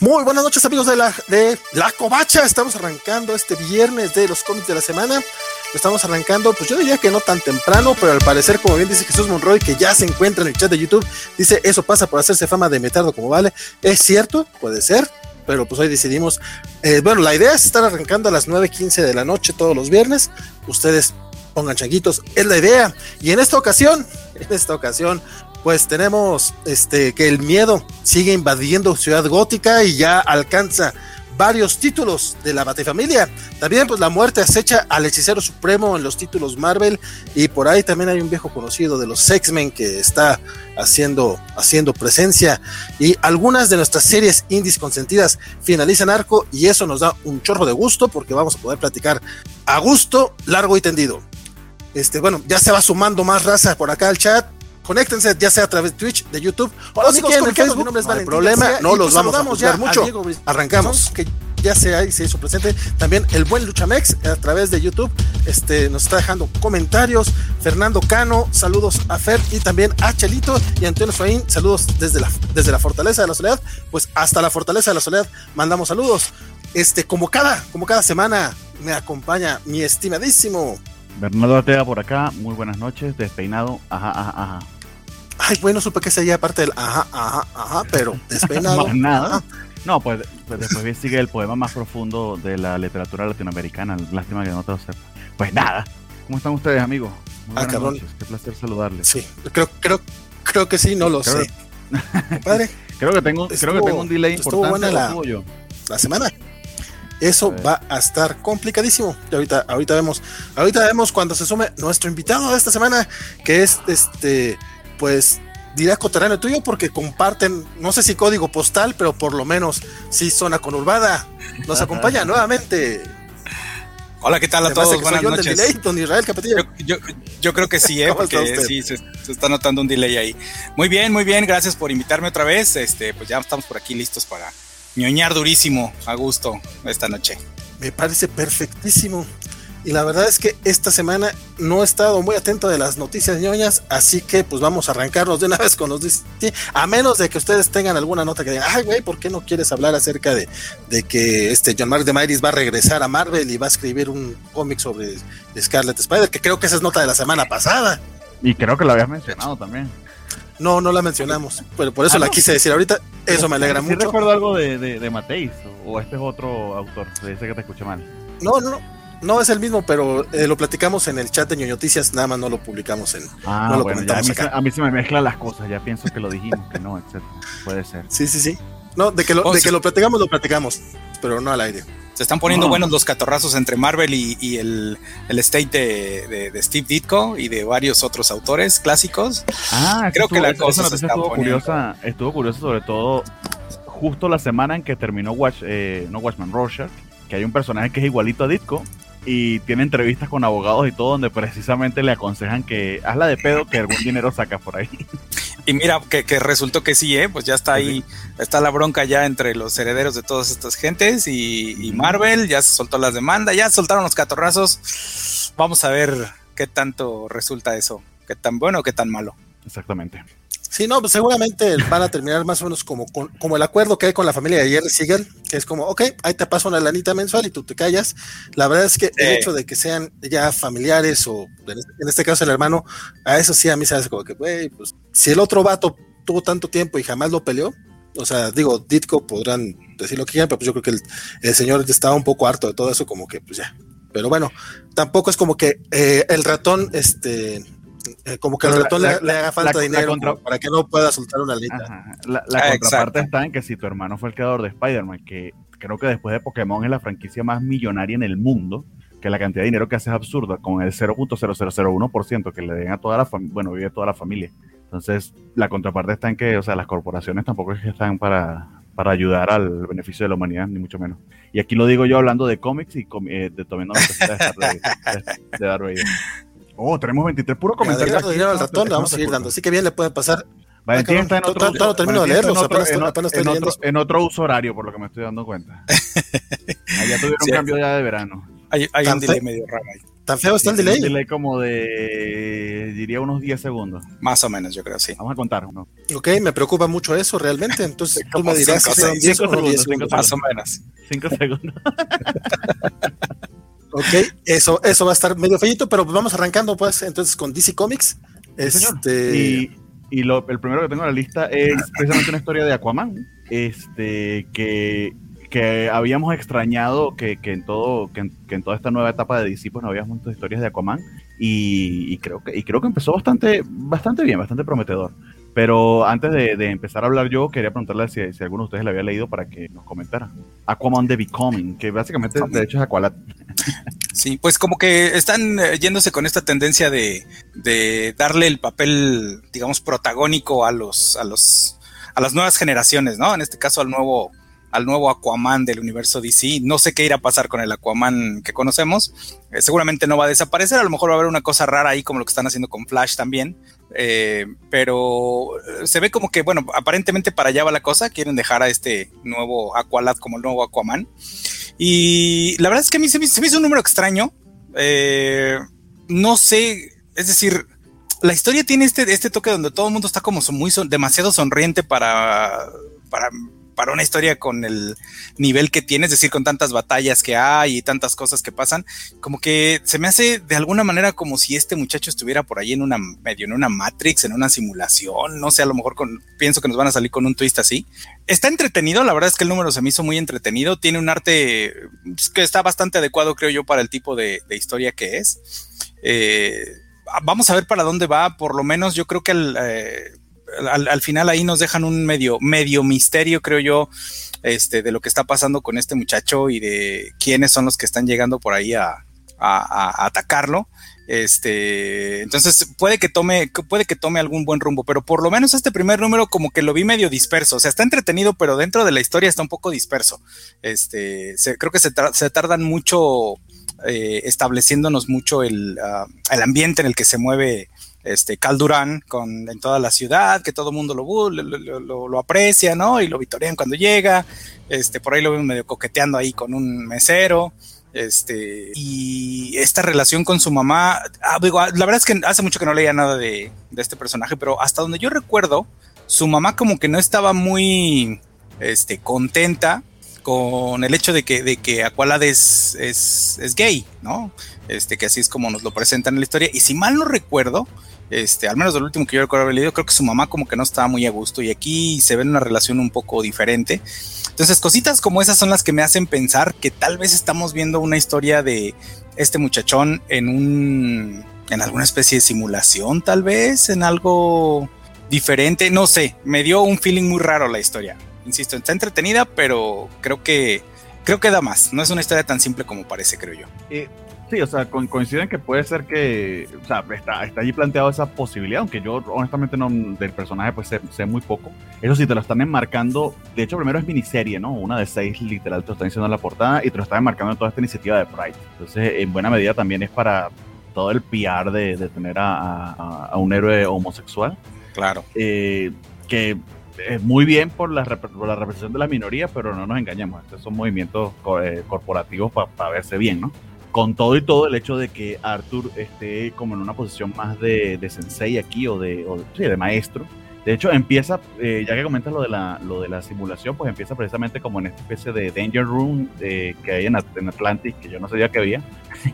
Muy buenas noches, amigos de la Covacha. Estamos arrancando este viernes de los cómics de la semana. Lo estamos arrancando, pues yo diría que no tan temprano, pero al parecer, como bien dice Jesús Monroy, que ya se encuentra en el chat de YouTube, dice, eso pasa por hacerse fama de metardo como vale. Es cierto, puede ser, pero pues hoy decidimos, bueno, la idea es estar arrancando a las 9:15 de la noche todos los viernes. Ustedes pongan changuitos, es la idea. Y en esta ocasión, pues tenemos que el miedo sigue invadiendo Ciudad Gótica y ya alcanza varios títulos de la Batifamilia. También pues la muerte acecha al hechicero supremo en los títulos Marvel, y por ahí también hay un viejo conocido de los X-Men que está haciendo presencia, y algunas de nuestras series indies consentidas finalizan arco, y eso nos da un chorro de gusto porque vamos a poder platicar a gusto, largo y tendido. Bueno, ya se va sumando más raza por acá al chat. Conéctense, ya sea a través de Twitch, de YouTube, o si quieren en Facebook. Mi nombre es Valentín, problema, no los vamos a juzgar mucho. Arrancamos, que ya se hizo presente. También el buen Luchamex a través de YouTube nos está dejando comentarios. Fernando Cano, saludos a Fer, y también a Chelito y Antonio Faín, saludos desde la Fortaleza de la Soledad. Pues hasta la Fortaleza de la Soledad mandamos saludos. Como cada semana me acompaña mi estimadísimo Bernardo Ortega por acá, muy buenas noches, despeinado, ajá. Ay, bueno, supe que sería parte del ajá, pero despeinado. Más nada. Ajá. No, pues después sigue el poema más profundo de la literatura latinoamericana, lástima que no te lo sepa. Pues nada, ¿cómo están ustedes, amigos? Muy buenas noches, qué placer saludarles. Sí, creo que sí, no lo sé. Compadre, creo que tengo un delay importante. Estuvo buena la semana. Eso va a estar complicadísimo. Y ahorita vemos cuando se sume nuestro invitado de esta semana, que es pues dirá coterráneo tuyo, porque comparten, no sé si código postal, pero por lo menos sí zona conurbada. Nos acompaña nuevamente. Hola, ¿qué tal a todos? Buenas noches. Delay, don Israel Capetillo. Yo creo que sí, porque sí se está notando un delay ahí. Muy bien, gracias por invitarme otra vez. Pues ya estamos por aquí listos para ñoñar durísimo, a gusto, esta noche. Me parece perfectísimo. Y la verdad es que esta semana no he estado muy atento de las noticias ñoñas, así que pues vamos a arrancarnos de una vez con los DC, a menos de que ustedes tengan alguna nota que digan, ay güey, ¿por qué no quieres hablar acerca de que John Mark DeMaris va a regresar a Marvel y va a escribir un cómic sobre Scarlet Spider, que creo que esa es nota de la semana pasada? Y creo que lo habías mencionado también. No la mencionamos, pero por eso la quise decir ahorita. Eso me alegra mucho. ¿Sí recuerdo algo de Mateis? ¿O este es otro autor? Dice que te escuché mal. No es el mismo, pero lo platicamos en el chat de ñoñoticias, nada más no lo publicamos no lo comentamos acá. A mí se me mezclan las cosas, ya pienso que lo dijimos, que no, etcétera. Puede ser. Sí. No, de que lo platicamos, pero no al aire. Se están poniendo buenos los catorrazos entre Marvel y el estate de Steve Ditko y de varios otros autores clásicos. Creo que la cosa se está curiosa. Estuvo curiosa, sobre todo justo la semana en que terminó Watchman Rorschach, que hay un personaje que es igualito a Ditko y tiene entrevistas con abogados y todo, donde precisamente le aconsejan que hazla de pedo, que algún dinero sacas por ahí. Y mira, que resultó que sí, pues ya está ahí, está la bronca ya entre los herederos de todas estas gentes y Marvel, ya se soltó las demandas, ya soltaron los catorrazos. Vamos a ver qué tanto resulta eso, qué tan bueno o qué tan malo. Exactamente. Sí, no, pues seguramente van a terminar más o menos como el acuerdo que hay con la familia de Jerry Siegel, que es como, ok, ahí te paso una lanita mensual y tú te callas. La verdad es que el hecho de que sean ya familiares, o en este caso el hermano, a eso sí a mí se hace como que, güey, pues si el otro vato tuvo tanto tiempo y jamás lo peleó, o sea, digo, Ditko podrán decir lo que quieran, pero pues yo creo que el señor estaba un poco harto de todo eso, como que pues ya. Pero bueno, tampoco es como que el ratón, como que al ratón le haga falta dinero para que no pueda soltar una lista. La contraparte está en que si tu hermano fue el creador de Spider-Man, que creo que después de Pokémon es la franquicia más millonaria en el mundo, que la cantidad de dinero que hace es absurda, con el 0.0001% que le den a toda la vive toda la familia. Entonces, la contraparte está en que, o sea, las corporaciones tampoco es que están para ayudar al beneficio de la humanidad, ni mucho menos. Y aquí lo digo yo hablando de cómics y tomando noticias de Darth Vader. Tenemos 23 puros comentarios. Dinero al ratón, le vamos a seguir dando. Así que bien le puede pasar. Valentín está en otro. No termino de leerlos, en otro uso horario, por lo que me estoy dando cuenta. Allá tuvieron un cambio ya de verano. Hay un delay medio raro ahí. ¿Tan feo está el delay? Un delay como de, diría, unos 10 segundos. Más o menos, yo creo, sí. Vamos a contar, ¿no? Ok, me preocupa mucho eso realmente. Entonces tú me dirás si son 10 cinco o 10 segundos, segundos. Más o menos. 5 segundos. Ok, eso va a estar medio feíto, pero vamos arrancando pues entonces con DC Comics. Sí, señor. Y el primero que tengo en la lista es precisamente una historia de Aquaman, que habíamos extrañado que en toda esta nueva etapa de DC pues no había muchas historias de Aquaman y creo que empezó bastante bien, bastante prometedor. Pero antes de empezar a hablar yo, quería preguntarle si alguno de ustedes le había leído para que nos comentara. Aquaman The Becoming, que básicamente de hecho es Aqualad. Sí, pues como que están yéndose con esta tendencia de darle el papel, digamos, protagónico a las nuevas generaciones, ¿no? En este caso al nuevo Aquaman del universo DC. No sé qué irá a pasar con el Aquaman que conocemos. Seguramente no va a desaparecer. A lo mejor va a haber una cosa rara ahí como lo que están haciendo con Flash también. Pero se ve como que, bueno, aparentemente para allá va la cosa. Quieren dejar a este nuevo Aqualad como el nuevo Aquaman. Y la verdad es que a mí se me hizo un número extraño. No sé, es decir, la historia tiene este toque donde todo el mundo está como demasiado sonriente para una historia con el nivel que tiene, es decir, con tantas batallas que hay y tantas cosas que pasan, como que se me hace de alguna manera como si este muchacho estuviera por ahí en una Matrix, en una simulación, no sé, a lo mejor pienso que nos van a salir con un twist así. Está entretenido, la verdad es que el número se me hizo muy entretenido, tiene un arte que está bastante adecuado, creo yo, para el tipo de historia que es. Vamos a ver para dónde va, por lo menos yo creo que al final ahí nos dejan un medio misterio, creo yo, de lo que está pasando con este muchacho y de quiénes son los que están llegando por ahí a atacarlo. Entonces puede que tome algún buen rumbo, pero por lo menos este primer número como que lo vi medio disperso, o sea, está entretenido, pero dentro de la historia está un poco disperso. Creo que se tardan mucho estableciéndonos mucho el ambiente en el que se mueve Kal Durán en toda la ciudad, que todo el mundo lo aprecia, ¿no? Y lo vitorean cuando llega, por ahí lo ven medio coqueteando ahí con un mesero, y esta relación con su mamá, la verdad es que hace mucho que no leía nada de este personaje, pero hasta donde yo recuerdo, su mamá como que no estaba muy contenta con el hecho de que Aqualad es gay, ¿no? Que así es como nos lo presentan en la historia, y si mal no recuerdo, al menos del último que yo recuerdo haber leído, creo que su mamá como que no estaba muy a gusto, y aquí se ve una relación un poco diferente. Entonces cositas como esas son las que me hacen pensar que tal vez estamos viendo una historia de este muchachón en alguna especie de simulación, tal vez, en algo diferente, no sé, me dio un feeling muy raro la historia. Insisto, está entretenida, pero creo que da más. No es una historia tan simple como parece, creo yo. Sí, o sea, coinciden que puede ser que, o sea, está allí planteado esa posibilidad, aunque yo honestamente del personaje pues sé muy poco. Eso sí, te lo están enmarcando, de hecho primero es miniserie, ¿no? Una de 6 literal te lo están diciendo en la portada y te lo están enmarcando en toda esta iniciativa de Pride. Entonces, en buena medida también es para todo el PR de tener a un héroe homosexual. Claro. Que muy bien por la representación de la minoría, pero no nos engañemos, estos son movimientos corporativos para verse bien, ¿no? Con todo y todo, el hecho de que Arthur esté como en una posición más de sensei aquí o de maestro. De hecho, empieza, ya que comentas lo de la simulación, pues empieza precisamente como en esta especie de Danger Room que hay en Atlantis, que yo no sabía que había.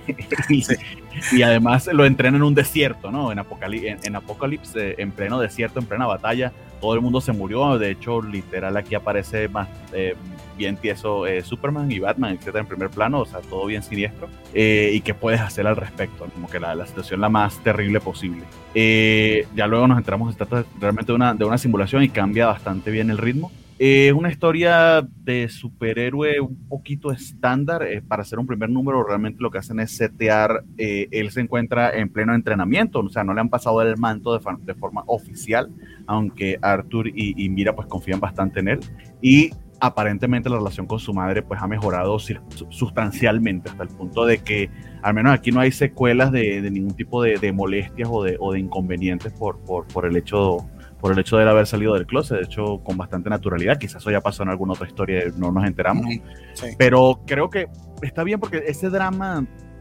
y además lo entrena en un desierto, ¿no? En Apocalipsis, en pleno desierto, en plena batalla, todo el mundo se murió. De hecho, literal, aquí aparece más bien tieso Superman y Batman, etcétera, en primer plano, o sea, todo bien siniestro. ¿Y qué puedes hacer al respecto? Como que la situación la más terrible posible. Ya luego nos enteramos, se trata realmente de una simulación y cambia bastante bien el ritmo. Es una historia de superhéroe un poquito estándar. Para hacer un primer número, realmente lo que hacen es setear. Él se encuentra en pleno entrenamiento, o sea, no le han pasado el manto de forma oficial, aunque Arthur y Mira pues confían bastante en él. Y aparentemente la relación con su madre pues ha mejorado sustancialmente, hasta el punto de que al menos aquí no hay secuelas de ningún tipo de molestias o de inconvenientes por el hecho de él haber salido del closet. De hecho, con bastante naturalidad. Quizás eso ya pasó en alguna otra historia, no nos enteramos. Sí. Pero creo que está bien, porque ese drama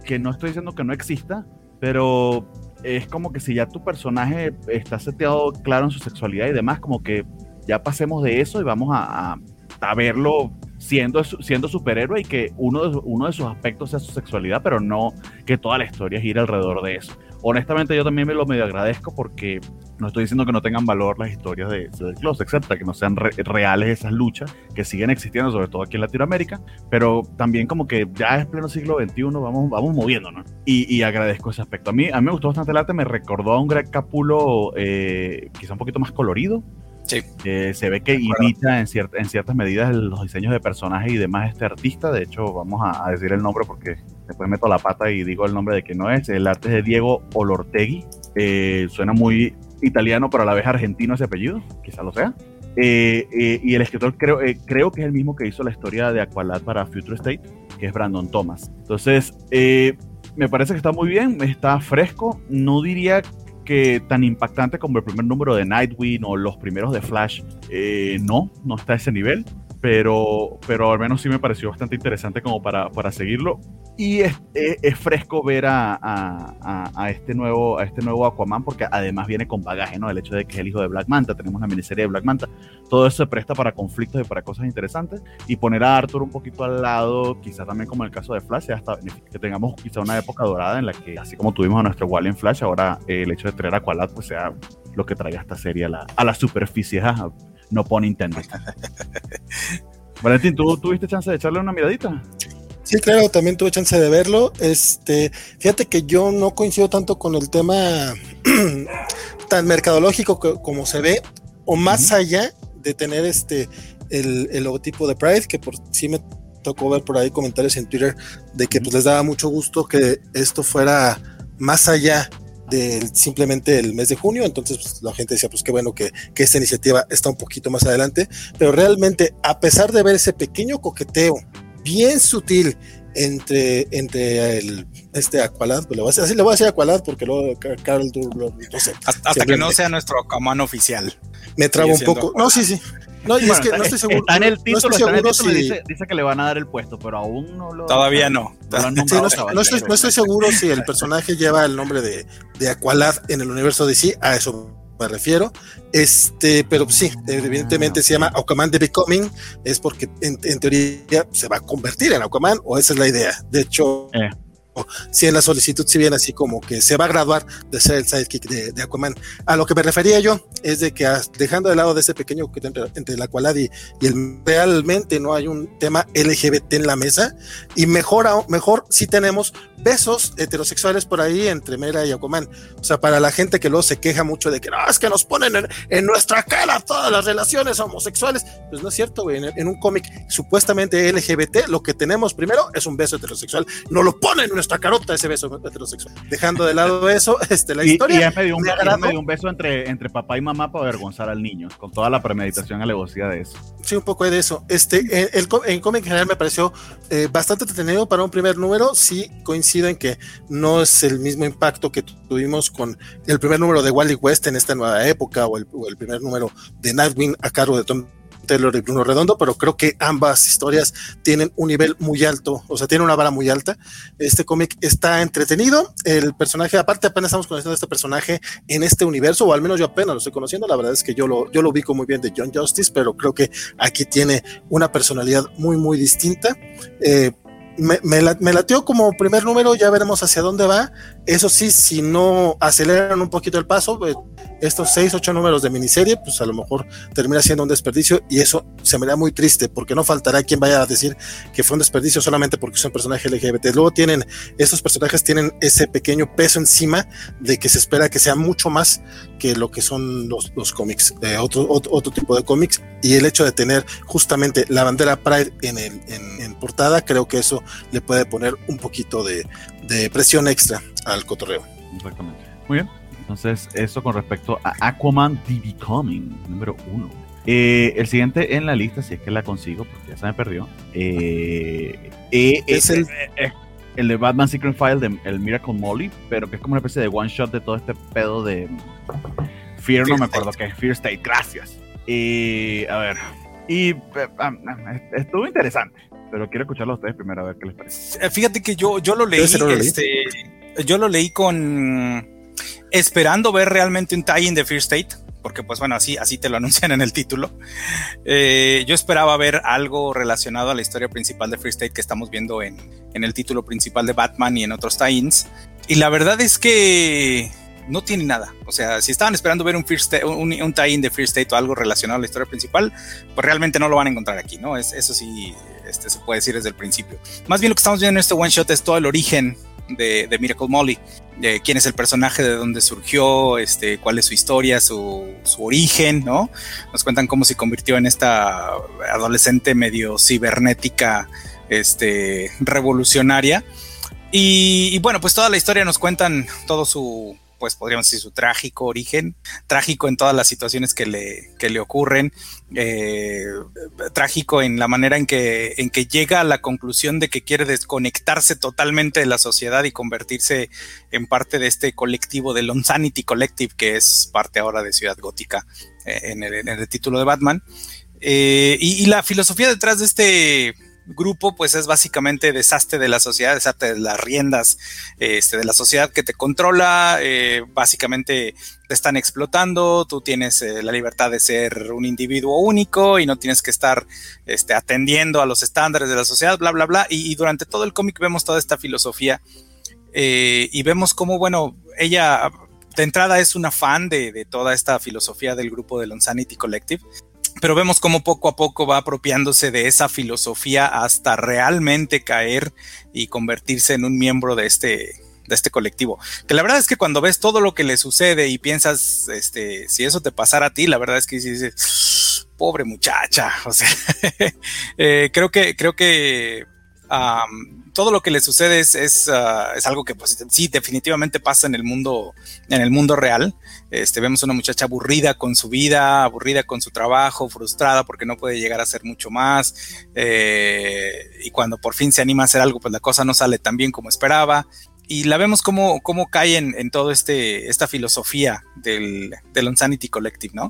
que no estoy diciendo que no exista, pero es como que si ya tu personaje está seteado claro en su sexualidad y demás, como que ya pasemos de eso y vamos a verlo siendo superhéroe y que uno de sus aspectos sea su sexualidad, pero no que toda la historia gire alrededor de eso. Honestamente yo también me lo medio agradezco porque no estoy diciendo que no tengan valor las historias de closet, etcétera, que no sean reales esas luchas que siguen existiendo, sobre todo aquí en Latinoamérica, pero también como que ya es pleno siglo XXI, vamos moviéndonos. Y agradezco ese aspecto. A mí me gustó bastante el arte, me recordó a un Greg Capullo quizá un poquito más colorido. Sí. Se ve que imita en ciertas medidas los diseños de personajes y demás este artista. De hecho, vamos a decir el nombre porque después meto la pata y digo el nombre de que no es. El arte es de Diego Olortegui. Suena muy italiano, pero a la vez argentino ese apellido, quizá lo sea. Y el escritor creo que es el mismo que hizo la historia de Aqualad para Future State, que es Brandon Thomas. Entonces, me parece que está muy bien, está fresco. No diría que tan impactante como el primer número de Nightwing o los primeros de Flash, no está a ese nivel, pero al menos sí me pareció bastante interesante como para seguirlo. Y es fresco ver a este nuevo Aquaman, porque además viene con bagaje, ¿no? El hecho de que es el hijo de Black Manta, tenemos una miniserie de Black Manta, todo eso se presta para conflictos y para cosas interesantes, y poner a Arthur un poquito al lado, quizá también como en el caso de Flash, hasta que tengamos quizá una época dorada en la que, así como tuvimos a nuestro Wally en Flash, ahora el hecho de traer a Aqualad pues sea lo que traiga esta serie a la superficie, no pone Nintendo. Valentín, ¿tú tuviste chance de echarle una miradita? Sí, claro, también tuve chance de verlo. Fíjate que yo no coincido tanto con el tema tan mercadológico como se ve, o más allá de tener el logotipo de Pride, que por sí me tocó ver por ahí comentarios en Twitter de que pues les daba mucho gusto que esto fuera más allá de simplemente el mes de junio. Entonces pues, la gente decía pues qué bueno que esta iniciativa está un poquito más adelante, pero realmente a pesar de ver ese pequeño coqueteo bien sutil entre Aqualad, pues le voy a decir Aqualad porque luego Carol Durlo, no sé, hasta que no sea nuestro Aquaman oficial. Me trabo un poco. No, sí. No, y bueno, es que no estoy seguro. Está en el título, si... dice que le van a dar el puesto, pero aún no lo. Todavía no. No estoy seguro si el personaje lleva el nombre de Aqualad en el universo DC, a eso me refiero. Pero sí, evidentemente se llama Aquaman The Becoming, es porque en teoría se va a convertir en Aquaman, o esa es la idea. De hecho, si en la solicitud si viene así como que se va a graduar de ser el sidekick de Aquaman. A lo que me refería yo es de que dejando de lado de ese pequeño que entre el Aqualad y realmente no hay un tema LGBT en la mesa, y mejor si tenemos besos heterosexuales por ahí entre Mera y Aquaman. O sea, para la gente que luego se queja mucho de que no, es que nos ponen en nuestra cara todas las relaciones homosexuales, pues no es cierto, güey. En un cómic supuestamente LGBT, lo que tenemos primero es un beso heterosexual, no lo ponen en nuestra carota ese beso heterosexual. Dejando de lado eso, la historia. Y ya me dio un beso entre papá y mamá para avergonzar al niño, con toda la premeditación alevosía de eso. Sí, un poco de eso. En cómic en general me pareció bastante entretenido para un primer número. Sí, coincido en que no es el mismo impacto que tuvimos con el primer número de Wally West en esta nueva época, o el primer número de Nightwing a cargo de Tom Taylor y Bruno Redondo, pero creo que ambas historias tienen un nivel muy alto, o sea, tiene una vara muy alta. Este cómic está entretenido, el personaje, aparte apenas estamos conociendo a este personaje en este universo, o al menos yo apenas lo estoy conociendo. La verdad es que yo lo ubico muy bien de John Justice, pero creo que aquí tiene una personalidad muy, muy distinta. Me latió como primer número, ya veremos hacia dónde va. Eso sí, si no aceleran un poquito el paso, estos 6-8 números de miniserie, pues a lo mejor termina siendo un desperdicio, y eso se me da muy triste, porque no faltará quien vaya a decir que fue un desperdicio solamente porque son personajes LGBT. Luego estos personajes tienen ese pequeño peso encima de que se espera que sea mucho más que lo que son los cómics, otro tipo de cómics, y el hecho de tener justamente la bandera Pride en portada, creo que eso le puede poner un poquito de presión extra al cotorreo. Exactamente. Muy bien. Entonces, eso con respecto a Aquaman The Becoming, número 1. El siguiente en la lista, si es que la consigo, porque ya se me perdió, es el de Batman Secret File de el Miracle Molly, pero que es como una especie de one shot de todo este pedo de Fear, no me acuerdo qué es, Fear State, gracias. A ver, Y estuvo interesante, pero quiero escucharlo a ustedes primero a ver qué les parece. Fíjate que yo lo leí, yo lo leí esperando ver realmente un tie-in de Fear State, porque pues bueno, así te lo anuncian en el título. Yo esperaba ver algo relacionado a la historia principal de Fear State que estamos viendo en el título principal de Batman y en otros tie-ins, y la verdad es que no tiene nada. O sea, si estaban esperando ver un tie-in de Fear State o algo relacionado a la historia principal, pues realmente no lo van a encontrar aquí, ¿no? Eso sí, se puede decir desde el principio. Más bien lo que estamos viendo en este one shot es todo el origen de Miracle Molly, de quién es el personaje, de dónde surgió, cuál es su historia, su origen, ¿no? Nos cuentan cómo se convirtió en esta adolescente medio cibernética, revolucionaria. Y bueno, pues toda la historia nos cuentan todo su, pues podríamos decir, su trágico origen, trágico en todas las situaciones que le ocurren, trágico en la manera en que llega a la conclusión de que quiere desconectarse totalmente de la sociedad y convertirse en parte de este colectivo del Unsanity Collective, que es parte ahora de Ciudad Gótica, en el título de Batman. Y la filosofía detrás de este grupo pues es básicamente deshazte de la sociedad, deshazte de las riendas de la sociedad que te controla, básicamente te están explotando, tú tienes la libertad de ser un individuo único y no tienes que estar atendiendo a los estándares de la sociedad, bla bla bla, y durante todo el cómic vemos toda esta filosofía, y vemos cómo, bueno, ella de entrada es una fan de toda esta filosofía del grupo del Unsanity Collective, pero vemos cómo poco a poco va apropiándose de esa filosofía hasta realmente caer y convertirse en un miembro de este colectivo. Que la verdad es que cuando ves todo lo que le sucede y piensas, si eso te pasara a ti, la verdad es que dices, pobre muchacha. O sea, creo que todo lo que le sucede es algo que pues, sí, definitivamente pasa en el mundo real. Vemos una muchacha aburrida con su vida, aburrida con su trabajo, frustrada porque no puede llegar a hacer mucho más, y cuando por fin se anima a hacer algo, pues la cosa no sale tan bien como esperaba, y la vemos cómo cae en todo esta filosofía del Unsanity Collective, ¿no?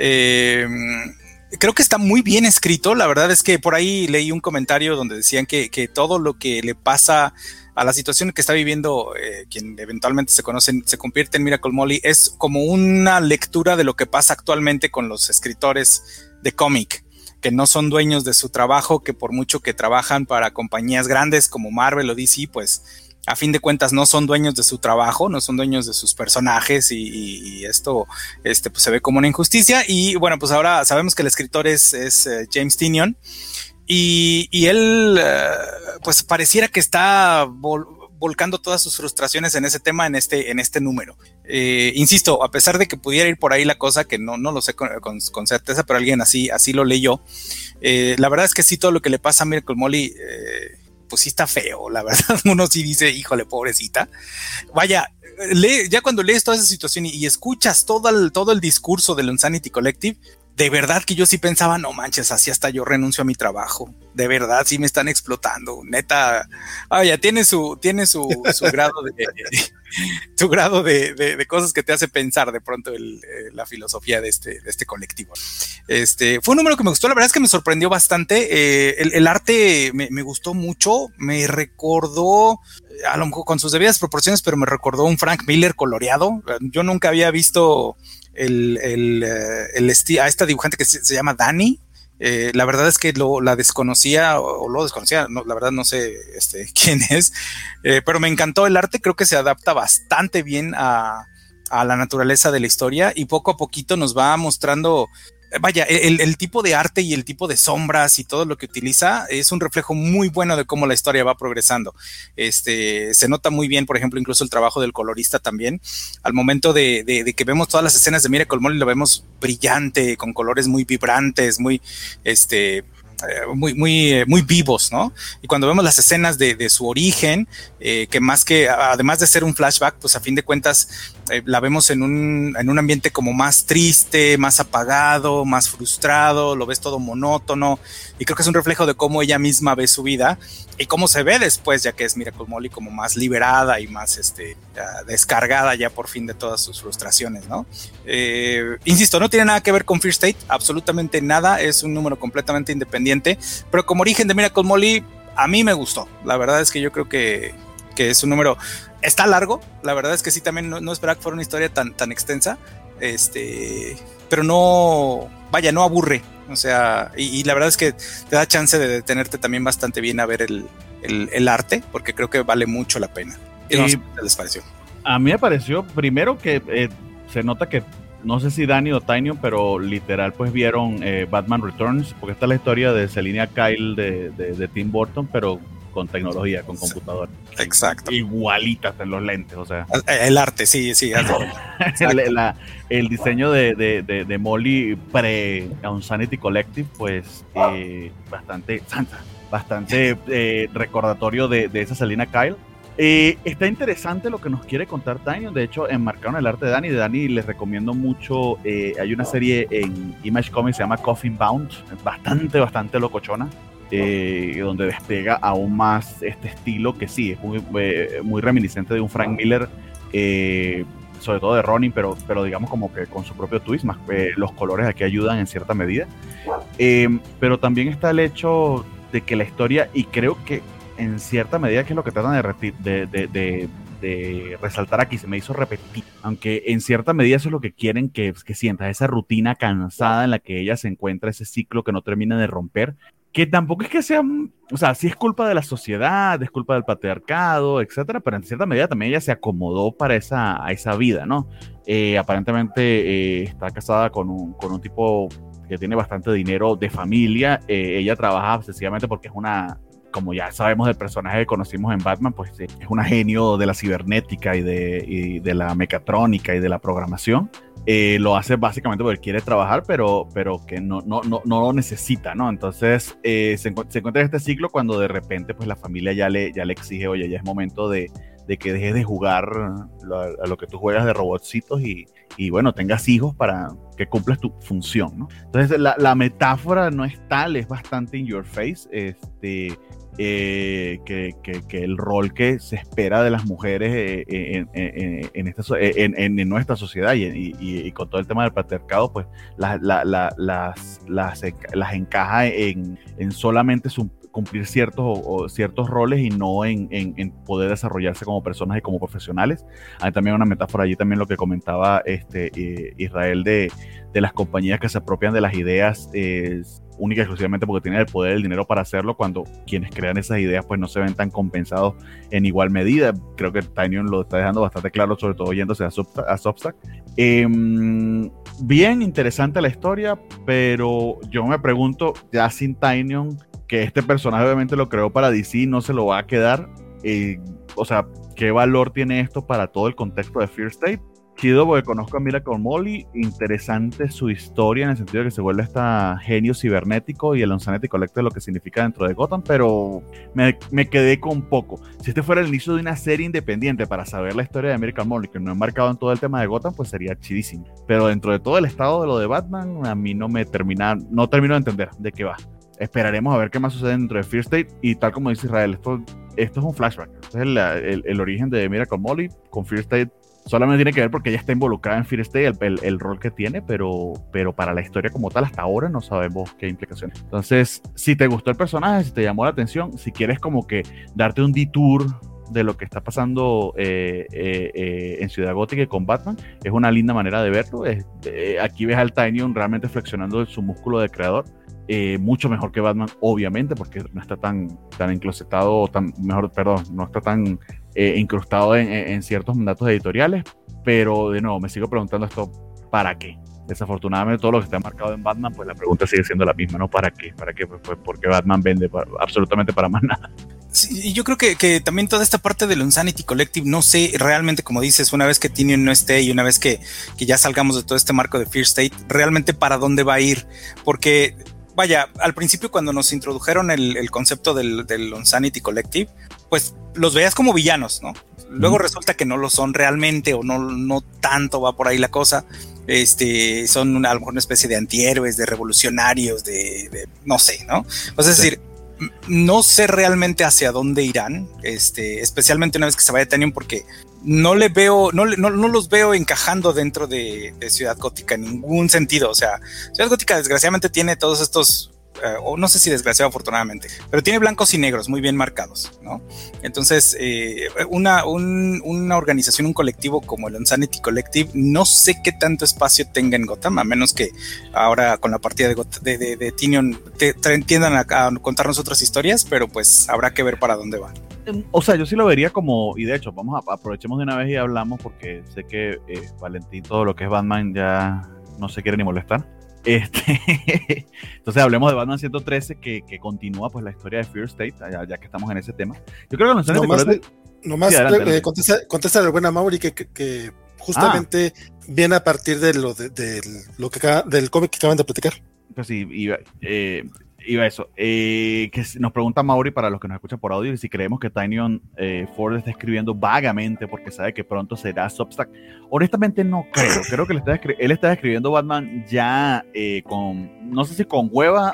Creo que está muy bien escrito. La verdad es que por ahí leí un comentario donde decían que todo lo que le pasa a la situación que está viviendo quien eventualmente se convierte en Miracle Molly es como una lectura de lo que pasa actualmente con los escritores de cómic, que no son dueños de su trabajo, que por mucho que trabajan para compañías grandes como Marvel o DC, pues a fin de cuentas no son dueños de su trabajo, no son dueños de sus personajes, y esto pues se ve como una injusticia. Y bueno, pues ahora sabemos que el escritor es James Tynion, y él pues pareciera que está volcando todas sus frustraciones en ese tema, en este número. Insisto, a pesar de que pudiera ir por ahí la cosa, que no lo sé con certeza, pero alguien así lo leyó. La verdad es que sí, todo lo que le pasa a Miracle Molly, pues sí está feo, la verdad. Uno sí dice, híjole, pobrecita. Vaya, ya cuando lees toda esa situación y escuchas todo el discurso del Unsanity Collective, de verdad que yo sí pensaba, no manches, así hasta yo renuncio a mi trabajo. De verdad, sí me están explotando. Neta, vaya, tiene su grado su grado de cosas que te hace pensar de pronto la filosofía de este colectivo. Fue un número que me gustó, la verdad es que me sorprendió bastante. El arte me gustó mucho, me recordó, a lo mejor con sus debidas proporciones, pero me recordó un Frank Miller coloreado. Yo nunca había visto a esta dibujante que se llama Dani. La verdad es que la desconocía o lo desconocía, no, la verdad no sé quién es, pero me encantó el arte. Creo que se adapta bastante bien a la naturaleza de la historia, y poco a poquito nos va mostrando, vaya, el tipo de arte y el tipo de sombras y todo lo que utiliza es un reflejo muy bueno de cómo la historia va progresando. Se nota muy bien, por ejemplo, incluso el trabajo del colorista también. Al momento de que vemos todas las escenas de Miracle Molly, lo vemos brillante, con colores muy vibrantes, muy muy vivos, ¿no? Y cuando vemos las escenas de su origen, que más que, además de ser un flashback, pues a fin de cuentas la vemos en un ambiente como más triste, más apagado, más frustrado, lo ves todo monótono, y creo que es un reflejo de cómo ella misma ve su vida y cómo se ve después, ya que es Miracle Molly, como más liberada y más descargada ya por fin de todas sus frustraciones, ¿no? Insisto, no tiene nada que ver con Fear State, absolutamente nada, es un número completamente independiente, pero como origen de Miracle Molly, a mí me gustó. La verdad es que yo creo que es un número, está largo, la verdad es que sí, también no esperaba que fuera una historia tan extensa, pero no aburre, o sea, y la verdad es que te da chance de detenerte también bastante bien a ver el arte, porque creo que vale mucho la pena. ¿Qué les pareció? A mí me pareció, primero, que se nota que, no sé si Dani o Tainio, pero literal pues vieron Batman Returns, porque esta es la historia de Selina Kyle de Tim Burton, pero con tecnología, con computadora. Exacto. Igualitas en los lentes, o sea. El arte, sí. El diseño de Molly pre-Unsanity Collective, pues bastante recordatorio de esa Selina Kyle. Está interesante lo que nos quiere contar Tainio. De hecho, enmarcaron el arte de Dani. De Dani les recomiendo mucho. Hay una serie en Image Comics que se llama Coffin Bound, bastante locochona. Donde despega aún más este estilo que sí, es muy reminiscente de un Frank Miller, sobre todo de Ronin, pero digamos como que con su propio twist, más los colores aquí ayudan en cierta medida, pero también está el hecho de que la historia, y creo que en cierta medida que es lo que tratan de resaltar aquí, se me hizo repetir, aunque en cierta medida eso es lo que quieren que sientas, esa rutina cansada en la que ella se encuentra, ese ciclo que no termina de romper, que tampoco es que sea, o sea, sí es culpa de la sociedad, es culpa del patriarcado, etcétera, pero en cierta medida también ella se acomodó para esa vida, ¿no? Aparentemente está casada con un tipo que tiene bastante dinero de familia, ella trabaja sencillamente porque es como ya sabemos del personaje que conocimos en Batman, pues es una genio de la cibernética y de la mecatrónica y de la programación. Lo hace básicamente porque quiere trabajar, pero que no lo necesita, ¿no? Entonces se encuentra en este ciclo cuando de repente pues la familia ya le exige, oye, ya es momento de que dejes de jugar a lo que tú juegas de robotcitos y bueno, tengas hijos para que cumplas tu función, ¿no? Entonces la metáfora no es tal, es bastante in your face, que el rol que se espera de las mujeres en nuestra sociedad y con todo el tema del patriarcado, pues las encaja en solamente cumplir ciertos roles y no en poder desarrollarse como personas y como profesionales. Hay también una metáfora allí, también lo que comentaba Israel de las compañías que se apropian de las ideas única y exclusivamente porque tienen el poder, el dinero para hacerlo, cuando quienes crean esas ideas pues no se ven tan compensados en igual medida. Creo que Tainio lo está dejando bastante claro, sobre todo yéndose a Substack. Bien interesante la historia, pero yo me pregunto, ya sin Tainio, que este personaje obviamente lo creó para DC, no se lo va a quedar, o sea, ¿qué valor tiene esto para todo el contexto de Fear State? Chido, porque conozco a Miracle Molly, interesante su historia en el sentido de que se vuelve esta genio cibernético y el Unsanity Collective lo que significa dentro de Gotham, pero me quedé con poco. Si este fuera el inicio de una serie independiente para saber la historia de Miracle Molly, que no he marcado en todo el tema de Gotham, pues sería chidísimo. Pero dentro de todo el estado de lo de Batman, a mí no termino de entender de qué va. Esperaremos a ver qué más sucede dentro de Fear State, y tal como dice Israel, esto es un flashback. Esto es el origen de Miracle Molly con Fear State. Solamente tiene que ver porque ella está involucrada en Fear State, el rol que tiene, pero para la historia como tal, hasta ahora no sabemos qué implicaciones. Entonces, si te gustó el personaje, si te llamó la atención, si quieres como que darte un detour de lo que está pasando en Ciudad Gótica y con Batman, es una linda manera de verlo. Aquí ves al Tainio realmente flexionando su músculo de creador. Mucho mejor que Batman, obviamente, porque no está tan enclosetado, no está tan incrustado en ciertos mandatos editoriales, pero de nuevo me sigo preguntando esto, ¿para qué? Desafortunadamente todo lo que está marcado en Batman, pues la pregunta sigue siendo la misma, ¿no? ¿Para qué? Pues porque Batman vende absolutamente para más nada. Sí, y yo creo que también toda esta parte del Unsanity Collective, no sé realmente, como dices, una vez que Tynion no esté y una vez que ya salgamos de todo este marco de Fear State, realmente para dónde va a ir, porque vaya, al principio cuando nos introdujeron el concepto del Unsanity Collective, pues los veías como villanos, ¿no? Luego resulta que no lo son realmente, o no tanto va por ahí la cosa. Son a lo mejor una especie de antihéroes, de revolucionarios, de no sé, ¿no? O sea, es decir, no sé realmente hacia dónde irán, especialmente una vez que se vaya Tanion, porque no los veo encajando dentro de Ciudad Gótica en ningún sentido. O sea, Ciudad Gótica desgraciadamente tiene todos estos, o no sé si desgraciado afortunadamente, pero tiene blancos y negros muy bien marcados, ¿no? Entonces, una organización, un colectivo como el Unsanity Collective, no sé qué tanto espacio tenga en Gotham, a menos que ahora con la partida de Tinion tiendan a contarnos otras historias, pero pues habrá que ver para dónde va. O sea, yo sí lo vería como, y de hecho, aprovechemos de una vez y hablamos, porque sé que Valentín, todo lo que es Batman, ya no se quiere ni molestar. Entonces hablemos de Batman 113, que continúa pues la historia de Fear State, ya que estamos en ese tema. Yo creo que nomás contesta la buena Mauri que justamente viene a partir de del cómic que acaban de platicar. Pues sí, iba eso. Que nos pregunta Mauri, para los que nos escuchan por audio, si creemos que Tynion Ford está escribiendo vagamente porque sabe que pronto será Substack. Honestamente no creo que él está escribiendo Batman ya no sé si con hueva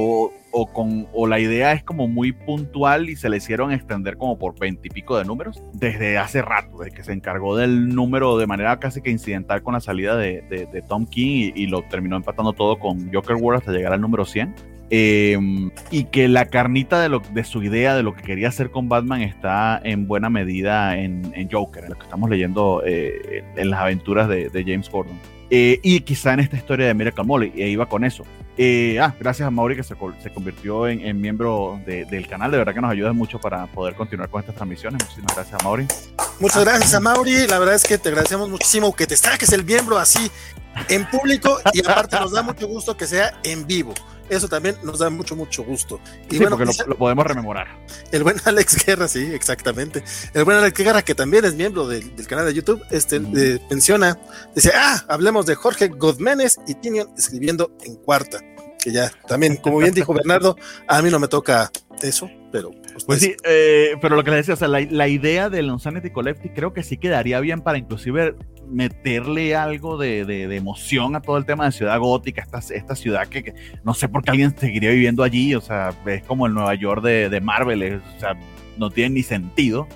o la idea es como muy puntual y se le hicieron extender como por 20 y pico de números desde hace rato, desde que se encargó del número de manera casi que incidental con la salida de Tom King y lo terminó empatando todo con Joker World hasta llegar al número 100. Y que la carnita de su idea de lo que quería hacer con Batman está en buena medida en Joker, en lo que estamos leyendo en las aventuras de James Gordon, y quizá en esta historia de Miracle Molly, y iba con eso. Gracias a Mauri, que se convirtió en miembro del canal. De verdad que nos ayuda mucho para poder continuar con estas transmisiones. Muchísimas gracias a Mauri. Muchas gracias a Mauri, la verdad es que te agradecemos muchísimo que te saques el miembro así en público, y aparte nos da mucho gusto que sea en vivo. Eso también nos da mucho gusto. Y sí, bueno, porque lo podemos rememorar. El buen Alex Guerra, sí, exactamente. El buen Alex Guerra, que también es miembro del canal de YouTube, menciona, dice, hablemos de Jorge Godménez y Tinion escribiendo en cuarta. Que ya, también, como bien dijo Bernardo, a mí no me toca eso, pero... Pues sí, pero lo que les decía, o sea, la idea del Unsanity Collective creo que sí quedaría bien para inclusive meterle algo de emoción a todo el tema de Ciudad Gótica, esta ciudad que no sé por qué alguien seguiría viviendo allí. O sea, es como el Nueva York de Marvel, o sea, no tiene ni sentido.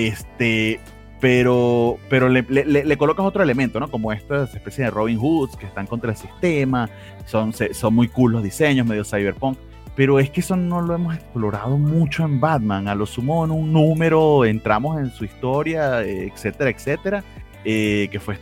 Pero le colocas otro elemento, ¿no? Como esta especie de Robin Hoods que están contra el sistema, son muy cool los diseños, medio cyberpunk. Pero es que eso no lo hemos explorado mucho en Batman. A lo sumo en un número entramos en su historia, etcétera, etcétera. Que fue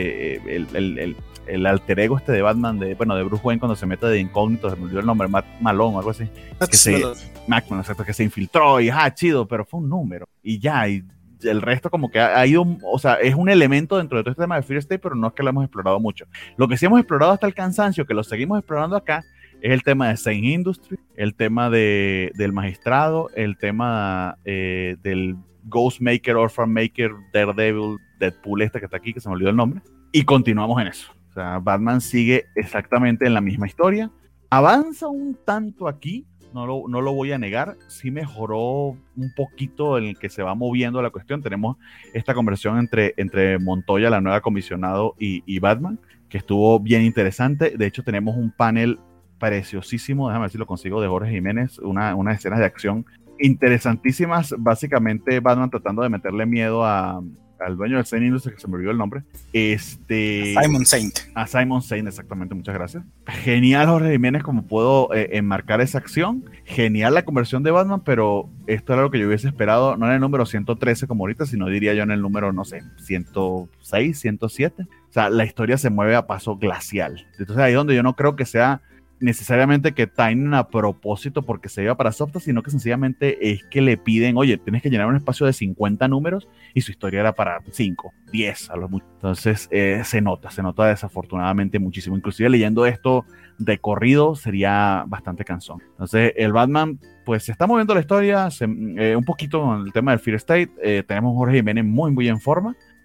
el alter ego de Batman, de Bruce Wayne, cuando se mete de incógnito, se me olvidó el nombre, Matt Malone o algo así. Macman, exacto, que se infiltró y chido, pero fue un número. Y ya, y el resto como que ha ido, o sea, es un elemento dentro de todo este tema de Fear State, pero no es que lo hemos explorado mucho. Lo que sí hemos explorado hasta el cansancio, que lo seguimos explorando acá, es el tema de Sane Industry, el tema del magistrado, el tema del Ghostmaker, Orphan Maker, Daredevil, Deadpool que está aquí, que se me olvidó el nombre, y continuamos en eso. O sea, Batman sigue exactamente en la misma historia, avanza un tanto aquí, no lo voy a negar, sí mejoró un poquito en el que se va moviendo la cuestión. Tenemos esta conversación entre Montoya, la nueva comisionado, y Batman, que estuvo bien interesante. De hecho, tenemos un panel preciosísimo, déjame ver si lo consigo, de Jorge Jiménez, unas escenas de acción interesantísimas. Básicamente Batman tratando de meterle miedo al dueño del Sane Industries, que se me olvidó el nombre, Simon Saint. A Simon Saint, exactamente, muchas gracias. Genial Jorge Jiménez, como puedo enmarcar esa acción. Genial la conversión de Batman, pero esto era lo que yo hubiese esperado, no en el número 113 como ahorita, sino diría yo en el número, no sé, 106, 107. O sea, la historia se mueve a paso glacial. Entonces ahí es donde yo no creo que sea necesariamente que Tynion a propósito porque se iba para Substack, sino que sencillamente es que le piden, oye, tienes que llenar un espacio de 50 números, y su historia era para 5, 10 a lo mucho. Entonces se nota desafortunadamente muchísimo. Inclusive leyendo esto de corrido sería bastante cansón. Entonces el Batman pues se está moviendo la historia un poquito en el tema del Fear State. Tenemos a Jorge Jiménez muy en forma.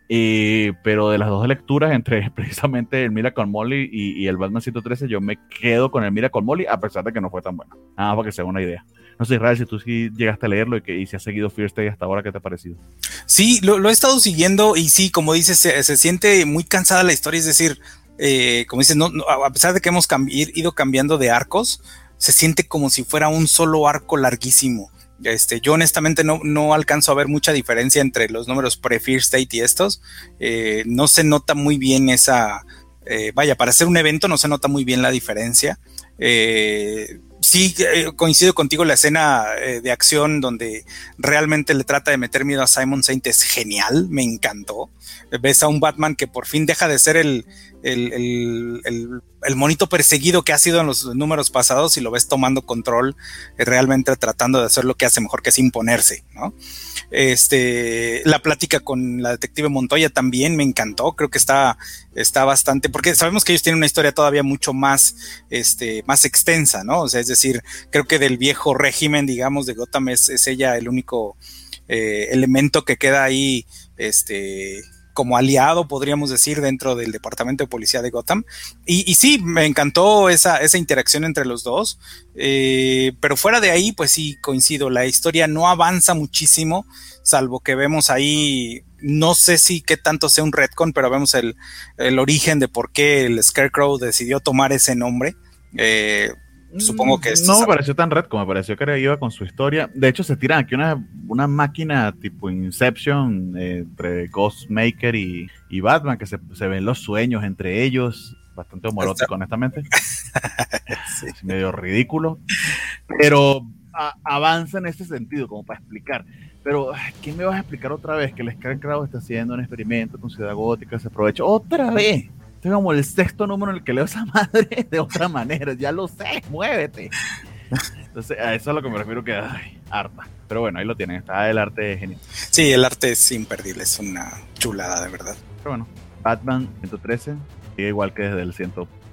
Pero de las dos lecturas, entre precisamente el Miracle on Molly y el Batman 113, yo me quedo con el Miracle on Molly, a pesar de que no fue tan bueno. Nada, para que sea una idea. No sé, Israel, si tú sí llegaste a leerlo y si has seguido Fear State hasta ahora, ¿qué te ha parecido? Sí, lo he estado siguiendo y sí, como dices, se siente muy cansada la historia, es decir, como dices, a pesar de que hemos ido cambiando de arcos, se siente como si fuera un solo arco larguísimo. Yo honestamente no alcanzo a ver mucha diferencia entre los números pre-Fear State y estos. No se nota muy bien esa... para hacer un evento no se nota muy bien la diferencia. Sí, coincido contigo, la escena de acción donde realmente le trata de meter miedo a Simon Saint es genial, me encantó. Ves a un Batman que por fin deja de ser el monito perseguido que ha sido en los números pasados y lo ves tomando control, realmente tratando de hacer lo que hace mejor, que es imponerse, ¿no? La plática con la detective Montoya también me encantó, creo que está bastante, porque sabemos que ellos tienen una historia todavía mucho más extensa, ¿no? O sea, es decir, creo que del viejo régimen, digamos, de Gotham es ella el único elemento que queda ahí, como aliado, podríamos decir, dentro del departamento de policía de Gotham. Y sí, me encantó esa interacción entre los dos. Pero fuera de ahí, pues sí, coincido. La historia no avanza muchísimo, salvo que vemos ahí, no sé si qué tanto sea un retcon, pero vemos el origen de por qué el Scarecrow decidió tomar ese nombre. Supongo que no me pareció tan red como me pareció que iba con su historia. De hecho, se tiran aquí una máquina tipo Inception entre Ghostmaker y Batman, que se ven los sueños entre ellos. Bastante homoerótico, honestamente. Sí. Es medio ridículo. Pero avanza en ese sentido, como para explicar. Pero, ¿quién me vas a explicar otra vez que el Scarecrow está haciendo un experimento con Ciudad Gótica? Se aprovecha otra vez. Este es como el sexto número en el que leo esa madre de otra manera. Ya lo sé, muévete. Entonces, a eso es a lo que me refiero, que harta. Pero bueno, ahí lo tienen, está el arte genial. Sí, el arte es imperdible, es una chulada, de verdad. Pero bueno, Batman 113, sigue igual que desde el 100.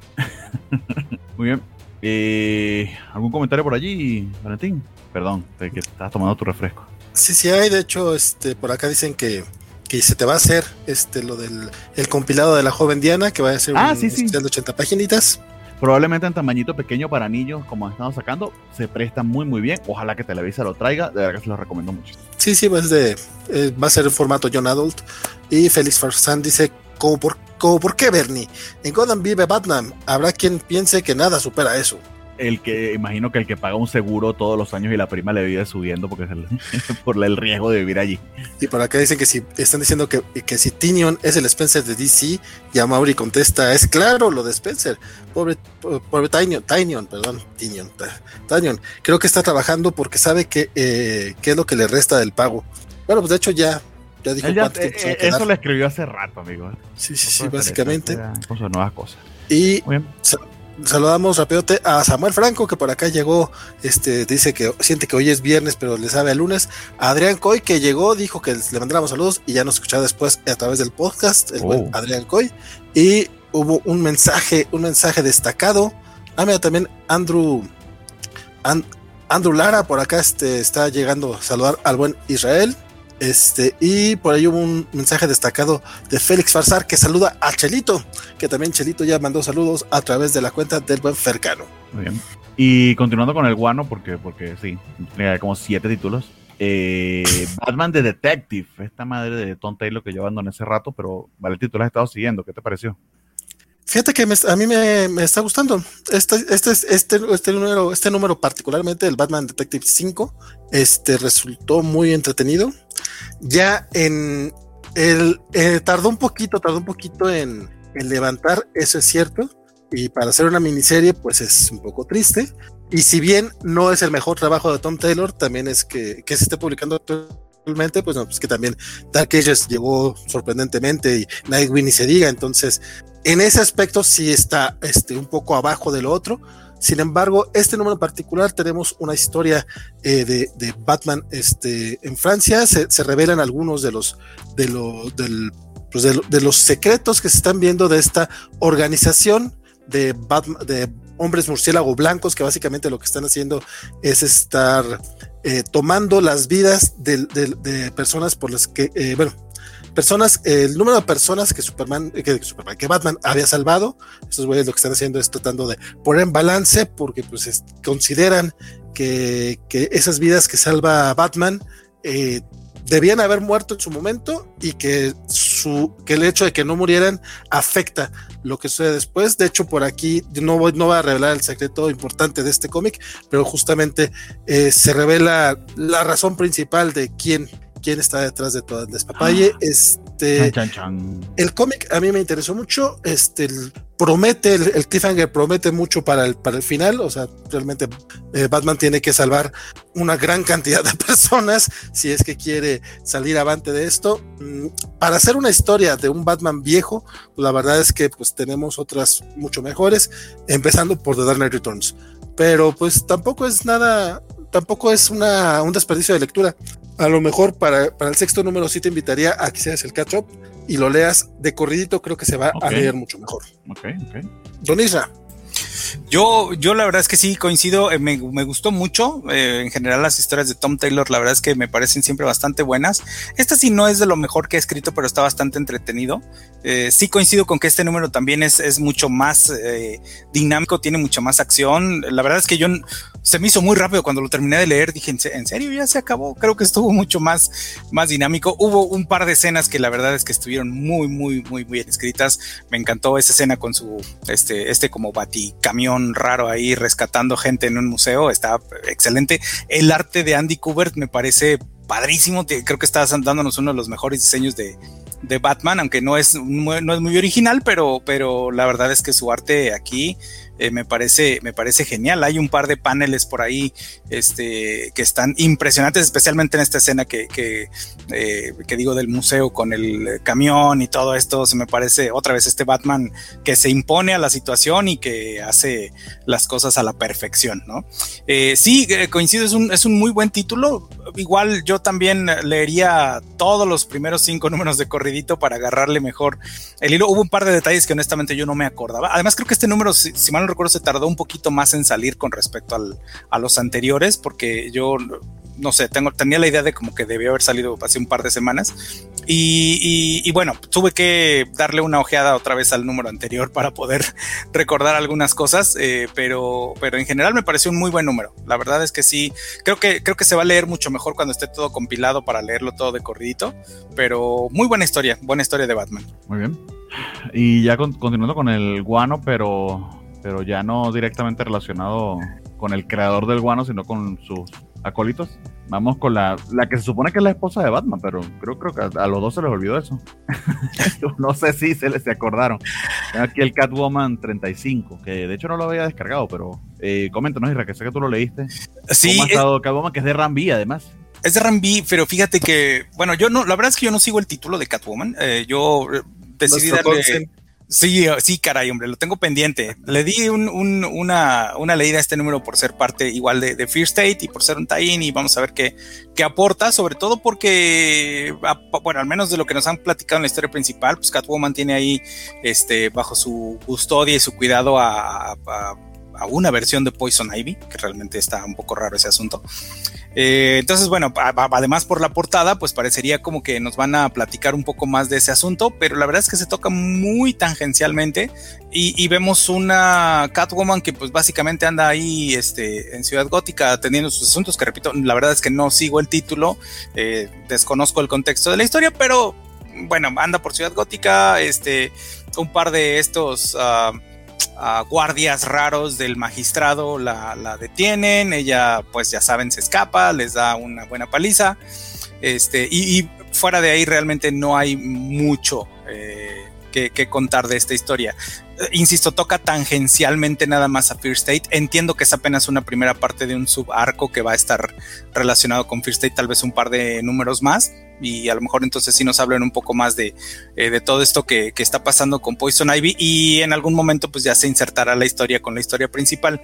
Muy bien. ¿Algún comentario por allí, Valentín? Perdón, que estabas tomando tu refresco. Sí hay, de hecho, por acá dicen que se te va a hacer lo del el compilado de la joven Diana, que va a ser un especial de 80 paginitas. Probablemente en tamañito pequeño para niños, como han estado sacando, se presta muy muy bien. Ojalá que Televisa lo traiga, de verdad que se lo recomiendo mucho. Sí, pues va a ser el formato Young Adult. Y Félix Farsán dice, ¿por qué, Bernie? En Gotham vive Batman, habrá quien piense que nada supera eso. Imagino que el que paga un seguro todos los años y la prima le vive subiendo porque por el riesgo de vivir allí. Y por acá dicen que si están diciendo que si Tynion es el Spencer de DC, y a Mauri contesta, es claro lo de Spencer. Pobre Tynion. Creo que está trabajando porque sabe qué es lo que le resta del pago. Bueno, pues de hecho ya dijo cuánto tiempo se va a quedar. Eso lo escribió hace rato, amigo. Sí, básicamente. Con sus nuevas cosas. Y saludamos rapidote a Samuel Franco, que por acá llegó, dice que siente que hoy es viernes, pero le sabe a lunes. A Adrián Coy, que llegó, dijo que le mandáramos saludos y ya nos escuchará después a través del podcast, buen Adrián Coy. Y hubo un mensaje destacado. Mira, también Andrew Lara, por acá está llegando a saludar al buen Israel. Y por ahí hubo un mensaje destacado de Félix Farsar, que saluda a Chelito, que también Chelito ya mandó saludos a través de la cuenta del buen Fercano. Muy bien. Y continuando con el guano, porque sí, tiene como 7 títulos. Batman The Detective, esta madre de Tom Taylor que yo abandoné hace rato, pero vale, tú la has estado siguiendo. ¿Qué te pareció? Fíjate que a mí me está gustando este número particularmente, el Batman Detective 5, resultó muy entretenido. Ya tardó un poquito en levantar, eso es cierto, y para hacer una miniserie pues es un poco triste, y si bien no es el mejor trabajo de Tom Taylor, también es que se esté publicando actualmente, pues no, pues que también Dark Ages llegó sorprendentemente y Nightwing ni se diga, entonces en ese aspecto sí está un poco abajo de lo otro. Sin embargo, este número en particular tenemos una historia de Batman en Francia. Se revelan algunos de los secretos que se están viendo de esta organización de hombres murciélago blancos, que básicamente lo que están haciendo es estar tomando las vidas de personas por las que personas, el número de personas que Batman había salvado. Estos güeyes lo que están haciendo es tratando de poner en balance, porque pues consideran que esas vidas que salva Batman debían haber muerto en su momento, y que el hecho de que no murieran afecta lo que sucede después. De hecho, por aquí no voy a revelar el secreto importante de este cómic, pero justamente se revela la razón principal de quién está detrás de todo el despapalle. El cómic a mí me interesó mucho. Promete, el cliffhanger promete mucho para el final. O sea, realmente Batman tiene que salvar una gran cantidad de personas si es que quiere salir avante de esto. Para hacer una historia de un Batman viejo, la verdad es que pues tenemos otras mucho mejores, empezando por The Dark Knight Returns, pero pues tampoco es un desperdicio de lectura. A lo mejor para el sexto número sí te invitaría a que seas el catch-up y lo leas de corridito. Creo que se va a leer mucho mejor. Okay. Don Isra. Yo la verdad es que sí coincido, me gustó mucho, en general las historias de Tom Taylor la verdad es que me parecen siempre bastante buenas. Esta sí no es de lo mejor que he escrito, pero está bastante entretenido. Sí coincido con que este número también es mucho más dinámico, tiene mucha más acción. La verdad es que se me hizo muy rápido cuando lo terminé de leer, dije, ¿en serio ya se acabó? Creo que estuvo mucho más dinámico. Hubo un par de escenas que la verdad es que estuvieron muy, muy, muy bien escritas. Me encantó esa escena con su como baticamión raro ahí rescatando gente en un museo, está excelente. El arte de Andy Kubert me parece padrísimo, creo que está dándonos uno de los mejores diseños de Batman, aunque no es muy original, pero la verdad es que su arte aquí me parece genial. Hay un par de paneles por ahí que están impresionantes, especialmente en esta escena que digo del museo con el camión y todo esto. Se me parece otra vez este Batman que se impone a la situación y que hace las cosas a la perfección, ¿no? Sí, coincido, es un muy buen título. Igual yo también leería todos los primeros 5 números de corridito para agarrarle mejor el hilo. Hubo un par de detalles que honestamente yo no me acordaba. Además creo que este número, si mal no recuerdo, se tardó un poquito más en salir con respecto a los anteriores, porque yo no sé, tenía la idea de como que debió haber salido hace un par de semanas y bueno, tuve que darle una ojeada otra vez al número anterior para poder recordar algunas cosas, pero en general me pareció un muy buen número. La verdad es que sí, creo que se va a leer mucho mejor cuando esté todo compilado para leerlo todo de corridito, pero muy buena historia de Batman. Muy bien. Y ya continuando con el guano, pero ya no directamente relacionado con el creador del guano, sino con sus acólitos. Vamos con la que se supone que es la esposa de Batman, pero creo que a los dos se les olvidó eso. No sé si se acordaron. Tengo aquí el Catwoman 35, que de hecho no lo había descargado, pero coméntanos, Isra, que sé que tú lo leíste. Sí. ¿Cómo ha estado Catwoman, que es de Rambi, además? Es de Rambi, pero fíjate que, bueno, la verdad es que yo no sigo el título de Catwoman. Yo decidí darle... Sí, caray, hombre, lo tengo pendiente. Le di una leída a este número por ser parte igual de Fear State y por ser un tie-in, y vamos a ver qué aporta, sobre todo porque, bueno, al menos de lo que nos han platicado en la historia principal, pues Catwoman tiene ahí bajo su custodia y su cuidado a una versión de Poison Ivy, que realmente está un poco raro ese asunto. Entonces, bueno, además por la portada, pues parecería como que nos van a platicar un poco más de ese asunto, pero la verdad es que se toca muy tangencialmente y vemos una Catwoman que pues básicamente anda ahí en Ciudad Gótica atendiendo sus asuntos, que repito, la verdad es que no sigo el título, desconozco el contexto de la historia, pero bueno, anda por Ciudad Gótica, un par de estos... guardias raros del magistrado la detienen, ella pues ya saben se escapa, les da una buena paliza, y fuera de ahí realmente no hay mucho que contar de esta historia. Insisto, toca tangencialmente nada más a Fear State. Entiendo que es apenas una primera parte de un subarco que va a estar relacionado con Fear State, tal vez un par de números más, y a lo mejor entonces sí nos hablan un poco más de todo esto que está pasando con Poison Ivy, y en algún momento pues ya se insertará la historia con la historia principal,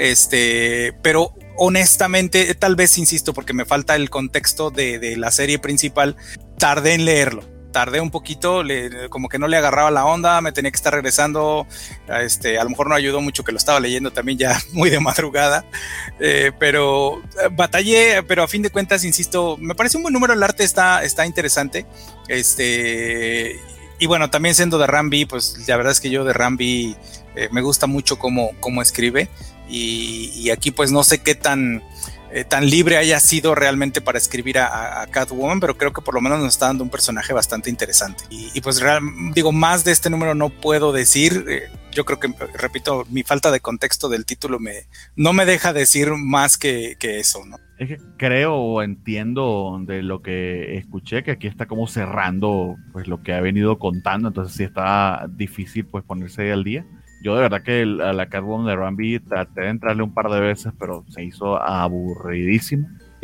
pero honestamente, tal vez, insisto, porque me falta el contexto de la serie principal, tardé en leerlo. tardé un poquito, como que no le agarraba la onda, me tenía que estar regresando, a lo mejor no ayudó mucho que lo estaba leyendo también ya muy de madrugada, pero batallé, pero a fin de cuentas, insisto, me parece un buen número, el arte está interesante, y bueno, también siendo de Rambi, pues la verdad es que yo de Rambi me gusta mucho cómo escribe, y aquí pues no sé qué tan libre haya sido realmente para escribir a Catwoman, pero creo que por lo menos nos está dando un personaje bastante interesante. Y pues más de este número no puedo decir. Yo creo que, repito, mi falta de contexto del título no me deja decir más que eso, ¿no? Es que creo o entiendo de lo que escuché que aquí está como cerrando pues lo que ha venido contando, entonces sí está difícil pues ponerse al día. Yo de verdad que a la Catwoman de Rambi traté de entrarle un par de veces, pero se hizo aburridísimo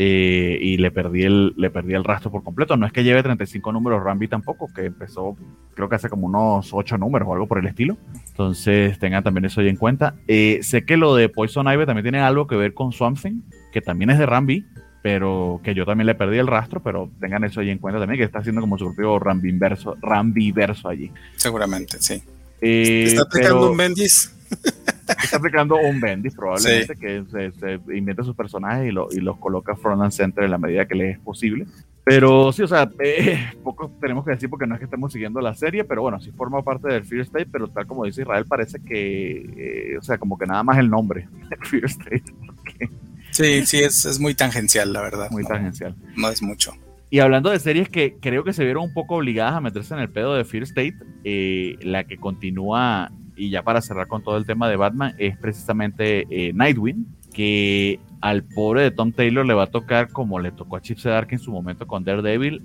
y le perdí el rastro por completo. No es que lleve 35 números Rambi tampoco, que empezó creo que hace como unos 8 números o algo por el estilo. Entonces tengan también eso ahí en cuenta. Sé que lo de Poison Ivy también tiene algo que ver con Swamp Thing, que también es de Rambi, pero que yo también le perdí el rastro, pero tengan eso ahí en cuenta también, que está haciendo como su propio Rambiverso allí. Seguramente, sí. Está aplicando un Bendis. Está aplicando un Bendis probablemente, sí, que se inventa sus personajes y los coloca front and center en la medida que le es posible. Pero sí, o sea, poco tenemos que decir porque no es que estemos siguiendo la serie, pero bueno, sí forma parte del Fear State, pero tal como dice Israel, parece que, o sea, como que nada más el nombre Fear State. Porque sí, es muy tangencial, la verdad. Muy tangencial. No es mucho. Y hablando de series que creo que se vieron un poco obligadas a meterse en el pedo de Fear State, la que continúa, y ya para cerrar con todo el tema de Batman, es precisamente Nightwing, que al pobre de Tom Taylor le va a tocar, como le tocó a Chip Zdarsky en su momento con Daredevil,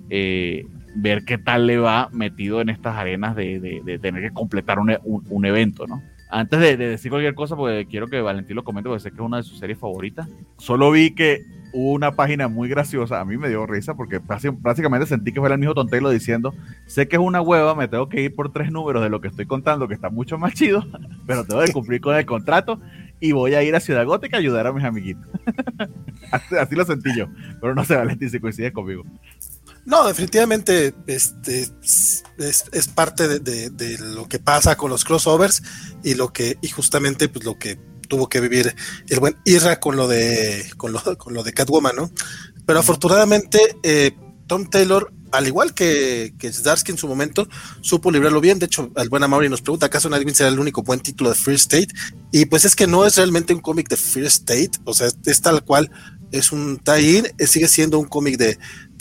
ver qué tal le va metido en estas arenas de tener que completar un evento, ¿no? Antes de decir cualquier cosa, porque quiero que Valentín lo comente, porque sé que es una de sus series favoritas. Solo vi que hubo una página muy graciosa, a mí me dio risa, porque prácticamente sentí que fue el mismo Tom Taylor diciendo, sé que es una hueva, me tengo que ir por 3 números de lo que estoy contando, que está mucho más chido, pero tengo que cumplir con el contrato, y voy a ir a Ciudad Gótica a ayudar a mis amiguitos. Así lo sentí yo, pero no sé, Valentín, si coincide conmigo. No, definitivamente es parte de lo que pasa con los crossovers y justamente pues lo que tuvo que vivir el buen Irra con lo de Catwoman, ¿no? Pero afortunadamente Tom Taylor, al igual que Zdarsky en su momento, supo librarlo bien. De hecho, el buen Amaury nos pregunta, ¿acaso Nightwing será el único buen título de Fear State? Y pues es que no es realmente un cómic de Fear State, o sea, es tal cual, es un tie-in, sigue siendo un cómic de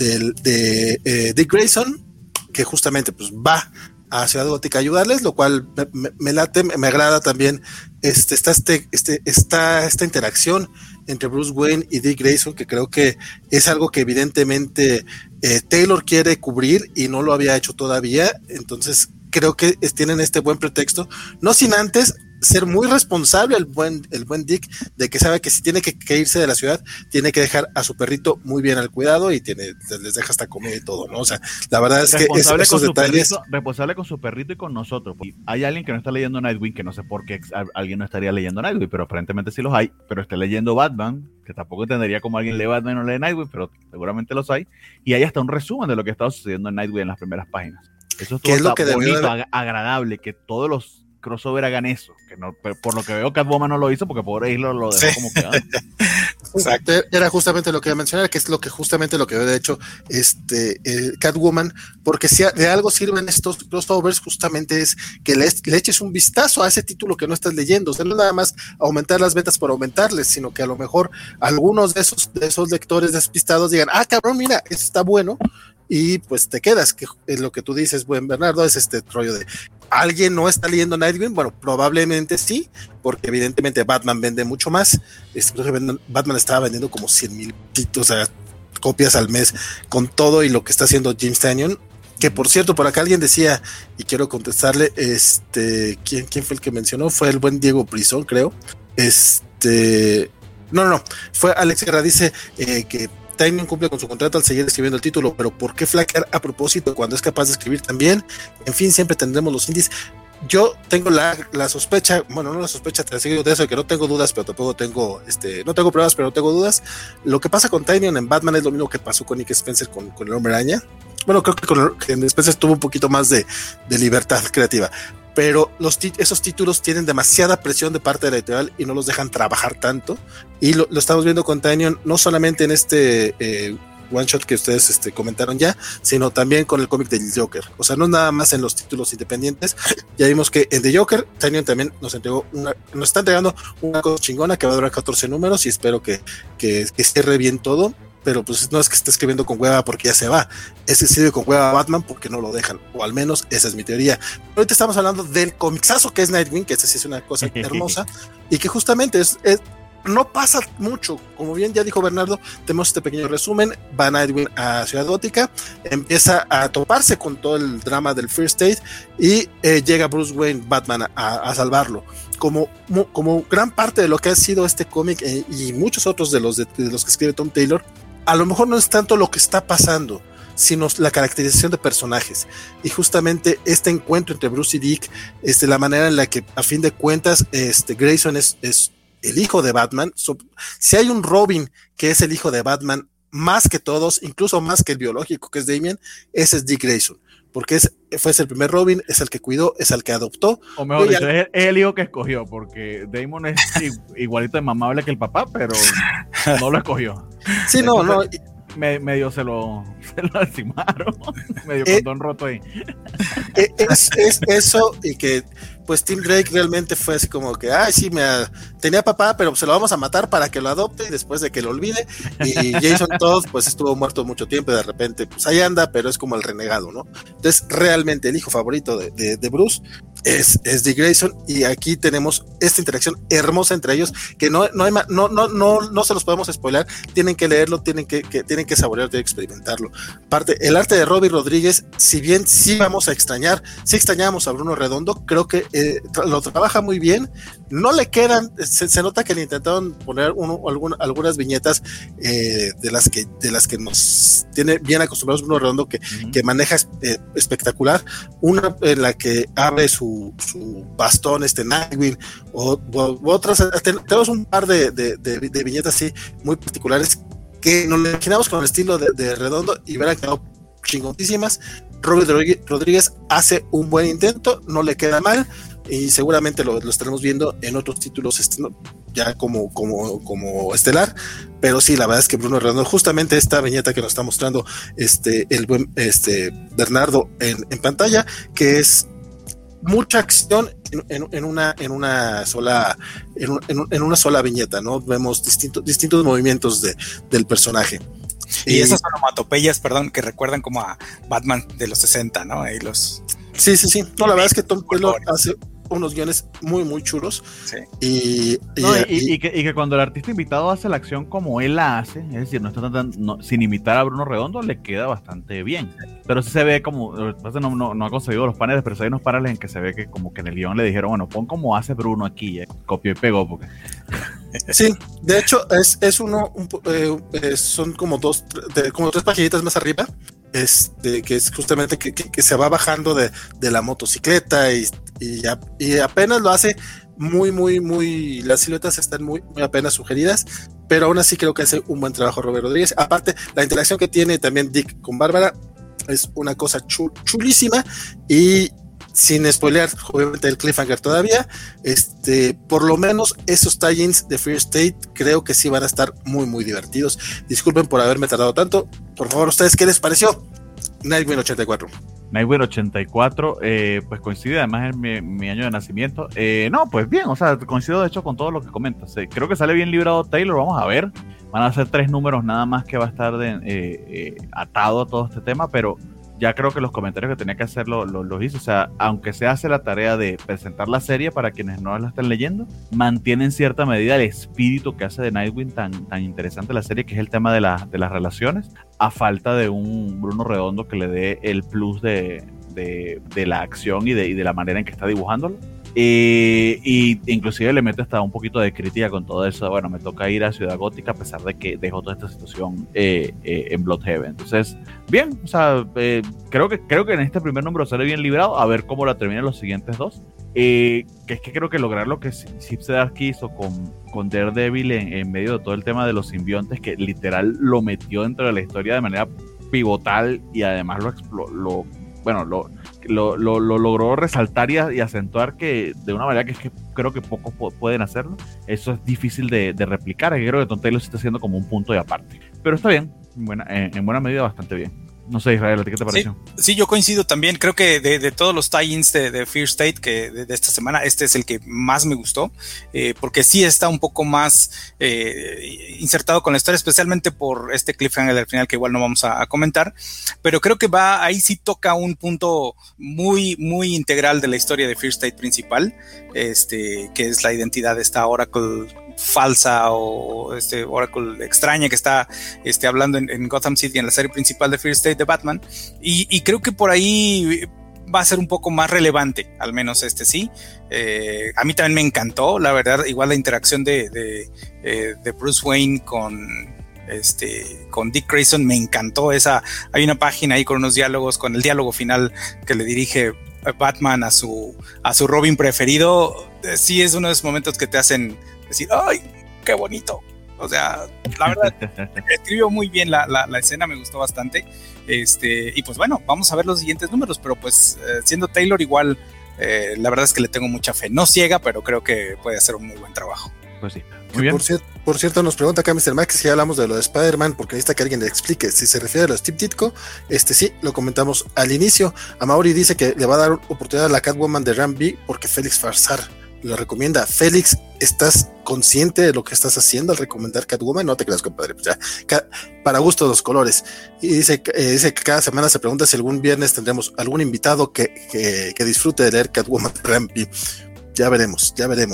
Dick Grayson, que justamente pues va a Ciudad Gótica a ayudarles, lo cual me late, me agrada también. Está esta interacción entre Bruce Wayne y Dick Grayson, que creo que es algo que evidentemente Taylor quiere cubrir y no lo había hecho todavía. Entonces creo que tienen este buen pretexto, no sin antes ser muy responsable el buen Dick, de que sabe que si tiene que irse de la ciudad, tiene que dejar a su perrito muy bien al cuidado y les deja hasta comida y todo, ¿no? O sea, la verdad es que esos detalles... Responsable con su perrito y con nosotros. Hay alguien que no está leyendo Nightwing, que no sé por qué alguien no estaría leyendo Nightwing, pero aparentemente sí los hay, pero está leyendo Batman, que tampoco entendería cómo alguien lee Batman y no lee Nightwing, pero seguramente los hay, y hay hasta un resumen de lo que estaba sucediendo en Nightwing en las primeras páginas. Eso estuvo es lo que bonito, agradable, que todos los crossover hagan eso, que no, por lo que veo Catwoman no lo hizo porque pobre Isla lo dejó como que exacto, era justamente lo que iba a mencionar, que es justamente lo que veo de hecho Catwoman, porque si de algo sirven estos crossovers justamente es que le eches un vistazo a ese título que no estás leyendo, o sea, no nada más aumentar las ventas por aumentarles, sino que a lo mejor algunos de esos lectores despistados digan, cabrón, mira, esto está bueno, y pues te quedas, que es lo que tú dices, buen Bernardo, es este rollo de ¿alguien no está leyendo Nightwing? Bueno, probablemente sí, porque evidentemente Batman vende mucho más. Creo que Batman estaba vendiendo como 100,000 copias al mes con todo y lo que está haciendo Jim Stanton. Que por cierto, por acá alguien decía, y quiero contestarle, ¿quién fue el que mencionó? Fue el buen Diego Prison, creo. No, fue Alex Guerra, dice que Tynion cumple con su contrato al seguir escribiendo el título, pero ¿por qué flaquear a propósito cuando es capaz de escribir también? En fin, siempre tendremos los indies. Yo tengo la sospecha, bueno, no la sospecha, te sigo de eso, de que no tengo dudas, pero tampoco tengo, no tengo pruebas, pero no tengo dudas. Lo que pasa con Tynion en Batman es lo mismo que pasó con Nick Spencer con el Hombre Araña. Bueno, creo que en Spencer tuvo un poquito más de libertad creativa, pero esos títulos tienen demasiada presión de parte de la editorial y no los dejan trabajar tanto, y lo estamos viendo con Tynion, no solamente en este one shot que ustedes comentaron ya, sino también con el cómic del Joker. O sea, no nada más en los títulos independientes. Ya vimos que en The Joker, Tynion también nos está entregando una cosa chingona que va a durar 14 números, y espero que cierre bien todo. Pero pues no es que esté escribiendo con hueva porque ya se va, es que escribe con hueva a Batman porque no lo dejan, o al menos esa es mi teoría. Ahorita estamos hablando del comicsazo que es Nightwing, que ese sí es una cosa hermosa, y que justamente no pasa mucho, como bien ya dijo Bernardo, tenemos este pequeño resumen, va Nightwing a Ciudad Gótica, empieza a toparse con todo el drama del First State, y llega Bruce Wayne, Batman, a salvarlo. Como gran parte de lo que ha sido este cómic, y muchos otros de los que escribe Tom Taylor, a lo mejor no es tanto lo que está pasando, sino la caracterización de personajes, y justamente este encuentro entre Bruce y Dick, la manera en la que a fin de cuentas Grayson es el hijo de Batman. Si hay un Robin que es el hijo de Batman más que todos, incluso más que el biológico que es Damian, ese es Dick Grayson, porque fue el primer Robin, es el que cuidó, es el que adoptó. O mejor dicho, es el hijo que escogió, porque Damon es igualito de mamable que el papá, pero no lo escogió. Sí, entonces, medio se lo lastimaron, medio condón roto ahí. Es eso, y que pues Tim Drake realmente fue así como que, sí, tenía papá, pero se lo vamos a matar para que lo adopte y después de que lo olvide. Y Jason Todd pues estuvo muerto mucho tiempo, y de repente pues ahí anda, pero es como el renegado, ¿no? Entonces realmente el hijo favorito de Bruce es Dick Grayson, y aquí tenemos esta interacción hermosa entre ellos, que no se los podemos spoiler, tienen que leerlo, tienen que saborearlo, tienen que experimentarlo. Aparte, el arte de Robbie Rodríguez, si bien sí extrañamos a Bruno Redondo, creo que lo trabaja muy bien. No le quedan, se nota que le intentaron poner algunas viñetas de las que nos tiene bien acostumbrados Bruno Redondo, que maneja espectacular. Una en la que abre su bastón Nightwing, o otras. Tenemos un par de viñetas así muy particulares que nos lo imaginamos con el estilo de Redondo, y verán quedado chingonísimas. Robert Rodríguez hace un buen intento, no le queda mal, y seguramente lo estaremos viendo en otros títulos ya como estelar. Pero sí, la verdad es que Bruno Redondo, justamente esta viñeta que nos está mostrando el buen Bernardo en pantalla, que es mucha acción en una sola viñeta, ¿no? Vemos distintos movimientos del personaje. Y esas onomatopeyas, perdón, que recuerdan como a Batman de los 60, ¿no? Ahí Sí. No, la verdad es que Tom Taylor hace unos guiones muy, muy chulos. Sí. Y que cuando el artista invitado hace la acción como él la hace, es decir, sin imitar a Bruno Redondo, le queda bastante bien. Pero sí se ve como, no ha conseguido los paneles, pero hay unos paneles en que se ve que como que en el guión le dijeron, bueno, pon como hace Bruno aquí, copió y pegó, porque... Sí, de hecho son como tres paginitas más arriba, que es justamente que se va bajando de la motocicleta, y apenas lo hace muy, muy, muy, las siluetas están muy, muy apenas sugeridas, pero aún así creo que hace un buen trabajo Robert Rodríguez. Aparte, la interacción que tiene también Dick con Bárbara es una cosa chulísima, y sin spoilear obviamente el cliffhanger todavía, por lo menos esos tie-ins de First State creo que sí van a estar muy, muy divertidos. Disculpen por haberme tardado tanto. Por favor, ¿ustedes qué les pareció Nightwing 84? Nightwing 84, pues coincide además en mi año de nacimiento. No, pues bien, o sea, coincido de hecho con todo lo que comentas. Creo que sale bien librado Taylor, vamos a ver. Van a ser 3 números nada más que va a estar atado a todo este tema, pero ya creo que los comentarios que tenía que hacer los hizo. O sea, aunque se hace la tarea de presentar la serie para quienes no la estén leyendo, mantiene en cierta medida el espíritu que hace de Nightwing tan interesante la serie, que es el tema de las relaciones, a falta de un Bruno Redondo que le dé el plus de la acción y de la manera en que está dibujándolo. Y inclusive le mete hasta un poquito de crítica con todo eso. Bueno, me toca ir a Ciudad Gótica a pesar de que dejó toda esta situación en Bloodhaven. Entonces, bien, o sea, creo que en este primer número sale bien librado. A ver cómo la terminan los siguientes 2. Que es que creo que lograr lo que Chip Zdarsky hizo con Daredevil en medio de todo el tema de los simbiontes, que literal lo metió dentro de la historia de manera pivotal y además lo logró resaltar y acentuar que de una manera que es que creo que pocos pueden hacerlo. Eso es difícil de replicar. Yo creo que Tom Taylor se está haciendo como un punto de aparte. Pero está bien, en buena medida bastante bien. No sé, Israel, ¿a ti qué te pareció? Sí, yo coincido también. Creo que de todos los tie-ins de Fear State que de esta semana, este es el que más me gustó, porque sí está un poco más insertado con la historia, especialmente por este cliffhanger al final que igual no vamos a comentar, pero creo que ahí sí toca un punto muy, muy integral de la historia de Fear State principal, que es la identidad de esta Oracle falsa o Oracle extraña que está hablando en Gotham City en la serie principal de Fear State de Batman, y creo que por ahí va a ser un poco más relevante, al menos sí. A mí también me encantó, la verdad, igual la interacción de Bruce Wayne con Dick Grayson me encantó. Hay una página ahí con unos diálogos, con el diálogo final que le dirige Batman a su Robin preferido. Sí, es uno de esos momentos que te hacen decir, ¡ay, qué bonito! O sea, la verdad, escribió muy bien la escena, me gustó bastante. Y pues bueno, vamos a ver los siguientes números, pero pues siendo Taylor igual, la verdad es que le tengo mucha fe. No ciega, pero creo que puede hacer un muy buen trabajo. Pues sí, muy bien. Por cierto, nos pregunta acá Mr. Max si ya hablamos de lo de Spider-Man, porque necesita que alguien le explique. Si se refiere a lo de Steve Ditko, sí, lo comentamos al inicio. Amaury dice que le va a dar oportunidad a la Catwoman de Ram V porque Félix Farsar lo recomienda. Félix, ¿estás consciente de lo que estás haciendo al recomendar Catwoman? No te creas, compadre, pues ya, para gusto los colores. Y dice que cada semana se pregunta si algún viernes tendremos algún invitado que disfrute de leer Catwoman Rampy. Ya veremos.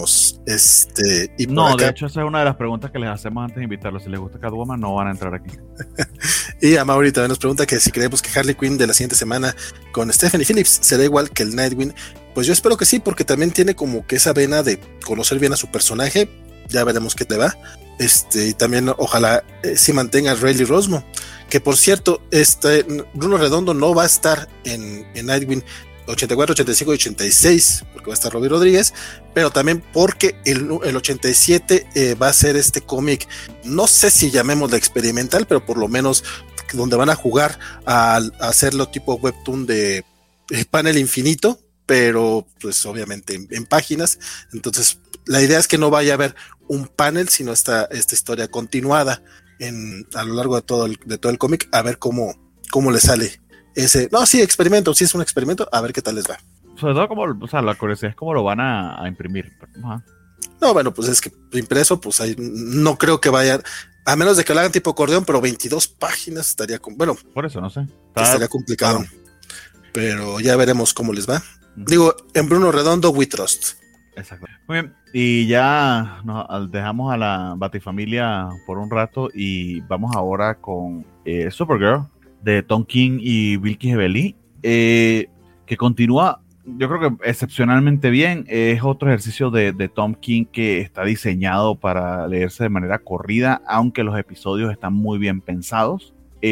Y no, acá, de hecho, esa es una de las preguntas que les hacemos antes de invitarlos. Si les gusta Catwoman, no van a entrar aquí. Y Amaury también nos pregunta que si creemos que Harley Quinn de la siguiente semana con Stephanie Phillips será igual que el Nightwing. Pues yo espero que sí, porque también tiene como que esa vena de conocer bien a su personaje. Ya veremos qué te va. Y también ojalá sí mantenga a Riley Rosmo, que por cierto, Bruno Redondo no va a estar en Nightwing 84, 85 y 86, porque va a estar Robbie Rodríguez, pero también porque el 87 va a ser este cómic, no sé si llamémoslo experimental, pero por lo menos donde van a jugar a hacerlo tipo webtoon de panel infinito, pero pues obviamente en páginas. Entonces la idea es que no vaya a haber un panel, sino esta historia continuada a lo largo de todo el cómic, a ver cómo le sale experimento, si es un experimento, a ver qué tal les va. Sobre todo la curiosidad es cómo lo van a imprimir. Ajá. No, bueno, pues es que impreso, pues ahí no creo que vayan, a menos de que lo hagan tipo acordeón, pero 22 páginas estaría por eso no sé. Estaría complicado. Pero ya veremos cómo les va. Digo, en Bruno Redondo, we trust. Exacto. Muy bien. Y ya nos dejamos a la Batifamilia por un rato y vamos ahora con Supergirl de Tom King y Vilky Gebeli, que continúa, yo creo que excepcionalmente bien. Es otro ejercicio de Tom King que está diseñado para leerse de manera corrida, aunque los episodios están muy bien pensados.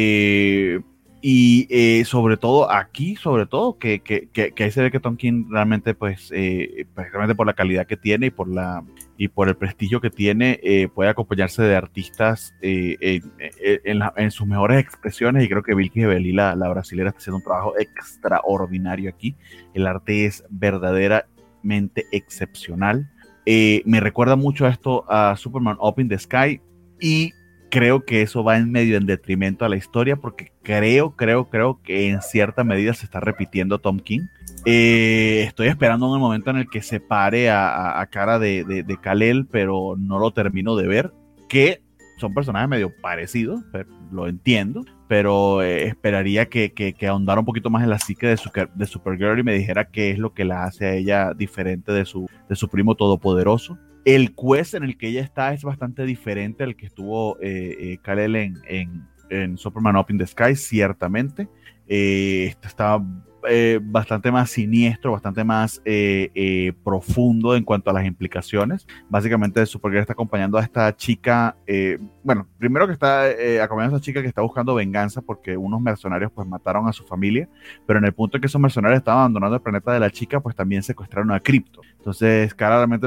Sobre todo aquí, que ahí se ve que Tom King realmente, realmente por la calidad que tiene y por el prestigio que tiene, puede acompañarse de artistas en sus mejores expresiones, y creo que Vilky Gebeli, la brasilera, está haciendo un trabajo extraordinario aquí. El arte es verdaderamente excepcional. Me recuerda mucho a Superman Up in the Sky, y creo que eso va en detrimento a la historia, porque creo que en cierta medida se está repitiendo Tom King. Estoy esperando un momento en el que se pare a cara de Kal-El, pero no lo termino de ver, que son personajes medio parecidos, lo entiendo, pero esperaría que ahondara un poquito más en la psique de Supergirl y me dijera qué es lo que la hace a ella diferente de su primo todopoderoso. El quest en el que ella está es bastante diferente al que estuvo Kal-El en Superman Up in the Sky, ciertamente. Está bastante más siniestro, bastante más profundo en cuanto a las implicaciones. Básicamente Supergirl está acompañando a esta chica, primero que está acompañando a esta chica que está buscando venganza porque unos mercenarios pues mataron a su familia, pero en el punto en que esos mercenarios estaban abandonando el planeta de la chica, pues también secuestraron a Krypto. Entonces claramente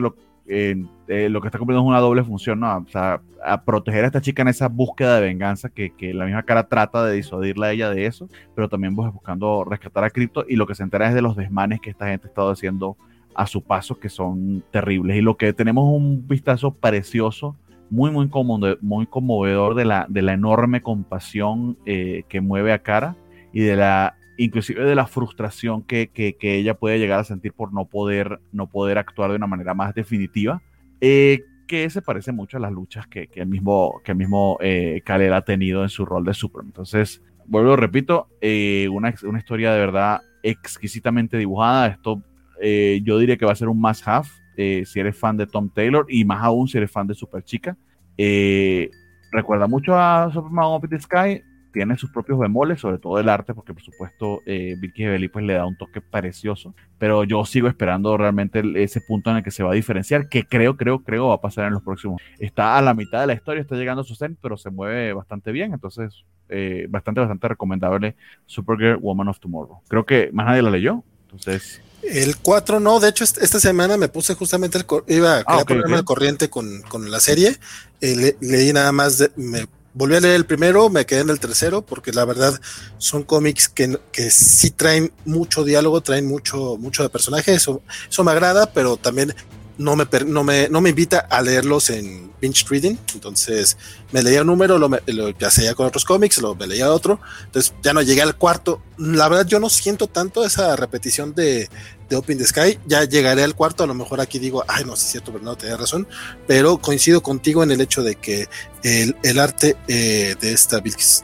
lo que está cumpliendo es una doble función, ¿no? O sea, a proteger a esta chica en esa búsqueda de venganza que la misma cara trata de disuadirla a ella de eso, pero también buscando rescatar a Crypto, y lo que se entera es de los desmanes que esta gente ha estado haciendo a su paso, que son terribles. Y lo que tenemos un vistazo precioso, muy conmovedor de la enorme compasión que mueve a Kara, y inclusive de la frustración que ella puede llegar a sentir por no poder actuar de una manera más definitiva, que se parece mucho a las luchas que el mismo Kal-El ha tenido en su rol de Superman. Entonces, vuelvo, repito, una historia de verdad exquisitamente dibujada. Esto yo diría que va a ser un must-have si eres fan de Tom Taylor, y más aún si eres fan de Superchica. Recuerda mucho a Superman Up in the Sky, tiene sus propios bemoles, sobre todo el arte, porque por supuesto Vilkis Ebeli pues le da un toque precioso, pero yo sigo esperando realmente ese punto en el que se va a diferenciar, que creo va a pasar en los próximos. Está a la mitad de la historia, está llegando a su zen, pero se mueve bastante bien, entonces bastante recomendable Supergirl Woman of Tomorrow. Creo que más nadie la leyó, entonces... El 4 no, de hecho esta semana me puse justamente iba a ponerme al corriente con la serie, leí nada más, me volví a leer el primero, me quedé en el tercero, porque la verdad son cómics que sí traen mucho diálogo, traen mucho de personaje, eso me agrada, pero también no me invita a leerlos en binge reading. Entonces me leía un número, ya sea con otros cómics, me leía otro, entonces ya no llegué al cuarto. La verdad yo no siento tanto esa repetición de Open the Sky, ya llegaré al cuarto, a lo mejor aquí digo, ay no, sí es cierto, Bernardo, tenía razón, pero coincido contigo en el hecho de que el arte de esta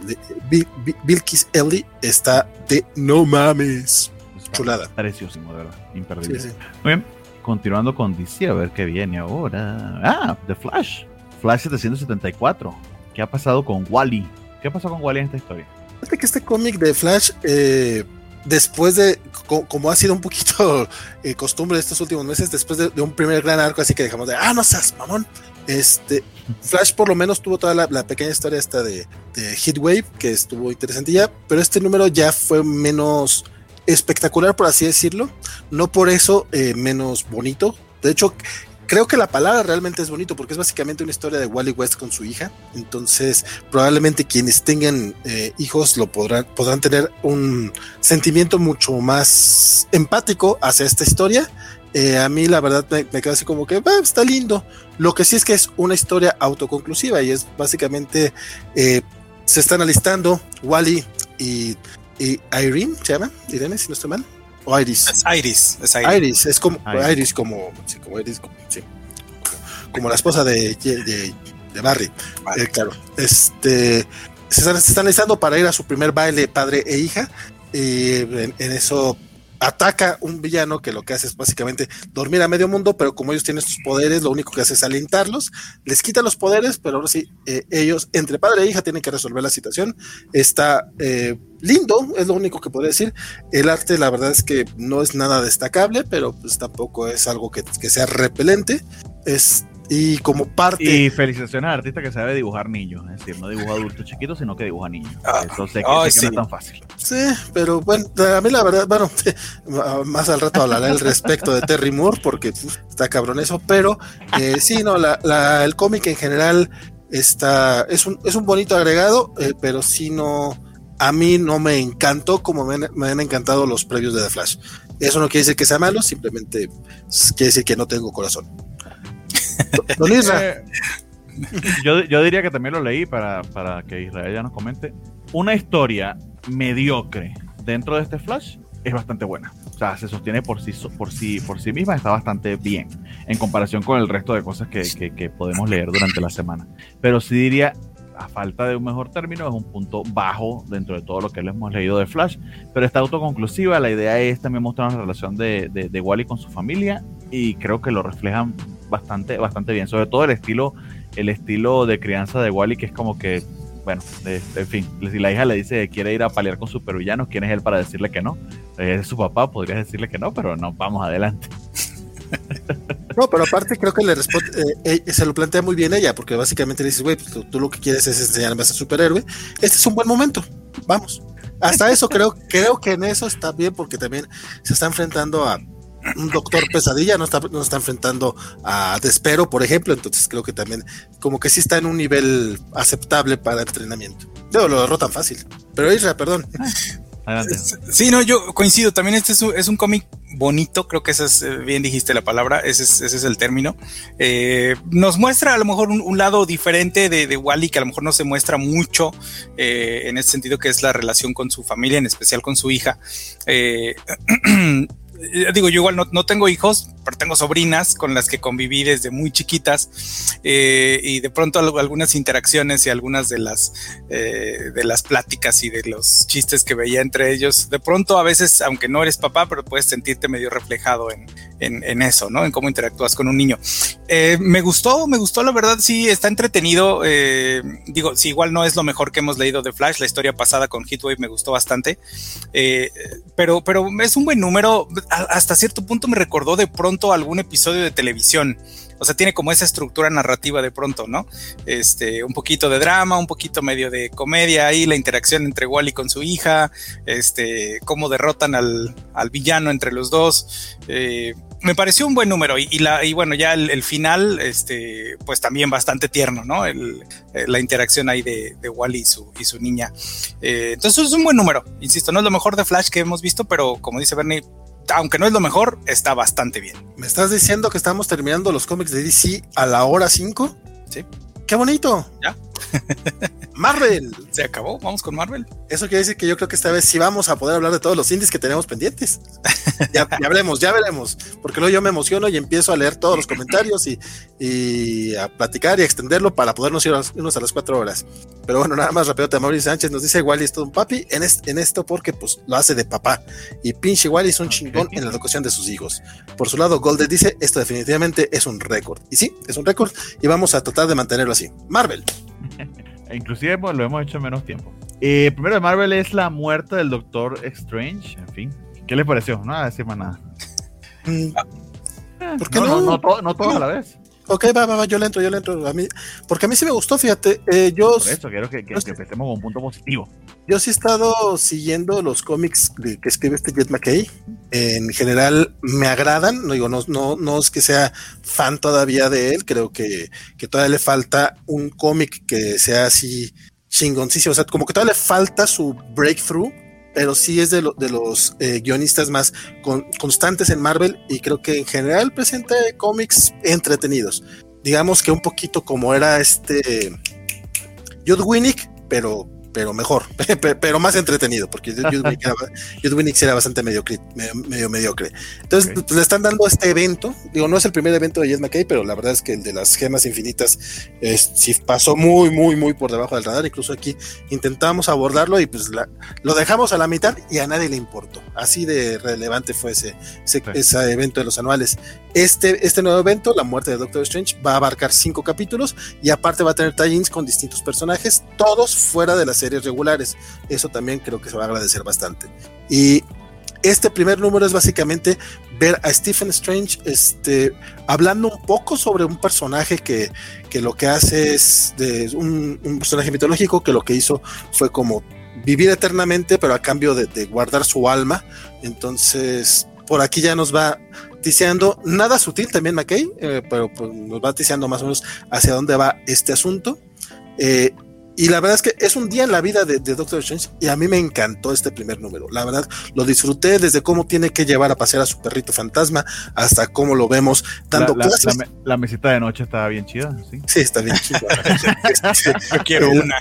Vilkis Ebeli está de no mames, chulada. Preciosísimo, de verdad, imperdible. Sí. Muy bien, continuando con DC, a ver qué viene ahora. The Flash 774. ¿Qué ha pasado con Wally? ¿Qué pasó con Wally en esta historia? Fíjate que este cómic de Flash, después de, como ha sido un poquito costumbre de estos últimos meses, después de un primer gran arco, así que dejamos de, no seas mamón, Flash por lo menos tuvo toda la pequeña historia esta de Heatwave, que estuvo interesantilla, pero este número ya fue menos espectacular, por así decirlo, no por eso menos bonito. De hecho, creo que la palabra realmente es bonito, porque es básicamente una historia de Wally West con su hija. Entonces probablemente quienes tengan hijos podrán tener un sentimiento mucho más empático hacia esta historia. A mí la verdad me queda así como que está lindo. Lo que sí es que es una historia autoconclusiva, y es básicamente se están alistando Wally y Irene, ¿se llama? Irene, si no estoy mal. O Iris. Es Iris. Iris, es como Iris, como la esposa de Barry. Vale. Claro. Se están alistando para ir a su primer baile padre e hija. En eso ataca un villano que lo que hace es básicamente dormir a medio mundo, pero como ellos tienen sus poderes, lo único que hace es alentarlos, les quita los poderes, pero ahora sí, ellos, entre padre e hija, tienen que resolver la situación. Está lindo, es lo único que podría decir. El arte, la verdad es que no es nada destacable, pero pues tampoco es algo que sea repelente. Y como parte... Y felicitaciones al artista que sabe dibujar niños, es decir, no dibuja adultos chiquitos, sino que dibuja niños. Eso sé que no es tan fácil. Sí, pero bueno, a mí la verdad, bueno, más al rato hablaré al respecto de Terry Moore, porque está cabrón eso, pero sí, no, el cómic en general es un bonito agregado, pero sí no, a mí no me encantó como me han encantado los previos de The Flash. Eso no quiere decir que sea malo, simplemente quiere decir que no tengo corazón. Don Isra. Yo diría que también lo leí para que Israel ya nos comente. Una historia mediocre dentro de este Flash es bastante buena. O sea, se sostiene por sí misma, está bastante bien en comparación con el resto de cosas que podemos leer durante la semana. Pero sí diría, a falta de un mejor término, es un punto bajo dentro de todo lo que hemos leído de Flash, pero está autoconclusiva. La idea es también mostrar la relación de Wally con su familia, y creo que lo reflejan bastante bien, sobre todo el estilo de crianza de Wally, que es como que, bueno, en fin, si la hija le dice que quiere ir a pelear con supervillanos, ¿quién es él para decirle que no? Es su papá, podrías decirle que no, pero no, vamos adelante. No, pero aparte creo que le responde, se lo plantea muy bien ella, porque básicamente le dices, güey, pues tú lo que quieres es enseñarme a ser superhéroe, este es un buen momento, vamos. Hasta eso creo que en eso está bien, porque también se está enfrentando a un doctor pesadilla, no está enfrentando a Despero, por ejemplo, entonces creo que también como que sí está en un nivel aceptable para entrenamiento. Yo lo derrotan fácil, pero Isra, perdón. Adelante. Sí, no, yo coincido. También este es un cómic bonito, creo que esa es, bien dijiste la palabra, ese es el término. Nos muestra a lo mejor un lado diferente de Wally, que a lo mejor no se muestra mucho en ese sentido, que es la relación con su familia, en especial con su hija. Digo, yo igual no tengo hijos, pero tengo sobrinas con las que conviví desde muy chiquitas, y de pronto algunas interacciones y algunas de las pláticas y de los chistes que veía entre ellos, de pronto a veces, aunque no eres papá, pero puedes sentirte medio reflejado en eso, ¿no? En cómo interactúas con un niño. Me gustó, la verdad, sí, está entretenido. Digo, sí, igual no es lo mejor que hemos leído de Flash, la historia pasada con Heatwave me gustó bastante, pero es un buen número. Hasta cierto punto me recordó de pronto algún episodio de televisión. O sea, tiene como esa estructura narrativa de pronto, ¿no? Un poquito de drama, un poquito medio de comedia ahí, la interacción entre Wally con su hija, cómo derrotan al villano entre los dos. Me pareció un buen número y bueno, ya el final, pues también bastante tierno, ¿no? La interacción ahí de Wally y su niña. Entonces es un buen número, insisto, no es lo mejor de Flash que hemos visto, pero como dice Bernie, aunque no es lo mejor, está bastante bien. ¿Me estás diciendo que estamos terminando los cómics de DC a la hora 5? Sí. ¡Qué bonito! ¿Ya? Marvel. Se acabó, vamos con Marvel. Eso quiere decir que yo creo que esta vez sí vamos a poder hablar de todos los indies que tenemos pendientes. Ya veremos, porque luego yo me emociono y empiezo a leer todos los comentarios y a platicar y a extenderlo para podernos irnos a las 4 horas. Pero bueno, nada más rápido, Mauricio Sánchez nos dice: Wally es todo un papi en esto porque pues lo hace de papá, y pinche Wally es un chingón en la educación de sus hijos. Por su lado, Golden dice: esto definitivamente es un récord, y sí, es un récord y vamos a tratar de mantenerlo así. Marvel. Inclusive pues, lo hemos hecho en menos tiempo. Primero de Marvel es la muerte del Doctor Strange. En fin, ¿qué les pareció? No voy a decir más nada. ¿Por qué no? No todos a la vez. Ok, va, yo le entro. A mí, porque a mí sí me gustó, fíjate. Por eso quiero que empecemos con un punto positivo. Yo sí he estado siguiendo los cómics que escribe Jed MacKay. En general me agradan. No es que sea fan todavía de él. Creo que todavía le falta un cómic que sea así chingoncísimo. O sea, como que todavía le falta su breakthrough, pero sí es de los guionistas más constantes en Marvel, y creo que en general presenta cómics entretenidos. Digamos que un poquito como era Judd Winnick, pero mejor, pero más entretenido, porque Judd Winnick era bastante medio mediocre. Entonces, okay, pues le están dando este evento. Digo, no es el primer evento de Jed MacKay, pero la verdad es que el de las gemas infinitas sí pasó muy, muy, muy por debajo del radar. Incluso aquí intentamos abordarlo y pues lo dejamos a la mitad y a nadie le importó. Así de relevante fue ese evento de los anuales. Este nuevo evento, la muerte de Doctor Strange, va a abarcar 5 capítulos y aparte va a tener tie-ins con distintos personajes, todos fuera de las series regulares. Eso también creo que se va a agradecer bastante. Y este primer número es básicamente ver a Stephen Strange hablando un poco sobre un personaje que lo que hace es un personaje mitológico que lo que hizo fue como vivir eternamente, pero a cambio de guardar su alma. Entonces por aquí ya nos va tiseando, nada sutil también MacKay, pero pues nos va tiseando más o menos hacia dónde va este asunto. Y la verdad es que es un día en la vida de Doctor Strange, y a mí me encantó este primer número. La verdad, lo disfruté desde cómo tiene que llevar a pasear a su perrito fantasma hasta cómo lo vemos dando clases. La mesita de noche estaba bien chida, ¿sí? Sí, está bien chida. Yo quiero una.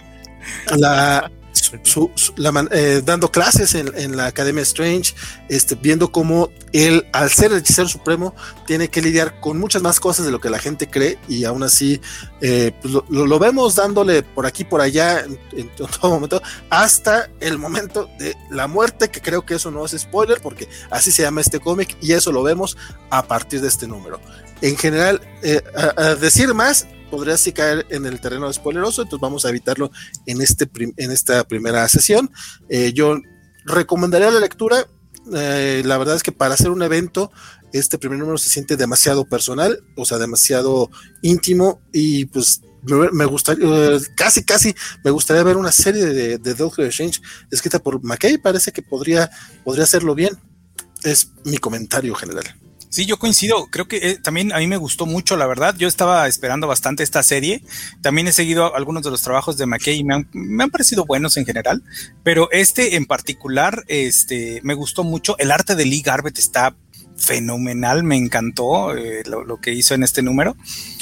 Dando clases en la Academia Strange, viendo cómo él, al ser el hechicero supremo, tiene que lidiar con muchas más cosas de lo que la gente cree, y aún así pues lo vemos dándole por aquí por allá en todo momento, hasta el momento de la muerte, que creo que eso no es spoiler porque así se llama este cómic, y eso lo vemos a partir de este número. En general, a decir más podría sí caer en el terreno spoileroso, entonces vamos a evitarlo en esta primera sesión. Yo recomendaría la lectura. La verdad es que para hacer un evento, este primer número se siente demasiado personal, o sea, demasiado íntimo, y pues me gustaría, casi me gustaría ver una serie de Doctor Strange escrita por MacKay. Parece que podría hacerlo bien. Es mi comentario general. Sí, yo coincido. Creo que también a mí me gustó mucho, la verdad. Yo estaba esperando bastante esta serie. También he seguido algunos de los trabajos de McKay y me han parecido buenos en general. Pero este en particular, me gustó mucho. El arte de Lee Garbett está fenomenal. Me encantó lo que hizo en este número.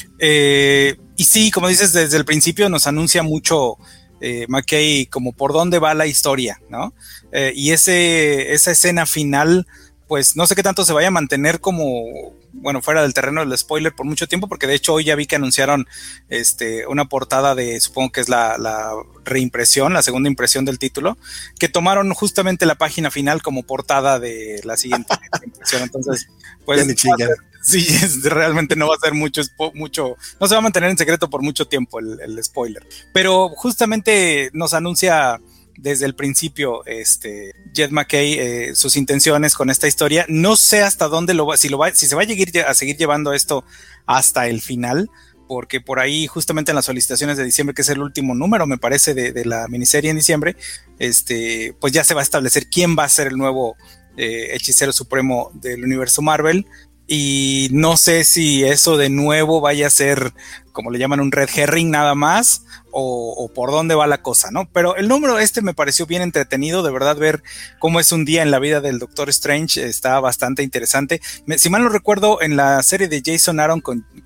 Y sí, como dices, desde el principio nos anuncia mucho McKay como por dónde va la historia, ¿no? Y esa escena final, pues no sé qué tanto se vaya a mantener como, bueno, fuera del terreno del spoiler por mucho tiempo, porque de hecho hoy ya vi que anunciaron una portada de, supongo que es la reimpresión, la segunda impresión del título, que tomaron justamente la página final como portada de la siguiente impresión. Entonces, pues sí, realmente no va a ser mucho, no se va a mantener en secreto por mucho tiempo el spoiler. Pero justamente nos anuncia desde el principio Jed McKay sus intenciones con esta historia. No sé hasta dónde si se va a seguir llevando esto hasta el final, porque por ahí justamente en las solicitaciones de diciembre, que es el último número, me parece, de la miniserie en diciembre, pues ya se va a establecer quién va a ser el nuevo hechicero supremo del universo Marvel. Y no sé si eso de nuevo vaya a ser, como le llaman, un red herring nada más, o por dónde va la cosa, ¿no? Pero el número me pareció bien entretenido, de verdad, ver cómo es un día en la vida del Doctor Strange está bastante interesante. Si mal no recuerdo, en la serie de Jason Aaron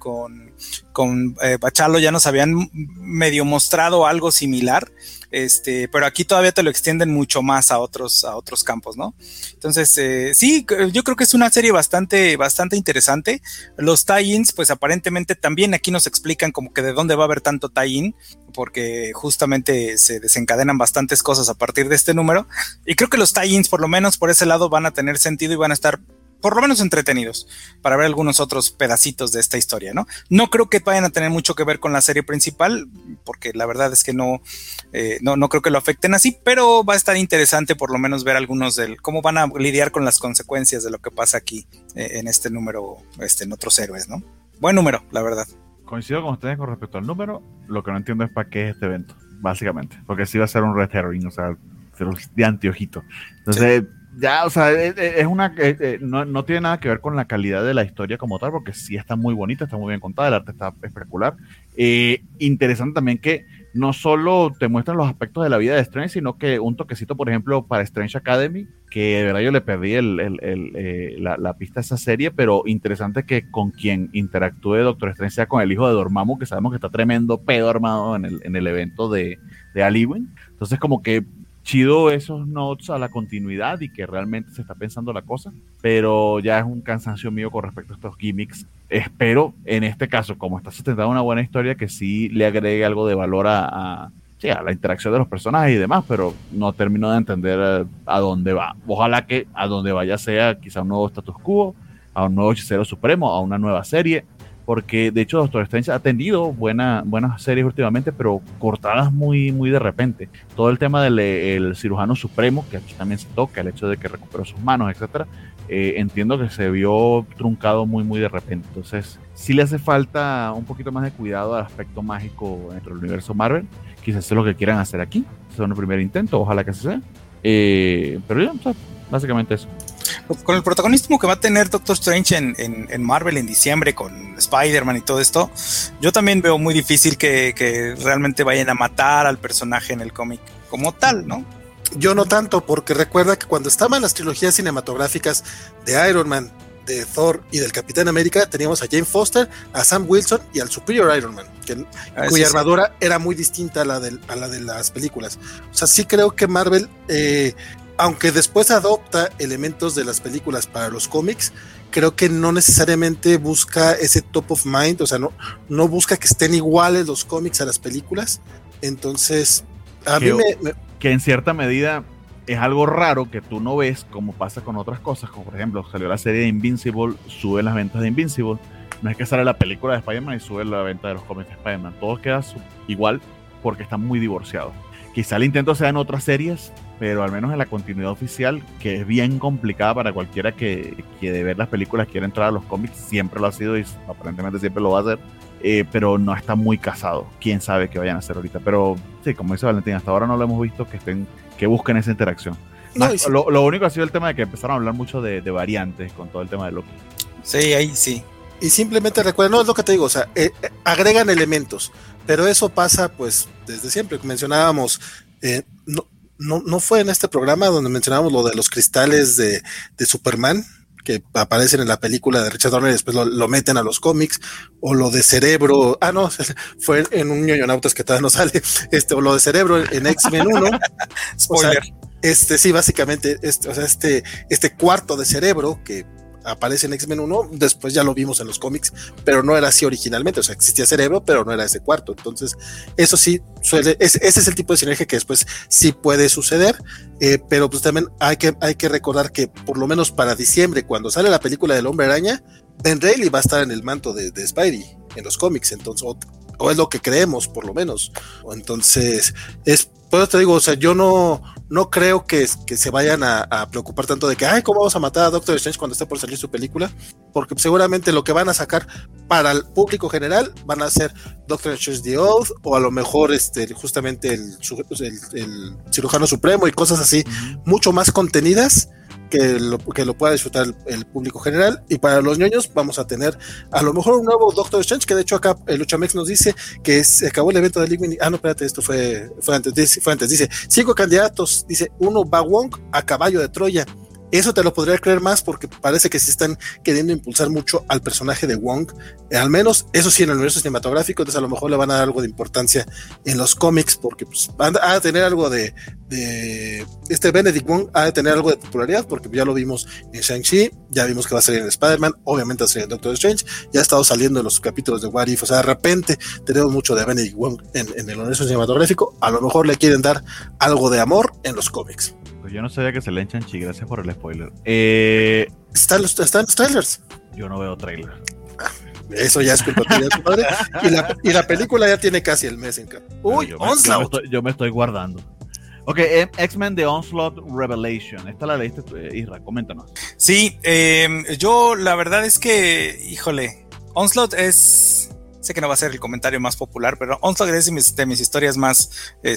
con Bachalo ya nos habían medio mostrado algo similar, pero aquí todavía te lo extienden mucho más a otros campos, ¿no? Entonces, sí, yo creo que es una serie bastante interesante. Los tie-ins, pues aparentemente también aquí nos explican como que de dónde va a haber tanto tie-in, porque justamente se desencadenan bastantes cosas a partir de este número, y creo que los tie-ins, por lo menos por ese lado, van a tener sentido y van a estar por lo menos entretenidos para ver algunos otros pedacitos de esta historia, ¿no? No creo que vayan a tener mucho que ver con la serie principal, porque la verdad es que no creo que lo afecten así, pero va a estar interesante por lo menos ver algunos cómo van a lidiar con las consecuencias de lo que pasa aquí en este número, en otros héroes, ¿no? Buen número, la verdad. Coincido con ustedes con respecto al número. Lo que no entiendo es para qué es este evento, básicamente, porque sí va a ser un red herring, o sea, de anteojito. Entonces, sí. Ya, o sea, no tiene nada que ver con la calidad de la historia como tal, porque sí está muy bonita, está muy bien contada, el arte está espectacular. Interesante también que no solo te muestran los aspectos de la vida de Strange, sino que un toquecito, por ejemplo, para Strange Academy, que de verdad yo le perdí la pista a esa serie, pero interesante que con quien interactúe Doctor Strange sea con el hijo de Dormammu, que sabemos que está tremendo pedo armado en el evento de Aliwin. Entonces, como que chido esos notes a la continuidad y que realmente se está pensando la cosa, pero ya es un cansancio mío con respecto a estos gimmicks. Espero, en este caso, como está sustentada una buena historia, que sí le agregue algo de valor a la interacción de los personajes y demás, pero no termino de entender a dónde va. Ojalá que a donde vaya sea quizá un nuevo status quo, a un nuevo hechicero supremo, a una nueva serie, porque de hecho Doctor Strange ha tenido buenas series últimamente, pero cortadas muy, muy de repente. Todo el tema del cirujano supremo, que aquí también se toca, el hecho de que recuperó sus manos, etcétera, entiendo que se vio truncado muy, muy de repente. Entonces, sí le hace falta un poquito más de cuidado al aspecto mágico dentro del universo Marvel. Quizás es lo que quieran hacer aquí. Es un primer intento, ojalá que así sea. Pero ya, o sea, básicamente eso. Con el protagonismo que va a tener Doctor Strange en Marvel en diciembre con Spider-Man y todo esto, yo también veo muy difícil que realmente vayan a matar al personaje en el cómic como tal, ¿no? Yo no tanto, porque recuerda que cuando estaban las trilogías cinematográficas de Iron Man, de Thor y del Capitán América, teníamos a Jane Foster, a Sam Wilson y al Superior Iron Man, cuya armadura era muy distinta a la de las películas. O sea, sí creo que Marvel, aunque después adopta elementos de las películas para los cómics, creo que no necesariamente busca ese top of mind, o sea, no busca que estén iguales los cómics a las películas. Entonces, que en cierta medida es algo raro que tú no ves, como pasa con otras cosas, como por ejemplo, salió la serie de Invincible, sube las ventas de Invincible, no es que sale la película de Spider-Man y sube la venta de los cómics de Spider-Man, todo queda igual porque están muy divorciados. Quizá el intento sea en otras series, pero al menos en la continuidad oficial, que es bien complicada para cualquiera que de ver las películas quiera entrar a los cómics, siempre lo ha sido y aparentemente siempre lo va a hacer, pero no está muy casado. Quién sabe qué vayan a hacer ahorita, pero sí, como dice Valentín, hasta ahora no lo hemos visto que busquen esa interacción. No, lo único ha sido el tema de que empezaron a hablar mucho de variantes con todo el tema de Loki. Sí, ahí sí. Y simplemente recuerden, no es lo que te digo, o sea, agregan elementos, pero eso pasa pues desde siempre. Mencionábamos, no fue en este programa donde mencionábamos lo de los cristales de Superman, que aparecen en la película de Richard Donner y después lo meten a los cómics, o lo de Cerebro, no, fue en un ñoñonautas que todavía no sale, o lo de Cerebro en X-Men 1. Spoiler. O sea, sí, básicamente, o sea, este cuarto de Cerebro que aparece en X-Men 1, después ya lo vimos en los cómics, pero no era así originalmente, o sea, existía Cerebro, pero no era ese cuarto. Entonces, eso sí ese es el tipo de sinergia que después sí puede suceder, pero pues también hay que recordar que por lo menos para diciembre, cuando sale la película del Hombre Araña, Ben Reilly va a estar en el manto de Spidey en los cómics, entonces, o es lo que creemos, por lo menos. Entonces, por eso te digo, o sea, yo no creo que se vayan a preocupar tanto de que, ¿cómo vamos a matar a Doctor Strange cuando esté por salir su película? Porque seguramente lo que van a sacar para el público general van a ser Doctor Strange The Oath, o a lo mejor justamente el cirujano supremo y cosas así, mucho más contenidas que lo pueda disfrutar el público general. Y para los ñoños vamos a tener a lo mejor un nuevo Doctor Strange, que de hecho acá el Luchamex nos dice que se acabó el evento de League Mini. No, espérate, esto fue antes, dice 5 candidatos, dice 1 va Wong a caballo de Troya. Eso te lo podría creer más porque parece que se están queriendo impulsar mucho al personaje de Wong, al menos eso sí en el universo cinematográfico. Entonces a lo mejor le van a dar algo de importancia en los cómics, porque pues ha de tener algo de Benedict Wong, ha de tener algo de popularidad, porque ya lo vimos en Shang-Chi, ya vimos que va a salir en Spider-Man, obviamente va a salir en Doctor Strange, ya ha estado saliendo en los capítulos de What If. O sea, de repente tenemos mucho de Benedict Wong en el universo cinematográfico. A lo mejor le quieren dar algo de amor en los cómics. Pues yo no sabía que se le enchan chi, gracias por el spoiler. Están los trailers. Yo no veo trailer. Eso ya es culpa tuya, compadre. Y la película ya tiene casi el mes en campo. Uy, Onslaught. Yo me estoy guardando. Ok, X-Men The Onslaught Revelation. Esta la leíste, Isra, coméntanos. Sí, yo la verdad es que, híjole, Onslaught es... Sé que no va a ser el comentario más popular, pero Onslaught es de mis historias más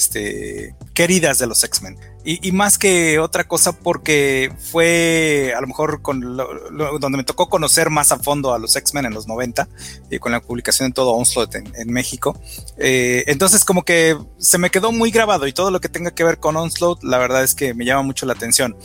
queridas de los X-Men. Y más que otra cosa, porque fue a lo mejor donde me tocó conocer más a fondo a los X-Men en los 90, con la publicación de todo Onslaught en México. Entonces como que se me quedó muy grabado, y todo lo que tenga que ver con Onslaught, la verdad es que me llama mucho la atención.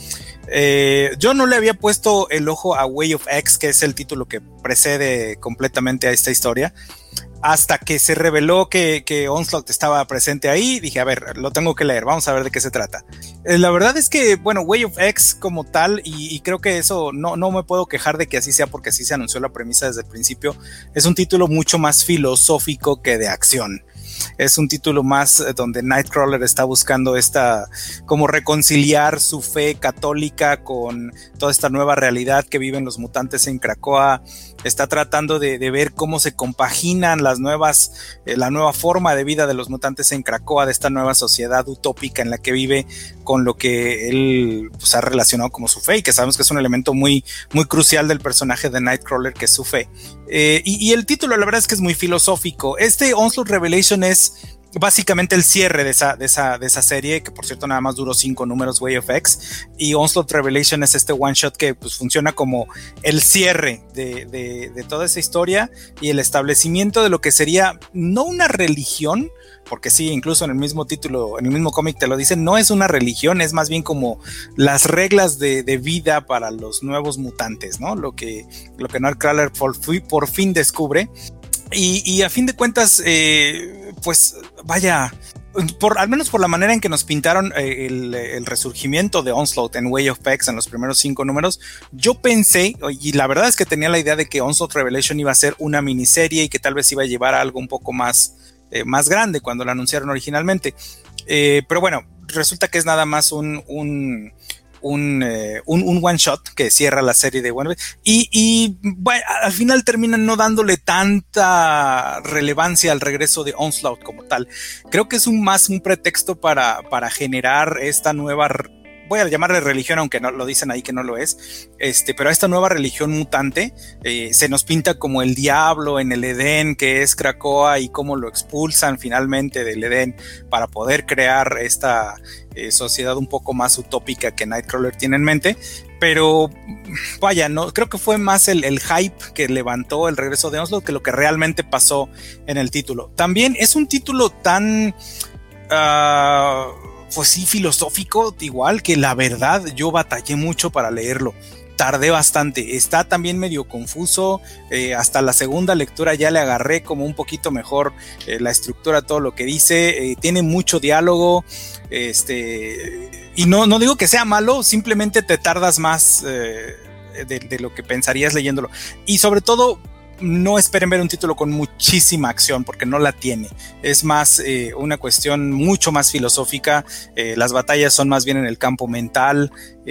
Yo no le había puesto el ojo a Way of X, que es el título que precede completamente a esta historia, hasta que se reveló que Onslaught estaba presente ahí. Dije, a ver, lo tengo que leer, vamos a ver de qué se trata. La verdad es que, bueno, Way of X como tal, y creo que eso no me puedo quejar de que así sea, porque así se anunció la premisa desde el principio, es un título mucho más filosófico que de acción. Es un título más donde Nightcrawler está buscando como reconciliar su fe católica con toda esta nueva realidad que viven los mutantes en Krakoa. Está tratando de ver cómo se compaginan la nueva forma de vida de los mutantes en Krakoa, de esta nueva sociedad utópica en la que vive, con lo que él pues, ha relacionado como su fe, y que sabemos que es un elemento muy, muy crucial del personaje de Nightcrawler, que es su fe. Y el título, la verdad es que es muy filosófico. Este Onslaught Revelation es básicamente el cierre de esa serie, que por cierto nada más duró 5 números, Way of X, y Onslaught Revelation es este one shot que pues funciona como el cierre de toda esa historia, y el establecimiento de lo que sería no una religión, porque sí, incluso en el mismo título, en el mismo cómic te lo dicen, no es una religión, es más bien como las reglas de vida para los nuevos mutantes, ¿no? Lo que Nightcrawler por fin descubre. Y a fin de cuentas, pues vaya, al menos por la manera en que nos pintaron el resurgimiento de Onslaught en Way of X en los primeros 5 números, yo pensé, y la verdad es que tenía la idea de que Onslaught Revelation iba a ser una miniserie y que tal vez iba a llevar a algo un poco más grande cuando lo anunciaron originalmente. Pero bueno, resulta que es nada más un one shot que cierra la serie de One Piece, y bueno, al final terminan no dándole tanta relevancia al regreso de Onslaught como tal. Creo que es más un pretexto para generar esta nueva, voy a llamarle religión, aunque no lo dicen ahí que no lo es, pero esta nueva religión mutante se nos pinta como el diablo en el Edén, que es Krakoa, y cómo lo expulsan finalmente del Edén para poder crear esta sociedad un poco más utópica que Nightcrawler tiene en mente. pero vaya, no, creo que fue más el hype que levantó el regreso de Onslaught que lo que realmente pasó en el título. También es un título tan pues sí, filosófico, igual que la verdad yo batallé mucho para leerlo. Tardé bastante, está también medio confuso, hasta la segunda lectura ya le agarré como un poquito mejor la estructura, todo lo que dice, tiene mucho diálogo, y no digo que sea malo, simplemente te tardas más de lo que pensarías leyéndolo, y sobre todo no esperen ver un título con muchísima acción porque no la tiene, es más una cuestión mucho más filosófica, las batallas son más bien en el campo mental,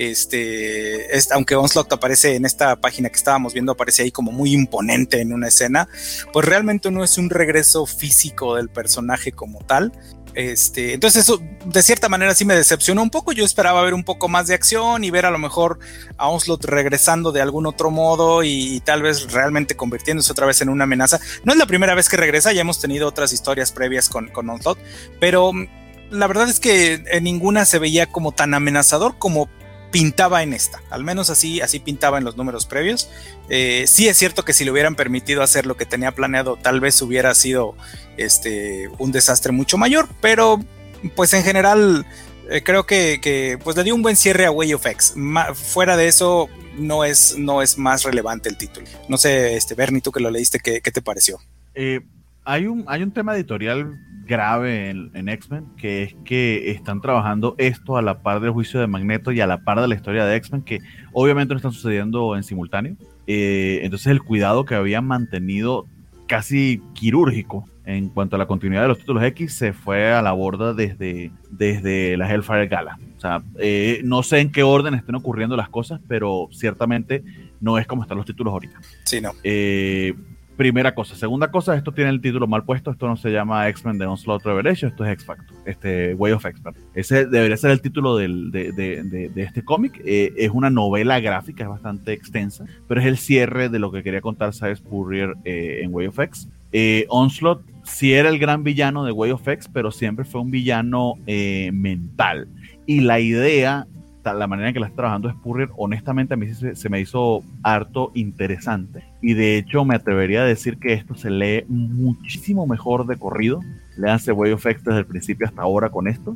aunque Onslaught aparece en esta página que estábamos viendo, aparece ahí como muy imponente en una escena, pues realmente no es un regreso físico del personaje como tal. Entonces eso de cierta manera sí me decepcionó un poco. Yo esperaba ver un poco más de acción y ver a lo mejor a Onslaught regresando de algún otro modo y tal vez realmente convirtiéndose otra vez en una amenaza. No es la primera vez que regresa, ya hemos tenido otras historias previas con Onslaught, pero la verdad es que en ninguna se veía como tan amenazador como pintaba en esta, al menos así pintaba en los números previos. Sí es cierto que si le hubieran permitido hacer lo que tenía planeado, tal vez hubiera sido un desastre mucho mayor, pero pues en general creo que pues le dio un buen cierre a Way of X. Fuera de eso no es más relevante el título. No sé, Bernie, tú que lo leíste, ¿qué te pareció? Hay un tema editorial grave en X-Men, que es que están trabajando esto a la par del juicio de Magneto y a la par de la historia de X-Men, que obviamente no están sucediendo en simultáneo. Entonces el cuidado que habían mantenido casi quirúrgico en cuanto a la continuidad de los títulos X se fue a la borda desde la Hellfire Gala. O sea, no sé en qué orden estén ocurriendo las cosas, pero ciertamente no es como están los títulos ahorita. Sí, no. Primera cosa. Segunda cosa, esto tiene el título mal puesto. Esto no se llama X-Men The Onslaught Revelation, esto es X-Factor, Way of X. Ese debería ser el título de este cómic. Es una novela gráfica, es bastante extensa, pero es el cierre de lo que quería contar Cy Spurrier en Way of X. Onslaught sí era el gran villano de Way of X, pero siempre fue un villano mental. Y la idea, la manera en que la está trabajando Spurrier, honestamente a mí se me hizo harto interesante, y de hecho me atrevería a decir que esto se lee muchísimo mejor de corrido. Léanse Way of X desde el principio hasta ahora con esto,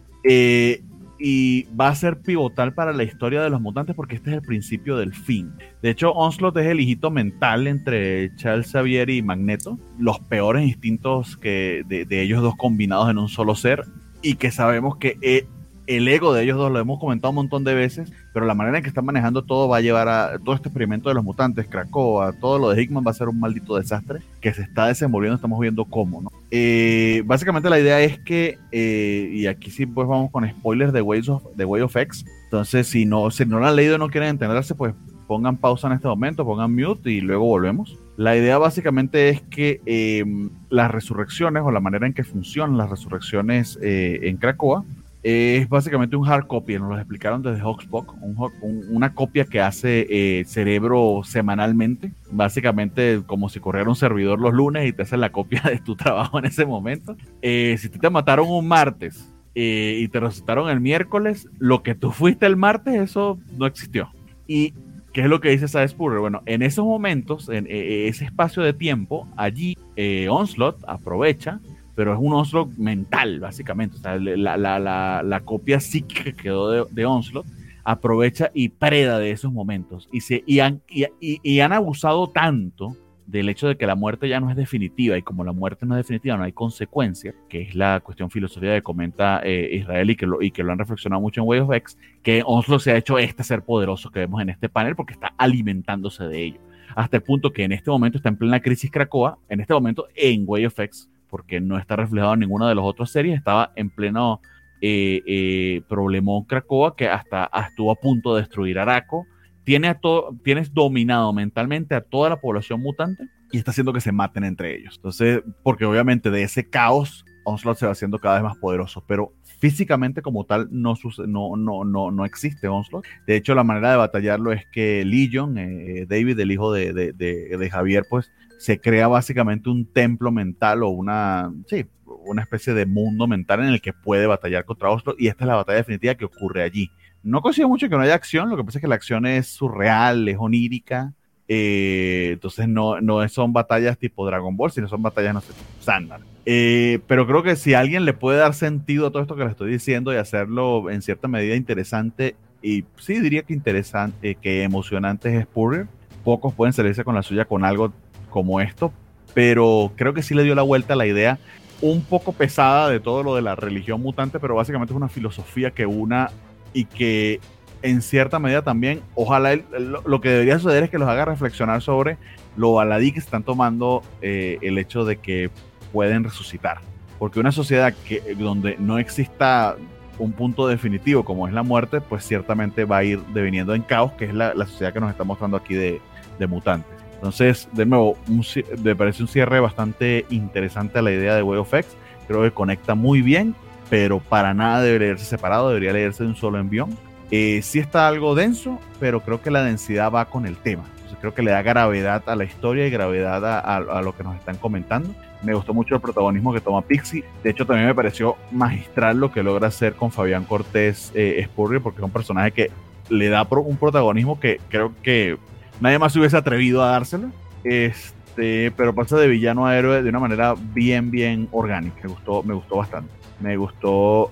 y va a ser pivotal para la historia de los mutantes porque este es el principio del fin. De hecho, Onslaught es el hijito mental entre Charles Xavier y Magneto, los peores instintos de ellos dos combinados en un solo ser, y que sabemos que el ego de ellos dos, lo hemos comentado un montón de veces, pero la manera en que están manejando todo va a llevar a todo este experimento de los mutantes, Krakoa, todo lo de Hickman va a ser un maldito desastre que se está desenvolviendo, estamos viendo cómo, ¿no? Básicamente la idea es que, y aquí sí pues vamos con spoilers de Way of X, entonces si no lo han leído y no quieren entenderse, pues pongan pausa en este momento, pongan mute y luego volvemos. La idea básicamente es que las resurrecciones, o la manera en que funcionan las resurrecciones en Krakoa, es básicamente un hard copy, nos lo explicaron desde Hoxpox, una copia que hace Cerebro semanalmente, básicamente como si corriera un servidor los lunes y te hace la copia de tu trabajo en ese momento. Si te mataron un martes y te resucitaron el miércoles, lo que tú fuiste el martes, eso no existió. ¿Y qué es lo que dice Cy Spurrier? Bueno, en esos momentos, en ese espacio de tiempo, allí Onslaught aprovecha, pero es un Onslaught mental, básicamente. O sea, la copia psíquica que quedó de Onslaught aprovecha y preda de esos momentos. Y han abusado tanto del hecho de que la muerte ya no es definitiva, y como la muerte no es definitiva, no hay consecuencia, que es la cuestión filosófica que comenta Israel y que lo han reflexionado mucho en Way of X, que Onslaught se ha hecho ser poderoso que vemos en este panel porque está alimentándose de ello. Hasta el punto que en este momento está en plena crisis Krakoa, en este momento en Way of X, porque no está reflejado en ninguna de las otras series, estaba en pleno problemón Krakoa, que hasta estuvo a punto de destruir Araco. Tienes dominado mentalmente a toda la población mutante y está haciendo que se maten entre ellos. Entonces, porque obviamente de ese caos Onslaught se va haciendo cada vez más poderoso, pero físicamente como tal no existe Onslaught. De hecho, la manera de batallarlo es que Legion, David, el hijo de Javier, pues se crea básicamente un templo mental o una especie de mundo mental en el que puede batallar contra Onslaught, y esta es la batalla definitiva que ocurre allí. No consigo mucho que no haya acción, lo que pasa es que la acción es surreal, es onírica, entonces no son batallas tipo Dragon Ball, sino son batallas, no sé, estándar. Pero creo que si a alguien le puede dar sentido a todo esto que le estoy diciendo y hacerlo en cierta medida interesante, y sí diría que interesante, que emocionante es Spurrier, pocos pueden salirse con la suya con algo como esto, pero creo que sí le dio la vuelta a la idea un poco pesada de todo lo de la religión mutante, pero básicamente es una filosofía que una y que en cierta medida también, ojalá lo que debería suceder es que los haga reflexionar sobre lo baladí que están tomando el hecho de que pueden resucitar, porque una sociedad donde no exista un punto definitivo como es la muerte, pues ciertamente va a ir deviniendo en caos, que es la sociedad que nos está mostrando aquí de mutantes. Entonces, de nuevo, me parece un cierre bastante interesante a la idea de Way of X. Creo que conecta muy bien, pero para nada debe leerse separado, debería leerse de un solo envión. Sí está algo denso, pero creo que la densidad va con el tema. Entonces creo que le da gravedad a la historia y gravedad a lo que nos están comentando. Me gustó mucho el protagonismo que toma Pixie. De hecho, también me pareció magistral lo que logra hacer con Fabián Cortés Spurrier, porque es un personaje que le da un protagonismo que creo que nadie más se hubiese atrevido a dárselo. Pero pasa de villano a héroe de una manera bien orgánica. Me gustó bastante. Me gustó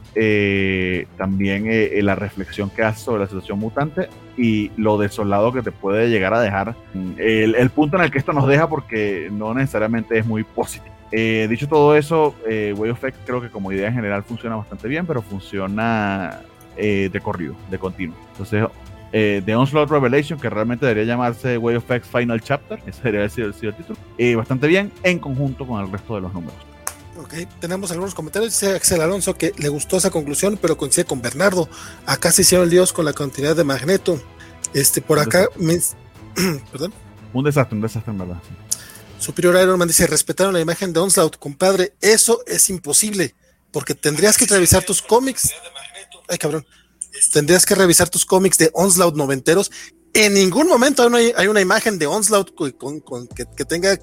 también la reflexión que hace sobre la situación mutante y lo desolado que te puede llegar a dejar el punto en el que esto nos deja, porque no necesariamente es muy positivo. Dicho todo eso, Way of X creo que como idea en general funciona bastante bien, pero funciona de corrido, de continuo. Entonces, The Onslaught Revelation, que realmente debería llamarse Way of X Final Chapter, ese debería haber sido el título, bastante bien en conjunto con el resto de los números. Ok, tenemos algunos comentarios. Dice Axel Alonso que le gustó esa conclusión, pero coincide con Bernardo. Acá se hicieron líos con la cantidad de Magneto. Por acá, perdón. Un desastre en verdad. Superior Iron Man dice: respetaron la imagen de Onslaught, compadre. Eso es imposible, porque tendrías que revisar tus cómics. Ay, cabrón. Tendrías que revisar tus cómics de Onslaught noventeros. En ningún momento hay una imagen de Onslaught que tenga.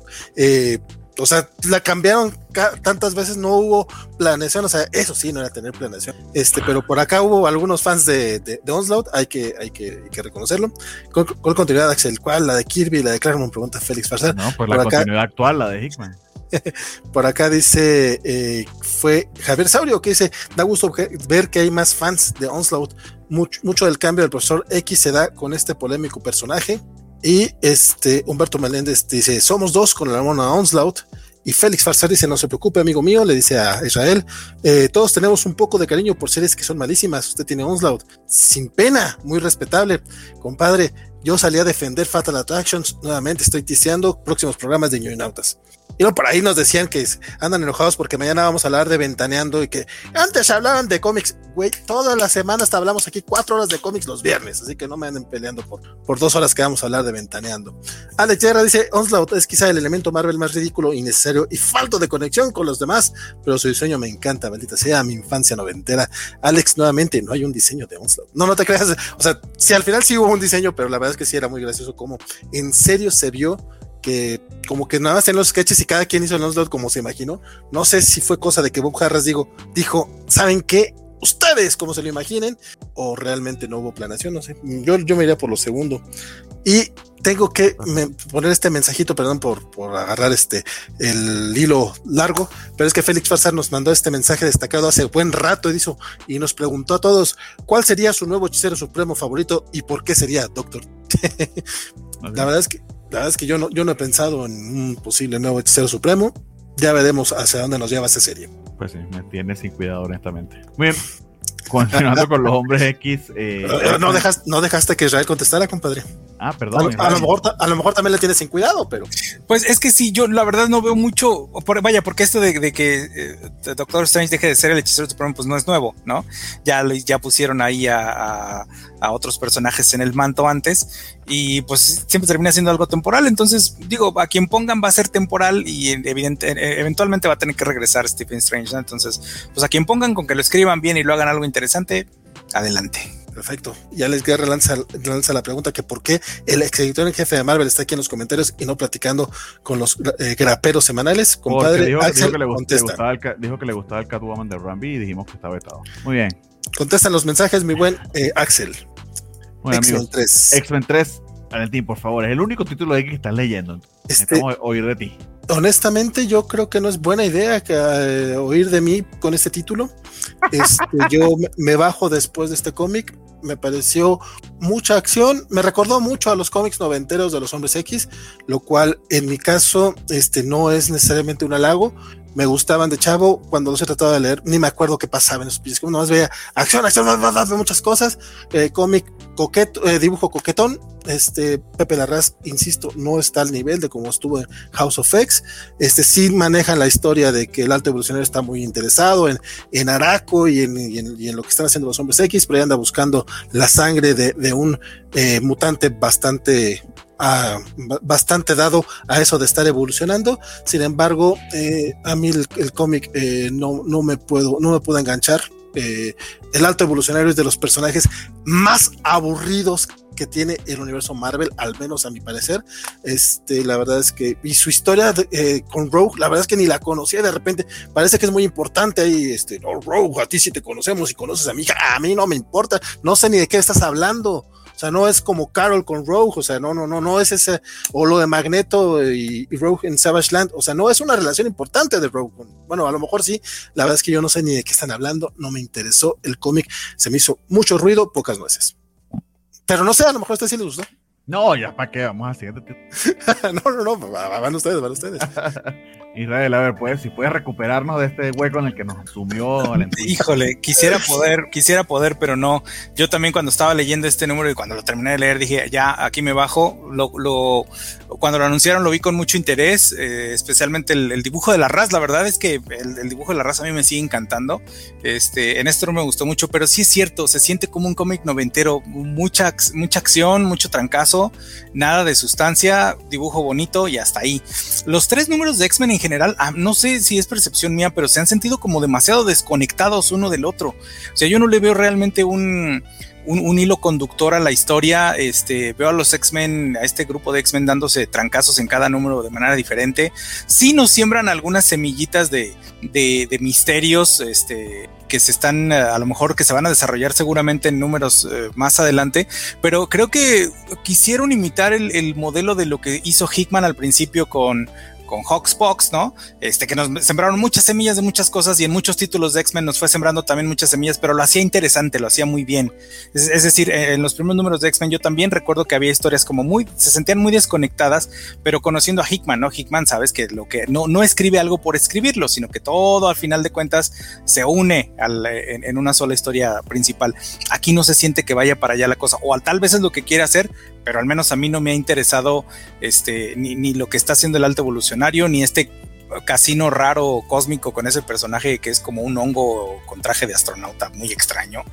O sea, la cambiaron tantas veces, no hubo planeación. O sea, eso sí, no era tener planeación. Pero por acá hubo algunos fans de Onslaught, hay que reconocerlo. ¿Cuál continuidad, Axel? ¿Cuál? ¿La de Kirby, la de Claremont? Pregunta Félix Farsar. No, pues la continuidad actual, la de Hickman. Por acá dice, fue Javier Saurio, que dice: da gusto ver que hay más fans de Onslaught. Mucho del cambio del Profesor X se da con este polémico personaje. Y Humberto Meléndez dice: somos dos con el amor a Onslaught. Y Félix Farsar dice: no se preocupe, amigo mío, le dice a Israel, todos tenemos un poco de cariño por series que son malísimas. Usted tiene Onslaught sin pena, muy respetable, compadre. Yo salí a defender Fatal Attractions, nuevamente estoy tiseando próximos programas de Ñoinautas. Y no, por ahí nos decían que andan enojados porque mañana vamos a hablar de Ventaneando y que antes hablaban de cómics. Güey, todas las semanas hablamos aquí 4 horas de cómics los viernes, así que no me anden peleando por 2 horas que vamos a hablar de Ventaneando. Alex Guerra dice: Onslaught es quizá el elemento Marvel más ridículo, innecesario y falto de conexión con los demás, pero su diseño me encanta, maldita sea mi infancia noventera. Alex, nuevamente, no hay un diseño de Onslaught. No te creas, o sea, sí, al final sí hubo un diseño, pero la verdad es que sí era muy gracioso como en serio se vio que como que nada más en los sketches y cada quien hizo el Onslaught como se imaginó. No sé si fue cosa de que Bob Harras dijo, ¿saben qué? Ustedes como se lo imaginen, o realmente no hubo planeación, no sé. Yo me iría por lo segundo. Y tengo que poner este mensajito, perdón por agarrar el hilo largo, pero es que Félix Farsar nos mandó este mensaje destacado hace buen rato y nos preguntó a todos ¿cuál sería su nuevo hechicero supremo favorito y por qué sería Doctor? La verdad es que yo no he pensado en un posible nuevo hechicero supremo. Ya veremos hacia dónde nos lleva esta serie. Pues sí, me tiene sin cuidado, honestamente. Muy bien. Continuando con los hombres X. No dejaste que Israel contestara, compadre. Ah, perdón. A lo mejor también le tienes sin cuidado, pero. Pues es que sí, yo la verdad no veo mucho. Porque esto de que Doctor Strange deje de ser el hechicero supremo, pues no es nuevo, ¿no? Ya pusieron ahí a otros personajes en el manto antes. Y pues siempre termina siendo algo temporal. Entonces, digo, a quien pongan va a ser temporal y eventualmente va a tener que regresar Stephen Strange, ¿no? Entonces, pues a quien pongan, con que lo escriban bien y lo hagan algo interesante, adelante. Perfecto. Y Alex Guerra lanza la pregunta que por qué el ex editor en jefe de Marvel está aquí en los comentarios y no platicando con los graperos semanales. Compadre, dijo que le gustaba el Catwoman de Rambi y dijimos que está vetado. Muy bien. Contestan los mensajes, mi buen Axel. Bueno, X-Men amigos, 3. X-Men 3, Valentín, por favor, es el único título de que estás leyendo. Necesitamos oír de ti. Honestamente, yo creo que no es buena idea oír de mí con este título. Yo me bajo después de este cómic. Me pareció mucha acción, me recordó mucho a los cómics noventeros de los Hombres X, lo cual en mi caso no es necesariamente un halago. Me gustaban de chavo, cuando no se trataba de leer, ni me acuerdo qué pasaba en esos pillos, como nomás veía acción, muchas cosas, cómic coqueto, dibujo coquetón. Pepe Larraz, insisto, no está al nivel de como estuvo en House of X. Sí manejan la historia de que el Alto Evolucionario está muy interesado en Araco y en lo que están haciendo los Hombres X, pero ahí anda buscando la sangre de un mutante bastante dado a eso de estar evolucionando. Sin embargo, a mí el cómic no me puedo enganchar. El Alto Evolucionario es de los personajes más aburridos que tiene el universo Marvel, al menos a mi parecer. La verdad es que, y su historia con Rogue, la verdad es que ni la conocía. De repente parece que es muy importante ahí, Rogue, a ti sí te conocemos y conoces a mi hija, a mí no me importa, no sé ni de qué estás hablando. O sea, no es como Carol con Rogue, o sea, no es ese, o lo de Magneto y Rogue en Savage Land, o sea, no es una relación importante de Rogue. Bueno, a lo mejor sí, la verdad es que yo no sé ni de qué están hablando, no me interesó el cómic, se me hizo mucho ruido, pocas nueces. Pero no sé, a lo mejor a ustedes sí les gustó. No, ya para qué, vamos a siguiente. No, van ustedes. Israel, a ver, pues, si puedes recuperarnos de este hueco en el que nos sumió Valentín. Híjole, quisiera poder, pero no. Yo también cuando estaba leyendo este número y cuando lo terminé de leer dije, ya, aquí me bajo. Cuando lo anunciaron lo vi con mucho interés, especialmente el dibujo de Larraz. La verdad es que el dibujo de Larraz a mí me sigue encantando. En esto no me gustó mucho, pero sí es cierto, se siente como un cómic noventero, mucha acción, mucho trancazo, nada de sustancia, dibujo bonito y hasta ahí. Los 3 números de X-Men en general, no sé si es percepción mía, pero se han sentido como demasiado desconectados uno del otro. O sea, yo no le veo realmente un hilo conductor a la historia. Veo a los X-Men, a este grupo de X-Men dándose trancazos en cada número de manera diferente. Sí nos siembran algunas semillitas de misterios, que se están, a lo mejor que se van a desarrollar seguramente en números más adelante, pero creo que quisieron imitar el modelo de lo que hizo Hickman al principio con Hoxpox, ¿no? Que nos sembraron muchas semillas de muchas cosas y en muchos títulos de X-Men nos fue sembrando también muchas semillas, pero lo hacía interesante, lo hacía muy bien. Es decir, en los primeros números de X-Men yo también recuerdo que había historias como se sentían muy desconectadas, pero conociendo a Hickman, ¿no? Hickman, sabes que lo que no escribe algo por escribirlo, sino que todo al final de cuentas se une en una sola historia principal. Aquí no se siente que vaya para allá la cosa, o tal vez es lo que quiere hacer, pero al menos a mí no me ha interesado ni lo que está haciendo el Alto Evolucionario, ni este casino raro cósmico con ese personaje que es como un hongo con traje de astronauta muy extraño.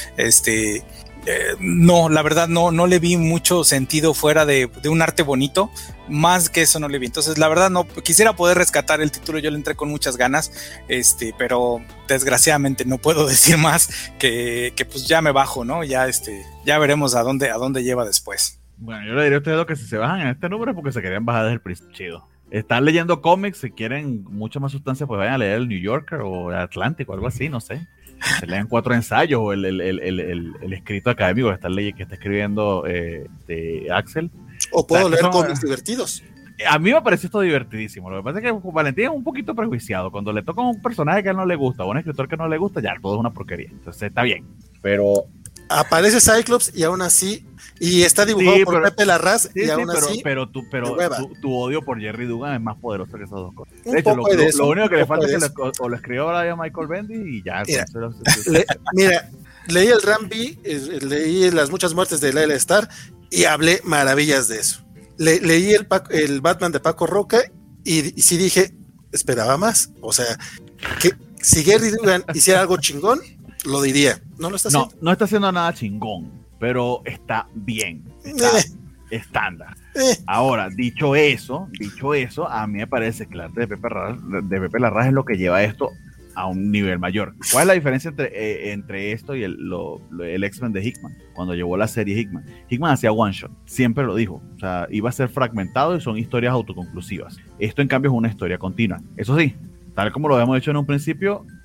No, la verdad no le vi mucho sentido fuera de un arte bonito. Más que eso no le vi. Entonces la verdad no quisiera poder rescatar el título. Yo le entré con muchas ganas, pero desgraciadamente no puedo decir más que pues ya me bajo, ¿no? Ya veremos a dónde lleva después. Bueno, yo le diré a ustedes que si se bajan en este número es porque se querían bajar desde el principio. Chido. Están leyendo cómics, si quieren mucha más sustancia, pues vayan a leer el New Yorker o el Atlantic o algo así, no sé. Se lean 4 ensayos o el escrito académico que está escribiendo de Axel. O puedo leer cómics divertidos. A mí me pareció esto divertidísimo. Lo que pasa es que Valentín es un poquito prejuiciado. Cuando le toca a un personaje que a él no le gusta o a un escritor que no le gusta, ya todo es una porquería. Entonces está bien. Pero aparece Cyclops y aún así, y está dibujado por Pepe Larraz, y aún así. Pero tu odio por Jerry Dugan es más poderoso que esas dos cosas. De hecho, lo único que le falta es que lo escribió ahora Michael Bendy y ya. Mira, leí el Rambi, leí las muchas muertes de Layla Starr y hablé maravillas de eso. Leí el Batman de Paco Roca y sí dije, esperaba más. O sea, que si Jerry Dugan hiciera algo chingón, lo diría. No lo está haciendo. No está haciendo nada chingón, pero está bien. Está estándar. Ahora, dicho eso, a mí me parece que el arte de Pepe Larraz es lo que lleva esto a un nivel mayor. ¿Cuál es la diferencia entre esto y el X-Men de Hickman? Cuando llevó la serie Hickman. Hickman hacía one shot, siempre lo dijo. O sea, iba a ser fragmentado y son historias autoconclusivas. Esto, en cambio, es una historia continua. Eso sí, tal como lo habíamos hecho en un principio,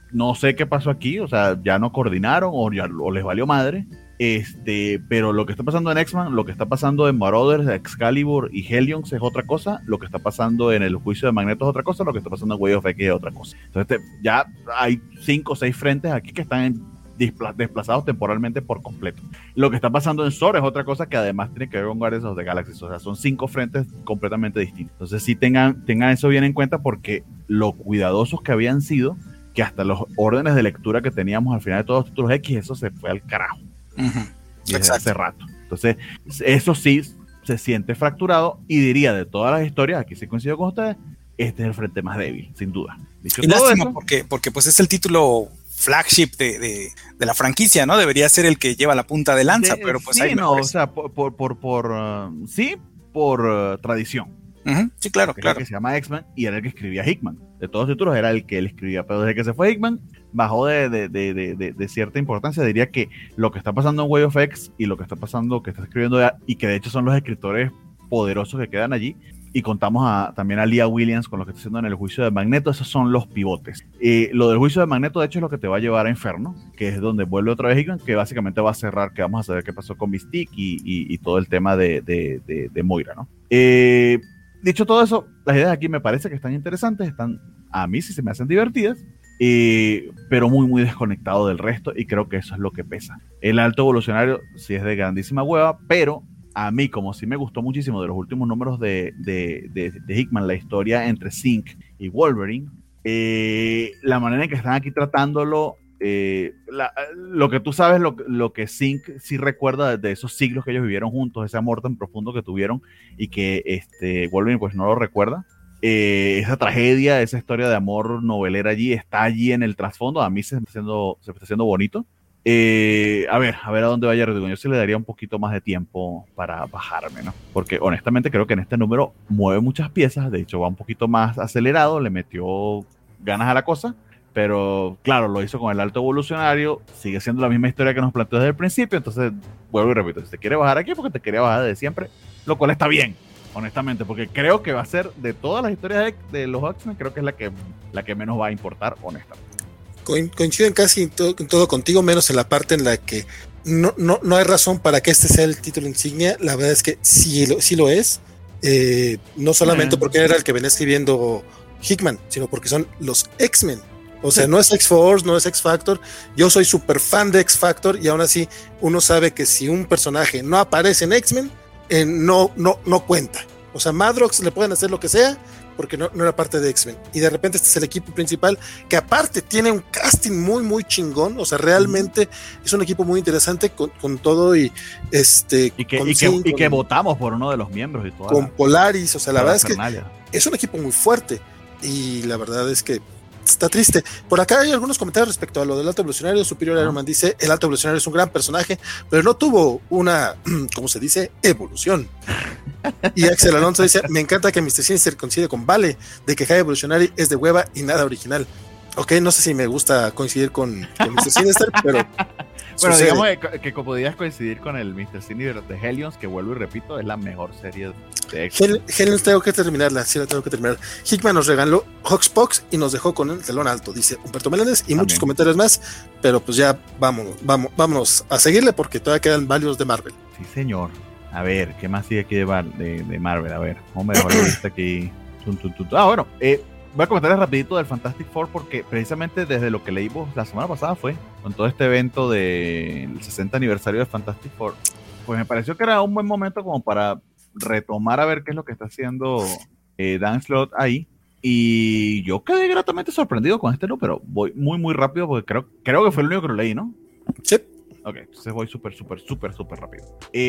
no sé qué pasó aquí, o sea, ya no coordinaron o les valió madre. Pero lo que está pasando en X-Men, lo que está pasando en Marauders, Excalibur y Hellions es otra cosa, lo que está pasando en el juicio de Magneto es otra cosa, lo que está pasando en Way of X es otra cosa. Entonces ya hay 5 o 6 frentes aquí que están desplazados temporalmente por completo. Lo que está pasando en Sora es otra cosa que además tiene que ver con Guardians of the Galaxy, o sea, son 5 frentes completamente distintos. Entonces sí tengan eso bien en cuenta, porque lo cuidadosos que habían sido, que hasta los órdenes de lectura que teníamos al final de todos los títulos X, eso se fue al carajo. Desde hace rato. Entonces, eso sí se siente fracturado, y diría, de todas las historias, aquí sí coincido con ustedes, este es el frente más débil, sin duda. Dicho y todo lástima, eso, porque pues es el título flagship de la franquicia, ¿no? Debería ser el que lleva la punta de lanza, pero pues sí, hay no, mejores. o sea, por tradición. Sí, claro, Era claro. el que se llama X-Men y era el que escribía Hickman. De todos los títulos era el que él escribía, pero desde que se fue Hickman bajó de cierta importancia. Diría que lo que está pasando en Way of X y lo que está pasando, que está escribiendo, y que de hecho son los escritores poderosos que quedan allí, y contamos también a Leah Williams con lo que está haciendo en el juicio de Magneto, esos son los pivotes. Lo del juicio de Magneto, de hecho, es lo que te va a llevar a Inferno, que es donde vuelve otra vez Hickman, que básicamente va a cerrar, que vamos a saber qué pasó con Mystique y todo el tema de Moira, ¿no? Dicho todo eso, las ideas aquí me parece que están interesantes, a mí sí se me hacen divertidas, pero muy, muy desconectado del resto, y creo que eso es lo que pesa. El Alto Evolucionario sí es de grandísima hueva, pero a mí, como sí me gustó muchísimo de los últimos números de Hickman, la historia entre Zinc y Wolverine, la manera en que están aquí tratándolo, lo que tú sabes, lo que Zinc sí recuerda de esos siglos que ellos vivieron juntos, ese amor tan profundo que tuvieron, y que Wolverine pues no lo recuerda. Esa tragedia, esa historia de amor novelera está allí en el trasfondo. A mí se me está haciendo bonito. A ver a dónde vaya Verdugo. Yo sí le daría un poquito más de tiempo para bajarme, ¿no? Porque honestamente creo que en este número mueve muchas piezas, de hecho va un poquito más acelerado, le metió ganas a la cosa, pero claro, lo hizo con el Alto Evolucionario, sigue siendo la misma historia que nos planteó desde el principio, entonces vuelvo y repito, si te quiere bajar aquí porque te quería bajar de siempre, lo cual está bien, honestamente, porque creo que va a ser, de todas las historias de los X-Men, creo que es la que menos va a importar, honestamente. Coincido en casi en todo contigo, menos en la parte en la que no hay razón para que este sea el título insignia. La verdad es que sí lo es, no solamente porque era el que venía escribiendo Hickman, sino porque son los X-Men. O sea, no es X-Force, no es X-Factor. Yo soy súper fan de X-Factor, y aún así uno sabe que si un personaje no aparece en X-Men, no cuenta. O sea, Madrox le pueden hacer lo que sea, porque no era parte de X-Men, y de repente este es el equipo principal, que aparte tiene un casting muy muy chingón, o sea, realmente es un equipo muy interesante con todo, y que votamos por uno de los miembros y todo, con Polaris, o sea, la verdad es que Fernalia. Es un equipo muy fuerte, y la verdad es que está triste. Por acá hay algunos comentarios respecto a lo del Alto Evolucionario. Superior Iron Man dice: el Alto Evolucionario es un gran personaje, pero no tuvo una, ¿cómo se dice?, evolución. Y Axel Alonso dice: me encanta que Mr. Sinister coincide con Vale, de que High Evolutionary es de hueva y nada original. Ok, no sé si me gusta coincidir con Mr. Sinister, pero bueno, digamos que podías coincidir con el Mr. Sinister de Hellions, que vuelvo y repito, es la mejor serie de X-Men. Hellions tengo que terminarla, sí la tengo que terminar. Hickman nos regaló Hoxpox y nos dejó con el telón alto, dice Humberto Meléndez, y también muchos comentarios más, pero pues ya vámonos a seguirle, porque todavía quedan varios de Marvel. Sí, señor. A ver, ¿qué más sigue aquí de Marvel? A ver, vamos a mejor la lista aquí. Bueno, voy a comentarles rapidito del Fantastic Four, porque precisamente desde lo que leímos la semana pasada fue con todo este evento del 60 aniversario de Fantastic Four, pues me pareció que era un buen momento como para retomar a ver qué es lo que está haciendo Dan Slott ahí, y yo quedé gratamente sorprendido con este número. Voy muy muy rápido porque creo que fue el único que lo leí, ¿no? Sí. Ok, entonces voy súper rápido.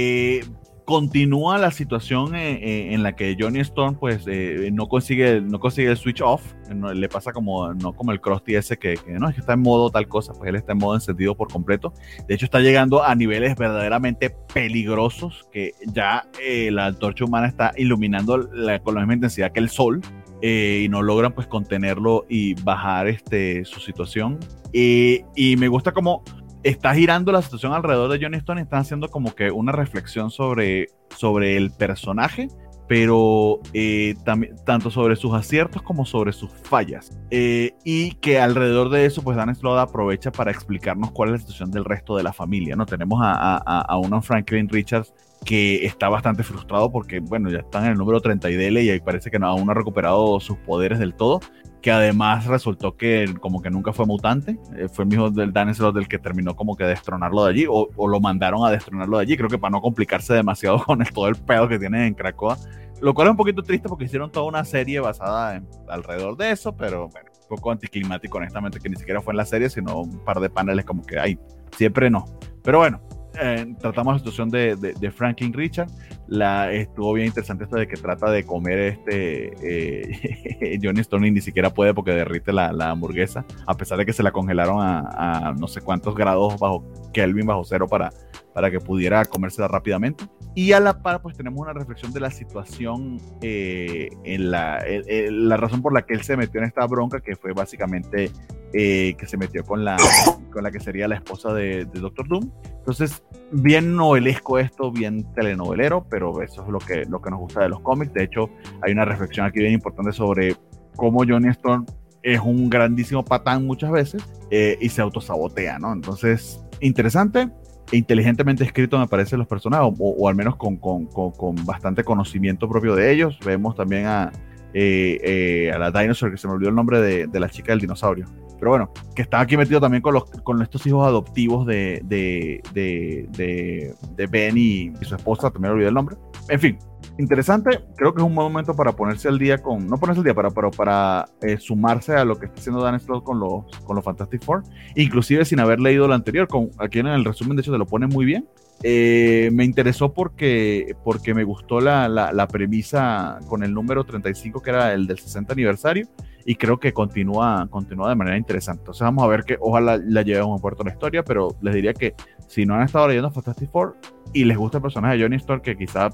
Continúa la situación en la que Johnny Storm pues no consigue el switch off, le pasa no como el Krusty ese que no es que está en modo tal cosa, pues él está en modo encendido por completo. De hecho está llegando a niveles verdaderamente peligrosos, que ya la antorcha humana está iluminando con la misma intensidad que el sol, y no logran pues contenerlo y bajar su situación, y me gusta como está girando la situación alrededor de Johnny Storm, y están haciendo como que una reflexión sobre el personaje, pero tanto sobre sus aciertos como sobre sus fallas. Y que alrededor de eso, pues Dan Slott aprovecha para explicarnos cuál es la situación del resto de la familia, ¿no? Tenemos a un Franklin Richards que está bastante frustrado porque, bueno, ya están en el número 30 y dele y parece que aún no ha recuperado sus poderes del todo, que además resultó que como que nunca fue mutante, fue el mismo del Dan Slott el que terminó como que destronarlo de allí, o lo mandaron a destronarlo de allí, creo que para no complicarse demasiado con todo el pedo que tienen en Krakoa, lo cual es un poquito triste porque hicieron toda una serie basada alrededor de eso, pero bueno, un poco anticlimático honestamente, que ni siquiera fue en la serie, sino un par de paneles como que, ay, siempre no, pero bueno. Tratamos la situación de Franklin Richard. Estuvo bien interesante esto de que trata de comer Johnny Storm y ni siquiera puede porque derrite la hamburguesa, a pesar de que se la congelaron a no sé cuántos grados bajo Kelvin, bajo cero, para que pudiera comérsela rápidamente. Y a la par, pues tenemos una reflexión de la situación, la razón por la que él se metió en esta bronca, que fue básicamente que se metió con la que sería la esposa de Doctor Doom. Entonces, bien novelesco esto, bien telenovelero, pero eso es lo que nos gusta de los cómics. De hecho, hay una reflexión aquí bien importante sobre cómo Johnny Storm es un grandísimo patán muchas veces y se autosabotea, ¿no? Entonces, interesante e inteligentemente escrito me parece los personajes, o al menos con bastante conocimiento propio de ellos. Vemos también a la Dinosaur, que se me olvidó el nombre de la chica del dinosaurio, pero bueno, que está aquí metido también con estos hijos adoptivos de Ben y su esposa, también olvidé el nombre. En fin, interesante. Creo que es un buen momento para ponerse al día no ponerse al día, para sumarse a lo que está haciendo Dan Slott con los Fantastic Four, inclusive sin haber leído lo anterior. Aquí en el resumen de hecho te lo pone muy bien. Me interesó porque me gustó la premisa con el número 35, que era el del 60 aniversario, y creo que continúa de manera interesante. Entonces vamos a ver, que ojalá la llevemos a puerto la historia, pero les diría que si no han estado leyendo Fantastic Four y les gusta el personaje de Johnny Storm, que quizá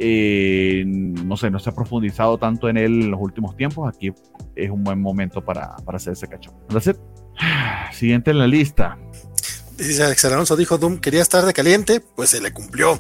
no se ha profundizado tanto en él en los últimos tiempos, aquí es un buen momento para hacer ese cacho. Entonces, siguiente en la lista. Dice Alex Alonso, dijo Doom quería estar de caliente, pues se le cumplió.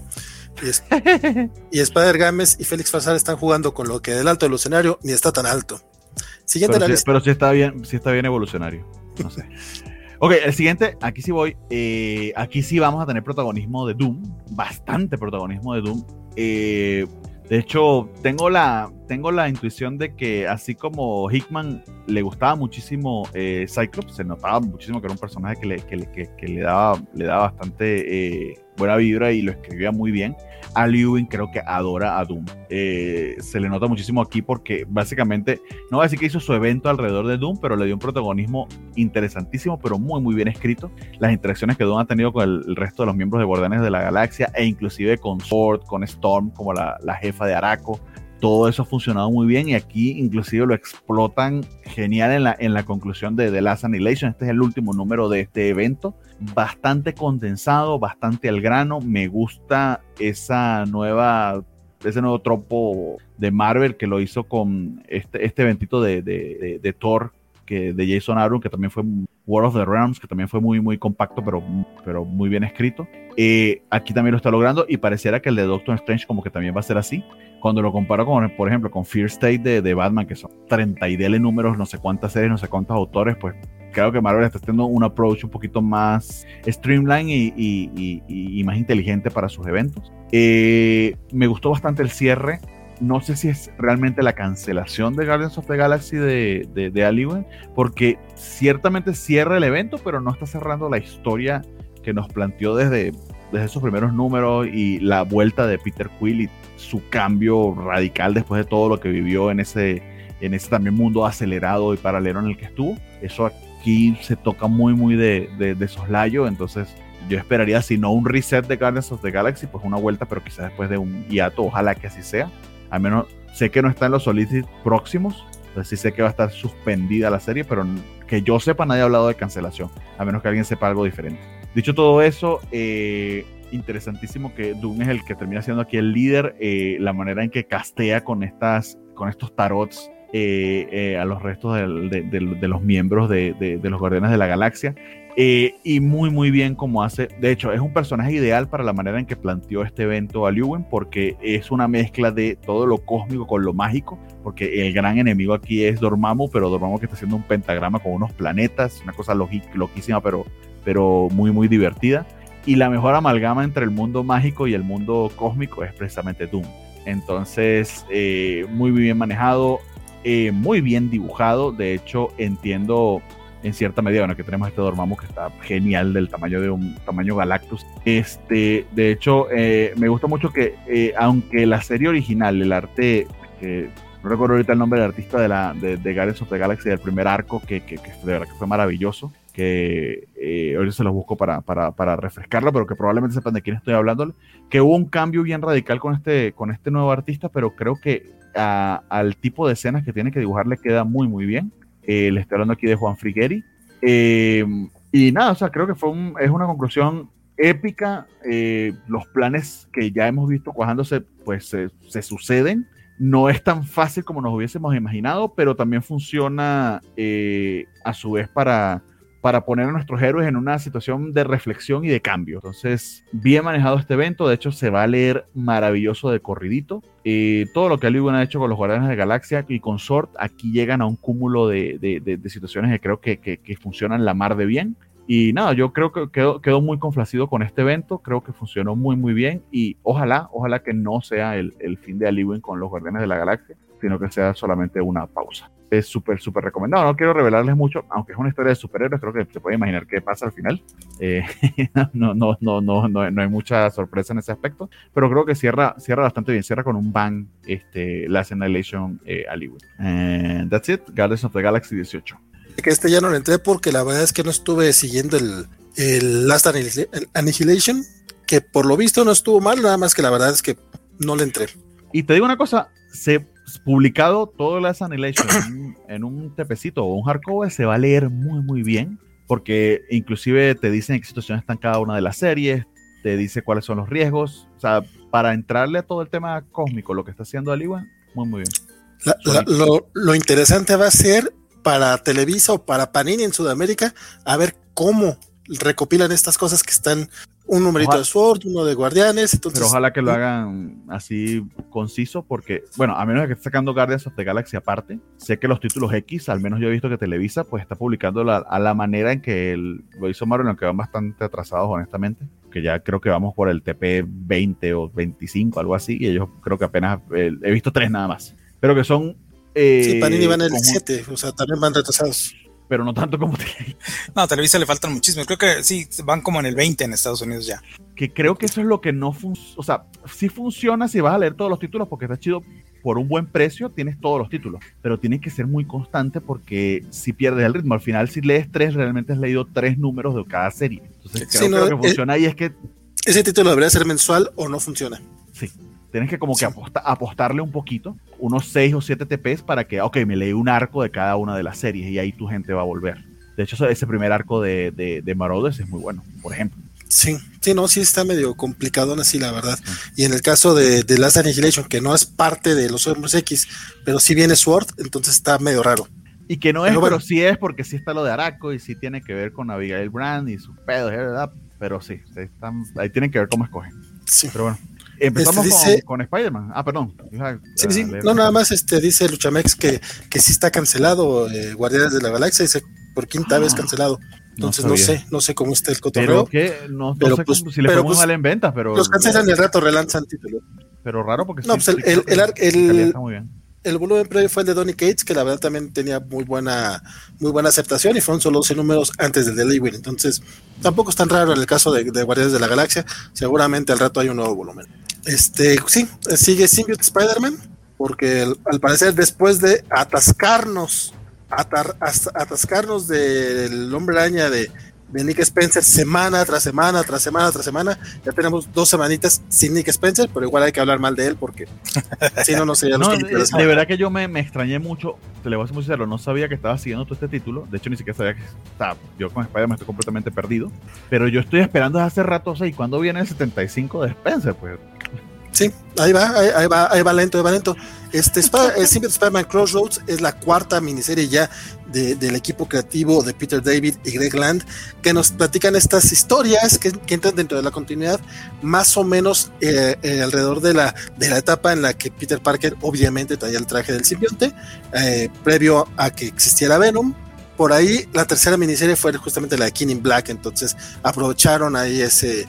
Y Spider Games y Félix Farsar están jugando con lo que del alto del escenario ni está tan alto. Siguiente en la lista. Pero sí está bien evolucionario. No sé. Ok, el siguiente, aquí sí voy. Aquí sí vamos a tener protagonismo de Doom, bastante protagonismo de Doom. De hecho, tengo la intuición de que así como Hickman le gustaba muchísimo Cyclops, se notaba muchísimo que era un personaje que le daba bastante buena vibra y lo escribía muy bien. Al Ewing creo que adora a Doom. Se le nota muchísimo aquí porque básicamente, no voy a decir que hizo su evento alrededor de Doom, pero le dio un protagonismo interesantísimo, pero muy muy bien escrito. Las interacciones que Doom ha tenido con el resto de los miembros de Guardianes de la Galaxia, e inclusive con Sword, con Storm como la jefa de Araco, todo eso ha funcionado muy bien, y aquí inclusive lo explotan genial en la conclusión de The Last Annihilation. Este es el último número de este evento, bastante condensado, bastante al grano. Me gusta ese nuevo tropo de Marvel que lo hizo con este eventito de Thor, de Jason Aaron, que también fue War of the Realms, que también fue muy muy compacto, pero muy bien escrito. Aquí también lo está logrando, y pareciera que el de Doctor Strange como que también va a ser así. Cuando lo comparo por ejemplo, con Fear State de Batman, que son 30 y dele números, no sé cuántas series, no sé cuántos autores, pues creo que Marvel está teniendo un approach un poquito más streamline y más inteligente para sus eventos. Me gustó bastante el cierre. No sé si es realmente la cancelación de Guardians of the Galaxy de Al Ewing, porque ciertamente cierra el evento, pero no está cerrando la historia que nos planteó desde esos primeros números, y la vuelta de Peter Quill y su cambio radical después de todo lo que vivió en ese también mundo acelerado y paralelo en el que estuvo. Eso aquí se toca muy muy de soslayo. Entonces yo esperaría, si no un reset de Guardians of the Galaxy, pues una vuelta, pero quizás después de un hiato, ojalá que así sea. Al menos sé que no está en los solicits próximos, entonces sí sé que va a estar suspendida la serie, pero que yo sepa nadie ha hablado de cancelación, a menos que alguien sepa algo diferente. Dicho todo eso, interesantísimo que Doom es el que termina siendo aquí el líder. La manera en que castea con estos tarots a los restos de los miembros de los Guardianes de la Galaxia, Y muy bien como hace. De hecho, es un personaje ideal para la manera en que planteó este evento a Lewin, porque es una mezcla de todo lo cósmico con lo mágico, porque el gran enemigo aquí es Dormammu, pero Dormammu que está haciendo un pentagrama con unos planetas, una cosa loquísima, pero muy divertida. Y la mejor amalgama entre el mundo mágico y el mundo cósmico es precisamente Doom. Entonces, muy bien manejado, muy bien dibujado. De hecho, entiendo en cierta medida, bueno, que tenemos este Dormammu que está genial, del tamaño de un tamaño Galactus. De hecho, me gusta mucho que, aunque la serie original, el arte, no recuerdo ahorita el nombre del artista de Guardians of the Galaxy, del primer arco, que de verdad que fue maravilloso, que ahorita se los busco para refrescarlo, pero que probablemente sepan de quién estoy hablando, que hubo un cambio bien radical con este nuevo artista, pero creo que al tipo de escenas que tiene que dibujar le queda muy bien. Le estoy hablando aquí de Juan Frigueri. Y nada, o sea, creo que es una conclusión épica. Los planes que ya hemos visto cuajándose, pues se suceden. No es tan fácil como nos hubiésemos imaginado, pero también funciona a su vez para poner a nuestros héroes en una situación de reflexión y de cambio. Entonces, bien manejado este evento. De hecho, se va a leer maravilloso de corridito. Todo lo que Lewin ha hecho con los Guardianes de la Galaxia y con Sword, aquí llegan a un cúmulo de situaciones que creo que funcionan la mar de bien. Y nada, yo creo que quedó muy complacido con este evento. Creo que funcionó muy bien. Y ojalá que no sea el fin de Lewin con los Guardianes de la Galaxia, sino que sea solamente una pausa. Es súper recomendado. No quiero revelarles mucho, aunque es una historia de superhéroes, creo que se puede imaginar qué pasa al final. No hay mucha sorpresa en ese aspecto, pero creo que cierra bastante bien. Cierra con un bang Last Annihilation a Lewin. And that's it, Guardians of the Galaxy 18. Que ya no lo entré porque la verdad es que no estuve siguiendo el Last Annihilation, que por lo visto no estuvo mal, nada más que la verdad es que no le entré. Y te digo una cosa, publicado todo Last Annihilation en un tepecito o un hardcover, se va a leer muy bien, porque inclusive te dicen en qué situación están cada una de las series, te dice cuáles son los riesgos, o sea, para entrarle a todo el tema cósmico, lo que está haciendo Aliwa, muy bien. Lo interesante va a ser para Televisa o para Panini en Sudamérica, a ver cómo recopilan estas cosas que están, un numerito de Sword, uno de Guardianes. Entonces, pero ojalá que lo hagan así conciso, porque, bueno, a menos de que esté sacando Guardians of the Galaxy aparte, sé que los títulos X, al menos yo he visto que Televisa pues está publicando a la manera en que lo hizo Marvel, aunque van bastante atrasados honestamente, que ya creo que vamos por el TP 20 o 25, algo así, y ellos creo que apenas, he visto 3 nada más, pero que son... sí, Panini van en el 7, o sea, también van retrasados. Pero no tanto como Televisa. No, a Televisa le faltan muchísimo. Creo que sí, van como en el 20 en Estados Unidos ya. Que creo que eso es lo que no funciona. O sea, sí funciona si vas a leer todos los títulos porque está chido. Por un buen precio tienes todos los títulos. Pero tienes que ser muy constante porque si pierdes el ritmo. Al final, si lees 3, realmente has leído 3 números de cada serie. Entonces, creo que funciona y es que... Ese título debería ser mensual o no funciona. Sí. Tienes que como que apostarle un poquito, unos 6 o 7 TPs para que, ok, me leí un arco de cada una de las series y ahí tu gente va a volver. De hecho, ese primer arco de Marauders es muy bueno, por ejemplo. Sí, sí está medio complicado así, la verdad. Y en el caso de Last Annihilation, que no es parte de los Hombres X, pero sí viene Sword, entonces está medio raro. Y que no es, pero sí es, porque sí está lo de Araco y sí tiene que ver con Abigail Brand y sus pedos, ¿verdad? Pero sí, ahí tienen que ver cómo escogen. Sí. Pero bueno. Empezamos con Spider-Man. Perdón. Sí. No, nada más dice Luchamex que sí está cancelado Guardianes de la Galaxia, dice por quinta vez cancelado. Entonces no sé cómo está el cotorreo. No sé pues, si le fue muy mal en ventas, pero... Los cancelan y al rato relanzan títulos. Pero raro porque... No, sí, pues el volumen previo fue el de Donny Cates, que la verdad también tenía muy buena aceptación y fueron solo 12 números antes del de Lewin. Entonces tampoco es tan raro en el caso de Guardianes de la Galaxia. Seguramente al rato hay un nuevo volumen. Sí, sigue Symbiote Spider-Man, porque al parecer después de atascarnos del Hombre Araña de Nick Spencer semana tras semana, ya tenemos 2 semanitas sin Nick Spencer, pero igual hay que hablar mal de él porque si no sería de verdad que yo me extrañé mucho, te le voy a ser muy sincero, no sabía que estaba siguiendo todo este título, de hecho ni siquiera sabía que yo con Spider-Man estoy completamente perdido, pero yo estoy esperando desde hace rato, ¿y cuándo viene el 75 de Spencer? Pues Sí, ahí va lento. Symbiote Spider-Man Crossroads es la cuarta miniserie ya del equipo creativo de Peter David y Greg Land, que nos platican estas historias que entran dentro de la continuidad, más o menos alrededor de la etapa en la que Peter Parker obviamente traía el traje del simbionte, previo a que existiera Venom. Por ahí la tercera miniserie fue justamente la de King in Black, entonces aprovecharon ahí esa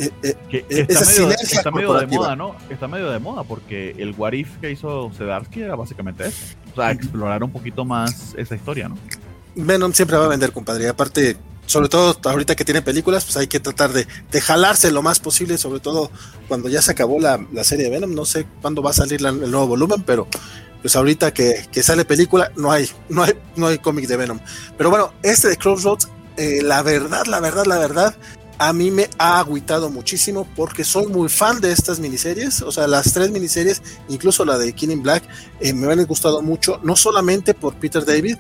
sinergia está medio de moda, ¿no? Está medio de moda porque el What If que hizo Zdarsky era básicamente eso. O sea, explorar un poquito más esa historia, ¿no? Venom siempre va a vender, compadre. Y aparte, sobre todo ahorita que tiene películas, pues hay que tratar de jalarse lo más posible, sobre todo cuando ya se acabó la serie de Venom. No sé cuándo va a salir el nuevo volumen, pero pues ahorita que sale película, no hay cómic de Venom. Pero bueno, de Crossroads, la verdad, a mí me ha agüitado muchísimo porque soy muy fan de estas miniseries, o sea, las 3 miniseries, incluso la de King in Black, me han gustado mucho, no solamente por Peter David,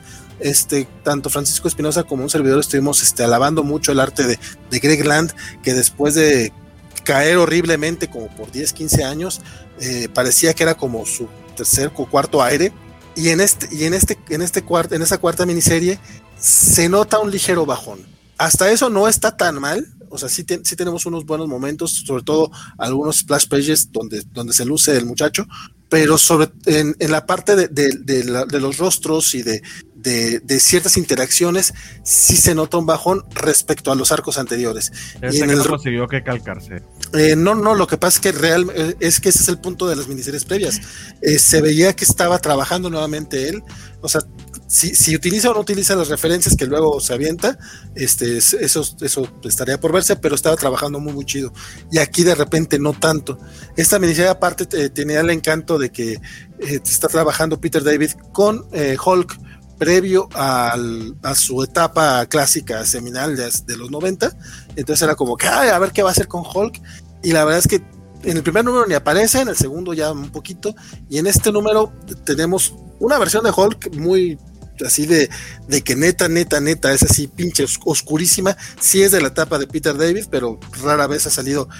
tanto Francisco Espinosa como un servidor estuvimos alabando mucho el arte de Greg Land, que después de caer horriblemente como por 10, 15 años, parecía que era como su tercer o cuarto aire, y en esa cuarta miniserie se nota un ligero bajón. Hasta eso no está tan mal, o sea, sí tenemos unos buenos momentos, sobre todo algunos splash pages donde se luce el muchacho, pero en la parte de los rostros y de ciertas interacciones sí se nota un bajón respecto a los arcos anteriores. Y no consiguió que calcarse. No, lo que pasa es que ese es el punto de las miniseries previas. Se veía que estaba trabajando nuevamente él, o sea, si utiliza o no utiliza las referencias que luego se avienta, eso estaría por verse, pero estaba trabajando muy, muy chido. Y aquí de repente no tanto. Esta miniserie aparte tenía el encanto de que está trabajando Peter David con Hulk previo a su etapa clásica seminal de los 90. Entonces era como que a ver qué va a hacer con Hulk, y la verdad es que en el primer número ni aparece, en el segundo ya un poquito, y en este número tenemos una versión de Hulk muy así de que neta es así pinche oscurísima. Sí es de la etapa de Peter David, pero rara vez ha salido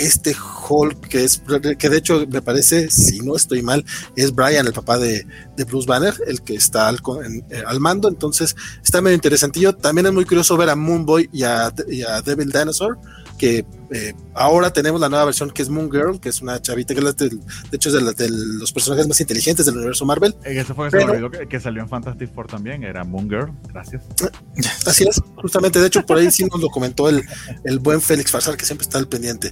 Hulk que de hecho me parece, si no estoy mal, es Brian, el papá de Bruce Banner, el que está al mando. Entonces está medio interesantillo. También es muy curioso ver a Moon Boy y a Devil Dinosaur, que ahora tenemos la nueva versión que es Moon Girl, que es una chavita que de hecho es de los personajes más inteligentes del universo Marvel. Eso fue que salió en Fantastic Four también, era Moon Girl, gracias. Así es, justamente, de hecho por ahí sí nos lo comentó el buen Félix Farsal, que siempre está al pendiente.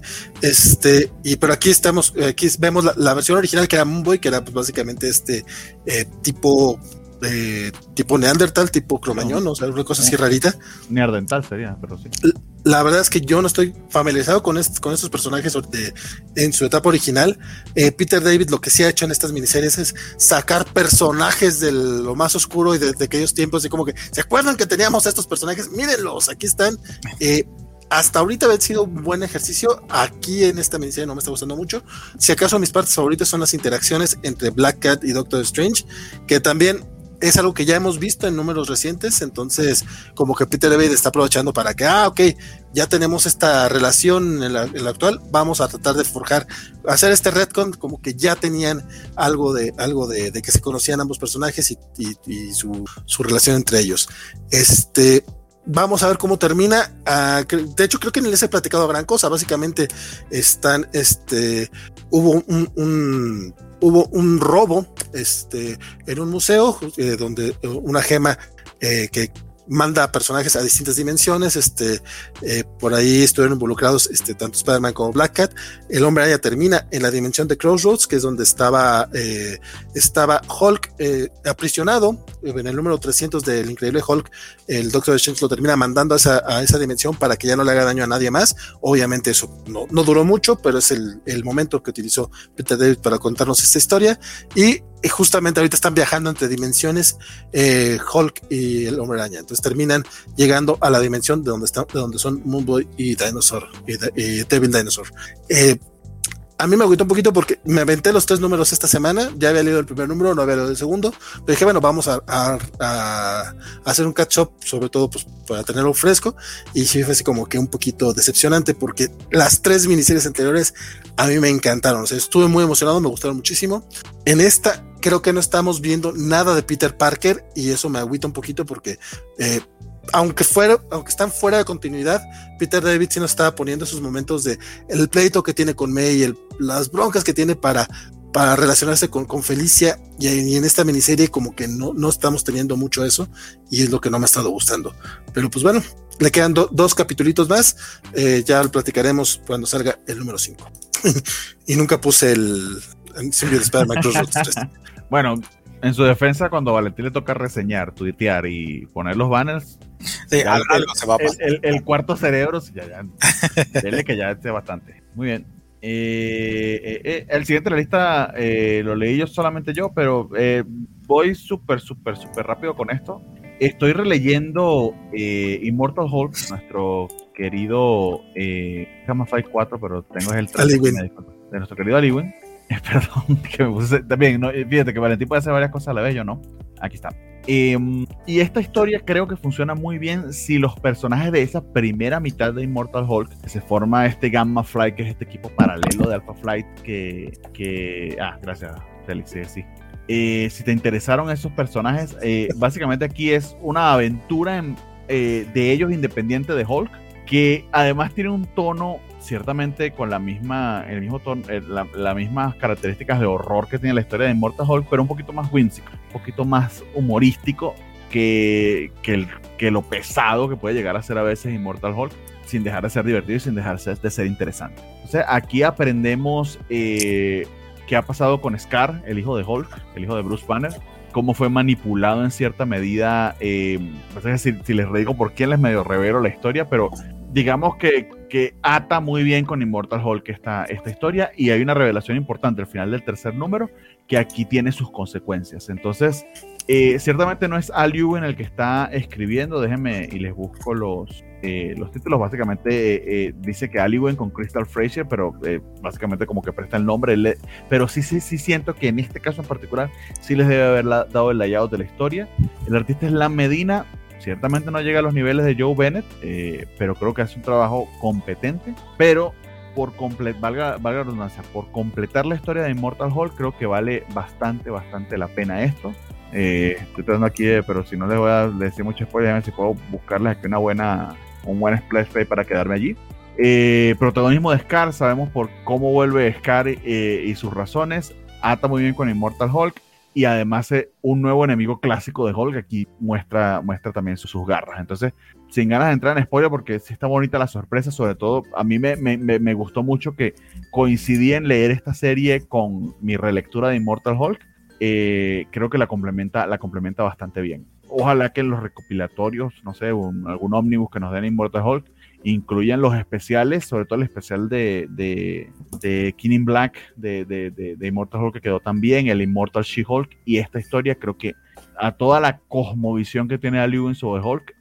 Pero aquí vemos la versión original, que era Moon Boy, que era pues básicamente tipo Neandertal, tipo Cromañón, o sea, una cosa así rarita. Neandertal sería, pero sí. La verdad es que yo no estoy familiarizado con estos personajes en su etapa original. Peter David lo que sí ha hecho en estas miniseries es sacar personajes de lo más oscuro y de aquellos tiempos, y como que, ¿se acuerdan que teníamos estos personajes? Mírenlos, aquí están. Hasta ahorita ha sido un buen ejercicio. Aquí en esta miniserie no me está gustando mucho. Si acaso mis partes favoritas son las interacciones entre Black Cat y Doctor Strange, que también es algo que ya hemos visto en números recientes. Entonces como que Peter David está aprovechando para que ok, ya tenemos esta relación en la actual, vamos a tratar de hacer este retcon, como que ya tenían algo de que se conocían ambos personajes y su relación entre ellos. Vamos a ver cómo termina. De hecho, creo que ni les he platicado gran cosa. Básicamente hubo un robo en un museo donde una gema que manda a personajes a distintas dimensiones. Por ahí estuvieron involucrados tanto Spider-Man como Black Cat. El Hombre Araña termina en la dimensión de Crossroads, que es donde estaba Hulk aprisionado. En el número 300 del Increíble Hulk, el Doctor Strange lo termina mandando a esa dimensión para que ya no le haga daño a nadie más. Obviamente eso no duró mucho, pero es el momento que utilizó Peter David para contarnos esta historia. Y justamente ahorita están viajando entre dimensiones, Hulk y el Hombre Araña. Entonces terminan llegando a la dimensión de donde son Moon Boy y Dinosaur y Devil Dinosaur. a mí me agüitó un poquito porque me aventé los 3 números esta semana, ya había leído el primer número, no había leído el segundo, pero dije, bueno, vamos a hacer un catch up, sobre todo pues para tenerlo fresco, y sí fue así como que un poquito decepcionante porque las 3 miniseries anteriores a mí me encantaron, o sea, estuve muy emocionado, me gustaron muchísimo. En esta creo que no estamos viendo nada de Peter Parker y eso me agüita un poquito porque aunque están fuera de continuidad, Peter David sí nos estaba poniendo esos momentos de el pleito que tiene con May, las broncas que tiene para relacionarse con Felicia, y en esta miniserie como que no estamos teniendo mucho eso, y es lo que no me ha estado gustando. Pero pues bueno, le quedan 2 capitulitos más, ya lo platicaremos cuando salga el número 5. Y nunca puse el Symbiote Spider-Man Crossroads 3. Bueno, en su defensa, cuando a Valentín le toca reseñar, tuitear y poner los banners, sí, algo se va a pasar. El cuarto cerebro, ya, dele que ya esté bastante. Muy bien. El siguiente de la lista lo leí yo solamente yo, pero voy súper rápido con esto. Estoy releyendo Immortal Hulk, nuestro querido Gamma Flight 4, pero tengo el 3 de nuestro querido Aliwin. Perdón, que me puse también, ¿no? Fíjate que Valentín puede hacer varias cosas a la vez, yo no. Aquí está. Y esta historia creo que funciona muy bien si los personajes de esa primera mitad de Immortal Hulk, que se forma este Gamma Flight, que es este equipo paralelo de Alpha Flight, gracias, Félix, sí. Si te interesaron esos personajes, básicamente aquí es una aventura de ellos independiente de Hulk, que además tiene un tono ciertamente con las mismas características de horror que tiene la historia de Immortal Hulk, pero un poquito más whimsical, un poquito más humorístico que lo pesado que puede llegar a ser a veces Immortal Hulk, sin dejar de ser divertido y sin dejar de ser interesante. Entonces aquí aprendemos qué ha pasado con Scar, el hijo de Hulk, el hijo de Bruce Banner, cómo fue manipulado en cierta medida. No sé si les digo por quién, les medio revelo la historia, pero digamos que ata muy bien con Immortal Hulk esta historia, y hay una revelación importante al final del tercer número que aquí tiene sus consecuencias. Entonces, ciertamente no es Al Ewing el que está escribiendo, déjenme y les busco los títulos. Básicamente dice que Al Ewing con Crystal Frazier, pero básicamente como que presta el nombre, pero sí siento que en este caso en particular sí les debe haber dado el layout de la historia. El artista es Lan Medina. Ciertamente no llega a los niveles de Joe Bennett, pero creo que hace un trabajo competente. Pero valga la redundancia, por completar la historia de Immortal Hulk, creo que vale bastante la pena esto. Estoy tratando aquí, pero si no les voy a decir mucho spoiler, déjenme si puedo buscarles aquí un buen splash page para quedarme allí. Protagonismo de Scar, sabemos por cómo vuelve Scar y sus razones. Ata muy bien con Immortal Hulk. Y además un nuevo enemigo clásico de Hulk aquí muestra también sus garras. Entonces, sin ganas de entrar en spoiler, porque sí está bonita la sorpresa, sobre todo a mí me gustó mucho que coincidí en leer esta serie con mi relectura de Immortal Hulk. Creo que la complementa bastante bien. Ojalá que en los recopilatorios, no sé, algún ómnibus que nos den Immortal Hulk, incluyan los especiales, sobre todo el especial de King in Black de Immortal Hulk, que quedó tan bien, el Immortal She-Hulk, y esta historia creo que a toda la cosmovisión que tiene Al Ewing sobre Hulk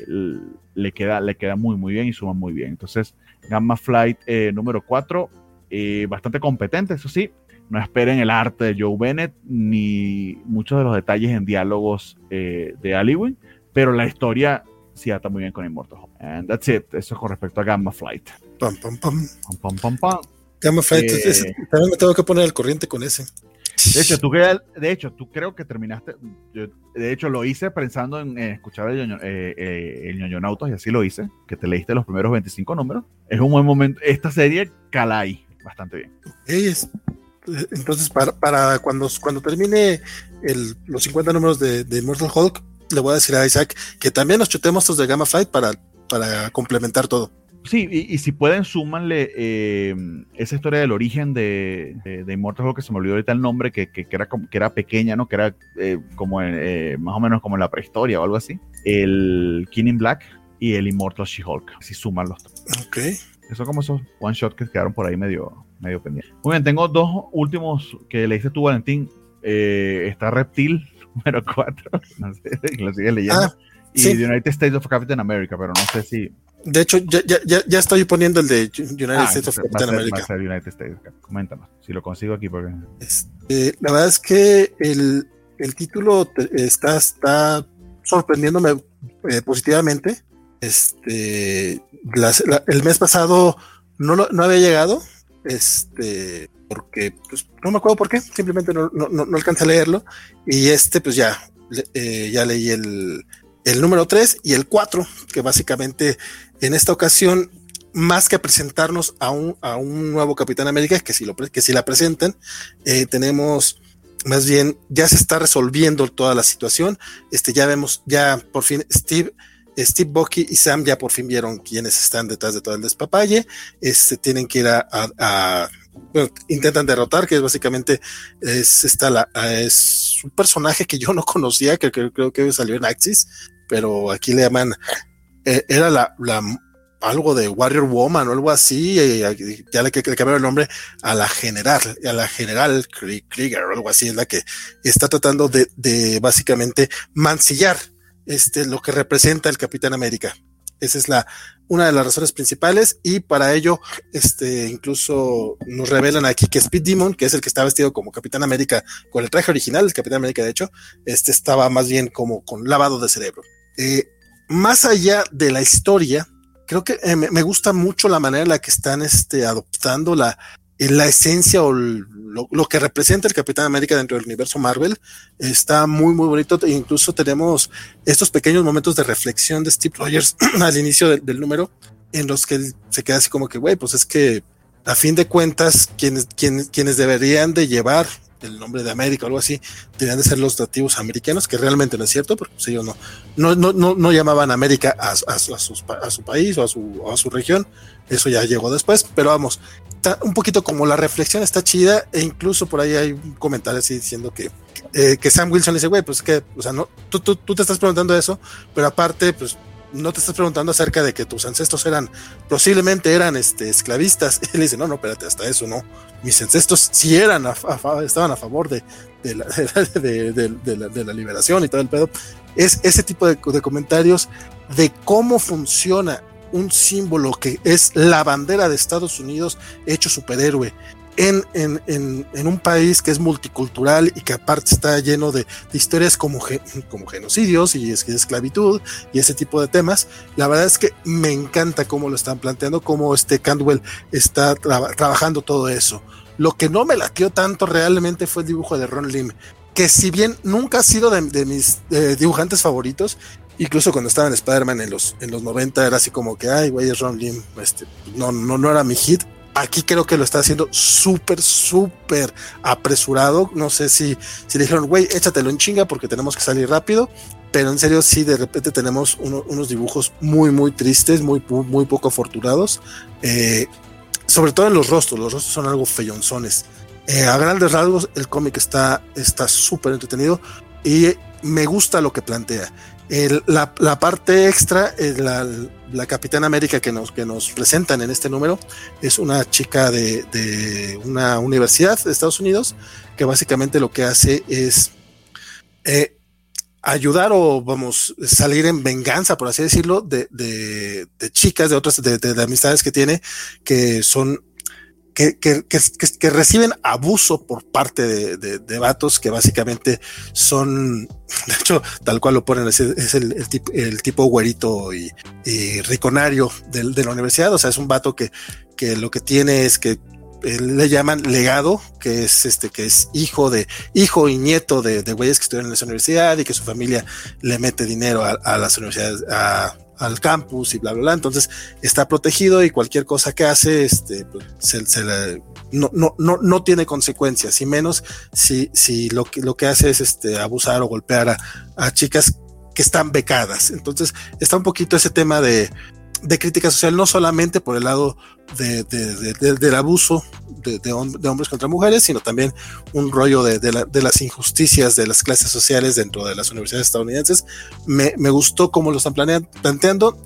le queda muy bien y suma muy bien. Entonces, Gamma Flight número 4, bastante competente, eso sí. No esperen el arte de Joe Bennett ni muchos de los detalles en diálogos de Al Ewing, pero la historia sí ata muy bien con Immortal Hulk. And that's it. Eso con respecto a Gamma Flight. Pam, pam, pam. Pam, pam, pam. Gamma Flight, también me tengo que poner al corriente con ese. De hecho, tú creo que terminaste. De hecho, lo hice pensando en escuchar el ñoñonautas, y así lo hice, que te leíste los primeros 25 números. Es un buen momento. Esta serie cala ahí bastante bien. Entonces, para cuando termine los 50 números de Immortal Hulk, le voy a decir a Isaac que también nos chutemos estos de Gamma Flight para complementar todo. Sí, y si pueden, súmanle esa historia del origen de Immortal Hulk, que se me olvidó ahorita el nombre, que era pequeña, ¿no? Que era como más o menos como en la prehistoria o algo así. El King in Black y el Immortal She-Hulk. Así suman los dos. Ok. Eso como esos one shot que quedaron por ahí medio pendientes. Muy bien, tengo 2 últimos que le dices tú, Valentín. Está Reptil número 4, no sé, lo sigues leyendo. Y Sí. The United States of Captain America, pero no sé si... De hecho, ya estoy poniendo el de United States of Captain va America. a ser United States. Coméntame, si lo consigo aquí porque... La verdad es que el título está sorprendiéndome positivamente. El mes pasado no había llegado, porque pues, no me acuerdo por qué, simplemente no alcancé a leerlo. Y pues ya leí el número 3 y el 4, que básicamente en esta ocasión, más que presentarnos a un nuevo Capitán América, que si la presentan, tenemos más bien, ya se está resolviendo toda la situación. Ya vemos, ya por fin Steve, Bucky y Sam ya por fin vieron quiénes están detrás de todo el despapalle. Tienen que ir bueno, intentan derrotar, que es básicamente es un personaje que yo no conocía, que creo que salió en Axis, pero aquí le llaman, era algo de Warrior Woman o algo así, ya le cambiaron el nombre a la general Krieger o algo así, es la que está tratando de básicamente mancillar lo que representa el Capitán América. Esa es una de las razones principales, y para ello incluso nos revelan aquí que Speed Demon, que es el que está vestido como Capitán América con el traje original, el Capitán América de hecho, estaba más bien como con lavado de cerebro. Más allá de la historia, creo que me gusta mucho la manera en la que están adoptando la esencia o lo que representa el Capitán América dentro del universo Marvel. Está muy muy bonito, e incluso tenemos estos pequeños momentos de reflexión de Steve Rogers al inicio del número, en los que él se queda así como que, güey, pues es que a fin de cuentas quienes deberían de llevar el nombre de América o algo así, deberían de ser los nativos americanos, que realmente no es cierto, porque pues, ellos no llamaban América a su país o a su región. Eso ya llegó después, pero vamos, está un poquito como la reflexión está chida, e incluso por ahí hay un comentario así diciendo que Sam Wilson le dice, güey, pues que, o sea, no, tú te estás preguntando eso, pero aparte, pues no te estás preguntando acerca de que tus ancestros posiblemente eran esclavistas. Y él dice, no, espérate, hasta eso no. Mis ancestros sí estaban a favor de la liberación y todo el pedo. Es ese tipo de comentarios de cómo funciona un símbolo que es la bandera de Estados Unidos hecho superhéroe en un país que es multicultural y que aparte está lleno de historias como genocidios y esclavitud y ese tipo de temas. La verdad es que me encanta cómo lo están planteando, cómo Cantwell está trabajando todo eso. Lo que no me latió tanto realmente fue el dibujo de Ron Lim, que si bien nunca ha sido de mis dibujantes favoritos, incluso cuando estaba en Spider-Man en los 90 era así como que, ay, güey, es Ron Lim, no era mi hit. Aquí creo que lo está haciendo súper apresurado. No sé si le dijeron, güey, échatelo en chinga porque tenemos que salir rápido, pero en serio sí, de repente tenemos unos dibujos muy muy tristes, muy poco afortunados, sobre todo en los rostros son algo feyonzones. A grandes rasgos el cómic está súper entretenido y me gusta lo que plantea. La parte extra, la Capitana América que nos presentan en este número, es una chica de una universidad de Estados Unidos, que básicamente lo que hace es ayudar o vamos salir en venganza, por así decirlo, de chicas de otras de amistades que tiene, que son que reciben abuso por parte de vatos que básicamente son, de hecho, tal cual lo ponen, es el tipo güerito y riconario de la universidad. O sea, es un vato que lo que tiene es que le llaman legado, que es hijo y nieto de güeyes que estudian en esa universidad y que su familia le mete dinero a las universidades, al campus y bla bla bla. Entonces está protegido y cualquier cosa que hace pues, no tiene consecuencias, y menos si lo que hace es abusar o golpear a chicas que están becadas. Entonces está un poquito ese tema de crítica social, no solamente por el lado del abuso de hombres contra mujeres, sino también un rollo de las injusticias de las clases sociales dentro de las universidades estadounidenses. Me gustó cómo lo están planteando.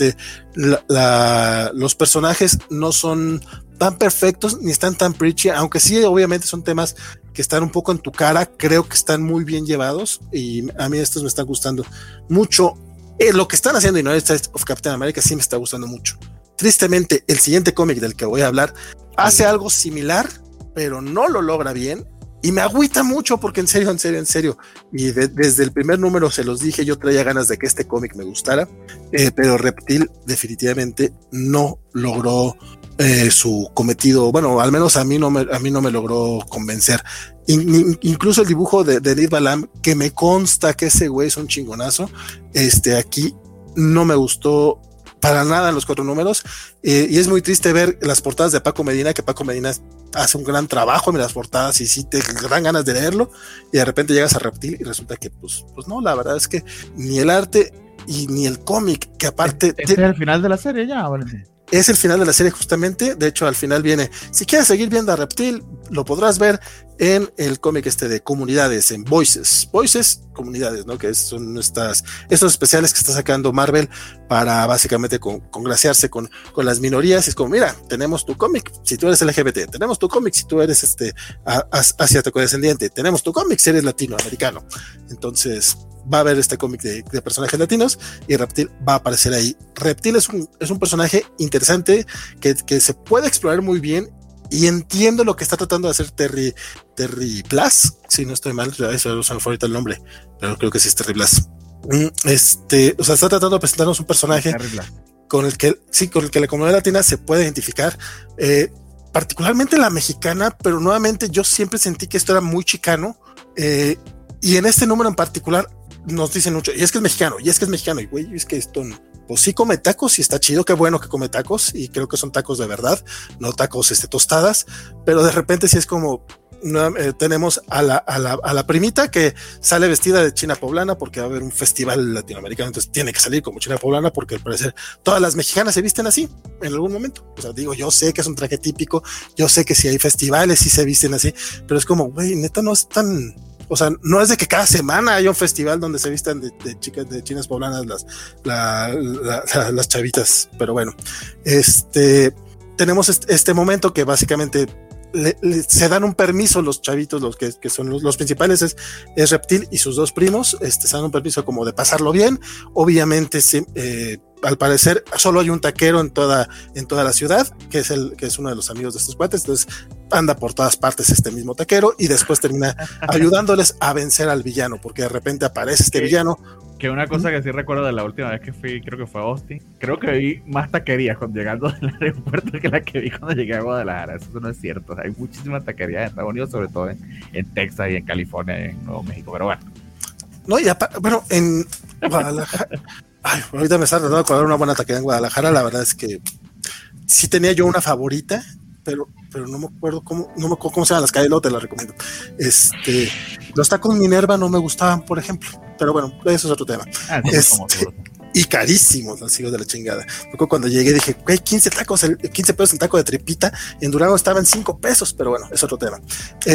Los personajes no son tan perfectos ni están tan preachy, aunque sí obviamente son temas que están un poco en tu cara. Creo que están muy bien llevados y a mí estos me están gustando mucho. Lo que están haciendo United States of Captain America sí me está gustando mucho. Tristemente, el siguiente cómic del que voy a hablar hace algo similar, pero no lo logra bien. Y me agüita mucho porque en serio, y desde el primer número se los dije, yo traía ganas de que este cómic me gustara, pero Reptil definitivamente no logró su cometido. Bueno, al menos a mí no me logró convencer. Incluso el dibujo de Nid Balam, que me consta que ese güey es un chingonazo, aquí no me gustó para nada en los 4 números, y es muy triste ver las portadas de Paco Medina, que Paco Medina hace un gran trabajo en las portadas y sí te dan ganas de leerlo, y de repente llegas a Reptil y resulta que pues no, la verdad es que ni el arte y ni el cómic, que aparte... ¿Este es el final de la serie ya, Valentín? Es el final de la serie justamente, de hecho al final viene, si quieres seguir viendo a Reptil, lo podrás ver en el cómic de Comunidades, en Voices, Comunidades, ¿no? Que son estos especiales que está sacando Marvel para básicamente congraciarse con las minorías. Es como, mira, tenemos tu cómic si tú eres LGBT, tenemos tu cómic si tú eres asiático descendiente, tenemos tu cómic si eres latinoamericano. Entonces va a haber este cómic de personajes latinos y Reptil va a aparecer ahí. Reptil es un personaje interesante que se puede explorar muy bien, y entiendo lo que está tratando de hacer Terry Blas, si no estoy mal, eso se me fue ahorita el nombre, pero creo que sí es Terry Blas. O sea, está tratando de presentarnos un personaje con el que la comunidad latina se puede identificar, particularmente la mexicana, pero nuevamente yo siempre sentí que esto era muy chicano, y en este número en particular nos dicen mucho, y es que es mexicano, y güey, es que esto pues sí come tacos y está chido, qué bueno que come tacos, y creo que son tacos de verdad, no tacos tostadas, pero de repente sí es como, tenemos a la primita que sale vestida de china poblana porque va a haber un festival latinoamericano, entonces tiene que salir como china poblana porque al parecer todas las mexicanas se visten así en algún momento. O sea, digo, yo sé que es un traje típico, yo sé que si hay festivales sí se visten así, pero es como, güey, neta no es tan... O sea, no es de que cada semana haya un festival donde se vistan de chicas, de chinas poblanas las chavitas, pero bueno, tenemos este momento que básicamente se dan un permiso los chavitos, los que son los principales es Reptil y sus 2 primos, se dan un permiso como de pasarlo bien. Obviamente al parecer solo hay un taquero en toda la ciudad, que es uno de los amigos de estos cuates, entonces anda por todas partes este mismo taquero y después termina ayudándoles a vencer al villano, porque de repente aparece este villano. Que una cosa que sí recuerdo de la última vez que fui, creo que fue a Austin, creo que vi más taquerías llegando del aeropuerto que la que vi cuando llegué a Guadalajara. Eso no es cierto, o sea, hay muchísimas taquerías en Estados Unidos, sobre todo en Texas y en California y en Nuevo México, pero bueno. No, y bueno, en Guadalajara, ahorita me está tratando de acordar una buena taquería en Guadalajara. La verdad es que sí tenía yo una favorita, pero no me acuerdo cómo se llaman las calles, luego te las recomiendo. Los tacos Minerva no me gustaban, por ejemplo, pero bueno, eso es otro tema. Y carísimos, los hijos de la chingada. Porque cuando llegué dije, güey, 15 pesos el taco de tripita, en Durango estaban 5 pesos, pero bueno, es otro tema.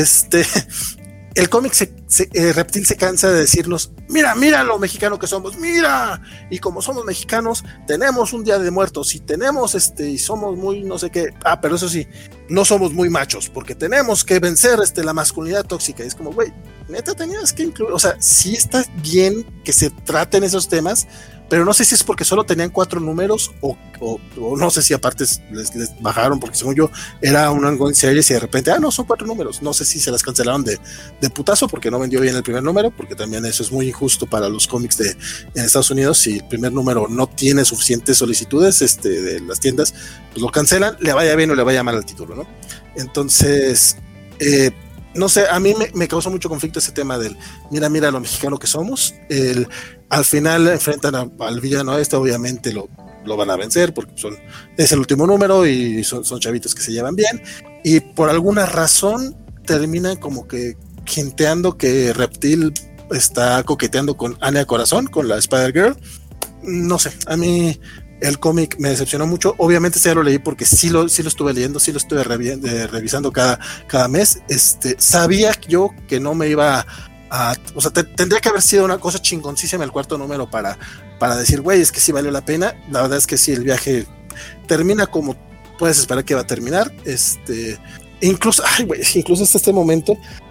El cómic Reptil se cansa de decirnos, mira lo mexicano que somos, mira, y como somos mexicanos, tenemos un Día de Muertos, y tenemos y somos muy no sé qué, pero eso sí, no somos muy machos, porque tenemos que vencer la masculinidad tóxica. Y es como, güey, neta tenías que incluir, o sea, sí está bien que se traten esos temas, pero no sé si es porque solo tenían 4 números o no sé si aparte les bajaron, porque según yo era un ongoing series y de repente, no, son 4 números. No sé si se las cancelaron de putazo porque no vendió bien el primer número, porque también eso es muy injusto para los cómics en Estados Unidos. Si el primer número no tiene suficientes solicitudes de las tiendas, pues lo cancelan, le vaya bien o le vaya mal al título, ¿no? Entonces, no sé, a mí me causó mucho conflicto ese tema del mira lo mexicano que somos. Al final enfrentan al villano obviamente lo van a vencer porque es el último número y son chavitos que se llevan bien, y por alguna razón terminan como que hinteando que Reptil está coqueteando con Anya Corazón, con la Spider-Girl. No sé, a mí el cómic me decepcionó mucho. Obviamente ya lo leí porque sí lo estuve leyendo, sí lo estuve revisando cada mes. Sabía yo que no me iba o sea, tendría que haber sido una cosa chingoncísima el 4º número para decir, güey, es que sí valió la pena. La verdad es que sí, el viaje termina como puedes esperar que va a terminar. Incluso hasta este momento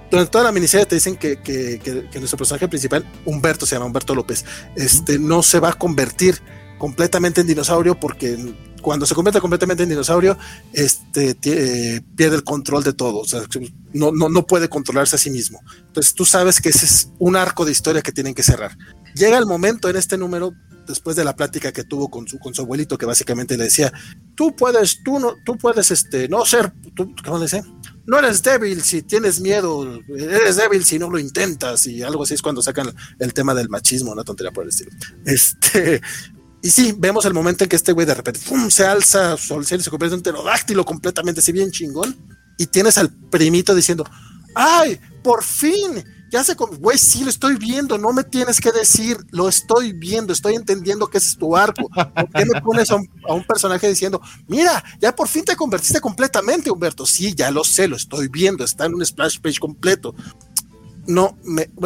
durante toda la miniserie te dicen que nuestro personaje principal, Humberto, se llama Humberto López, no se va a convertir completamente en dinosaurio, porque cuando se convierte completamente en dinosaurio, pierde el control de todo, o sea, no puede controlarse a sí mismo. Entonces tú sabes que ese es un arco de historia que tienen que cerrar. Llega el momento en este número, después de la plática que tuvo con su abuelito, que básicamente le decía, tú puedes no ser, ¿cómo le dice? No eres débil si tienes miedo, eres débil si no lo intentas, y algo así es cuando sacan el tema del machismo, una tontería por el estilo. Y sí, vemos el momento en que este güey de repente ¡pum!, se alza al cielo y se convierte en un pterodáctilo completamente así bien chingón, y tienes al primito diciendo, ¡ay, por fin! Ya sé, güey, sí, lo estoy viendo, no me tienes que decir, lo estoy viendo, estoy entendiendo que ese es tu arco. ¿Por qué me pones a un personaje diciendo, mira, ya por fin te convertiste completamente, Humberto? Sí, ya lo sé, lo estoy viendo, está en un splash page completo. No,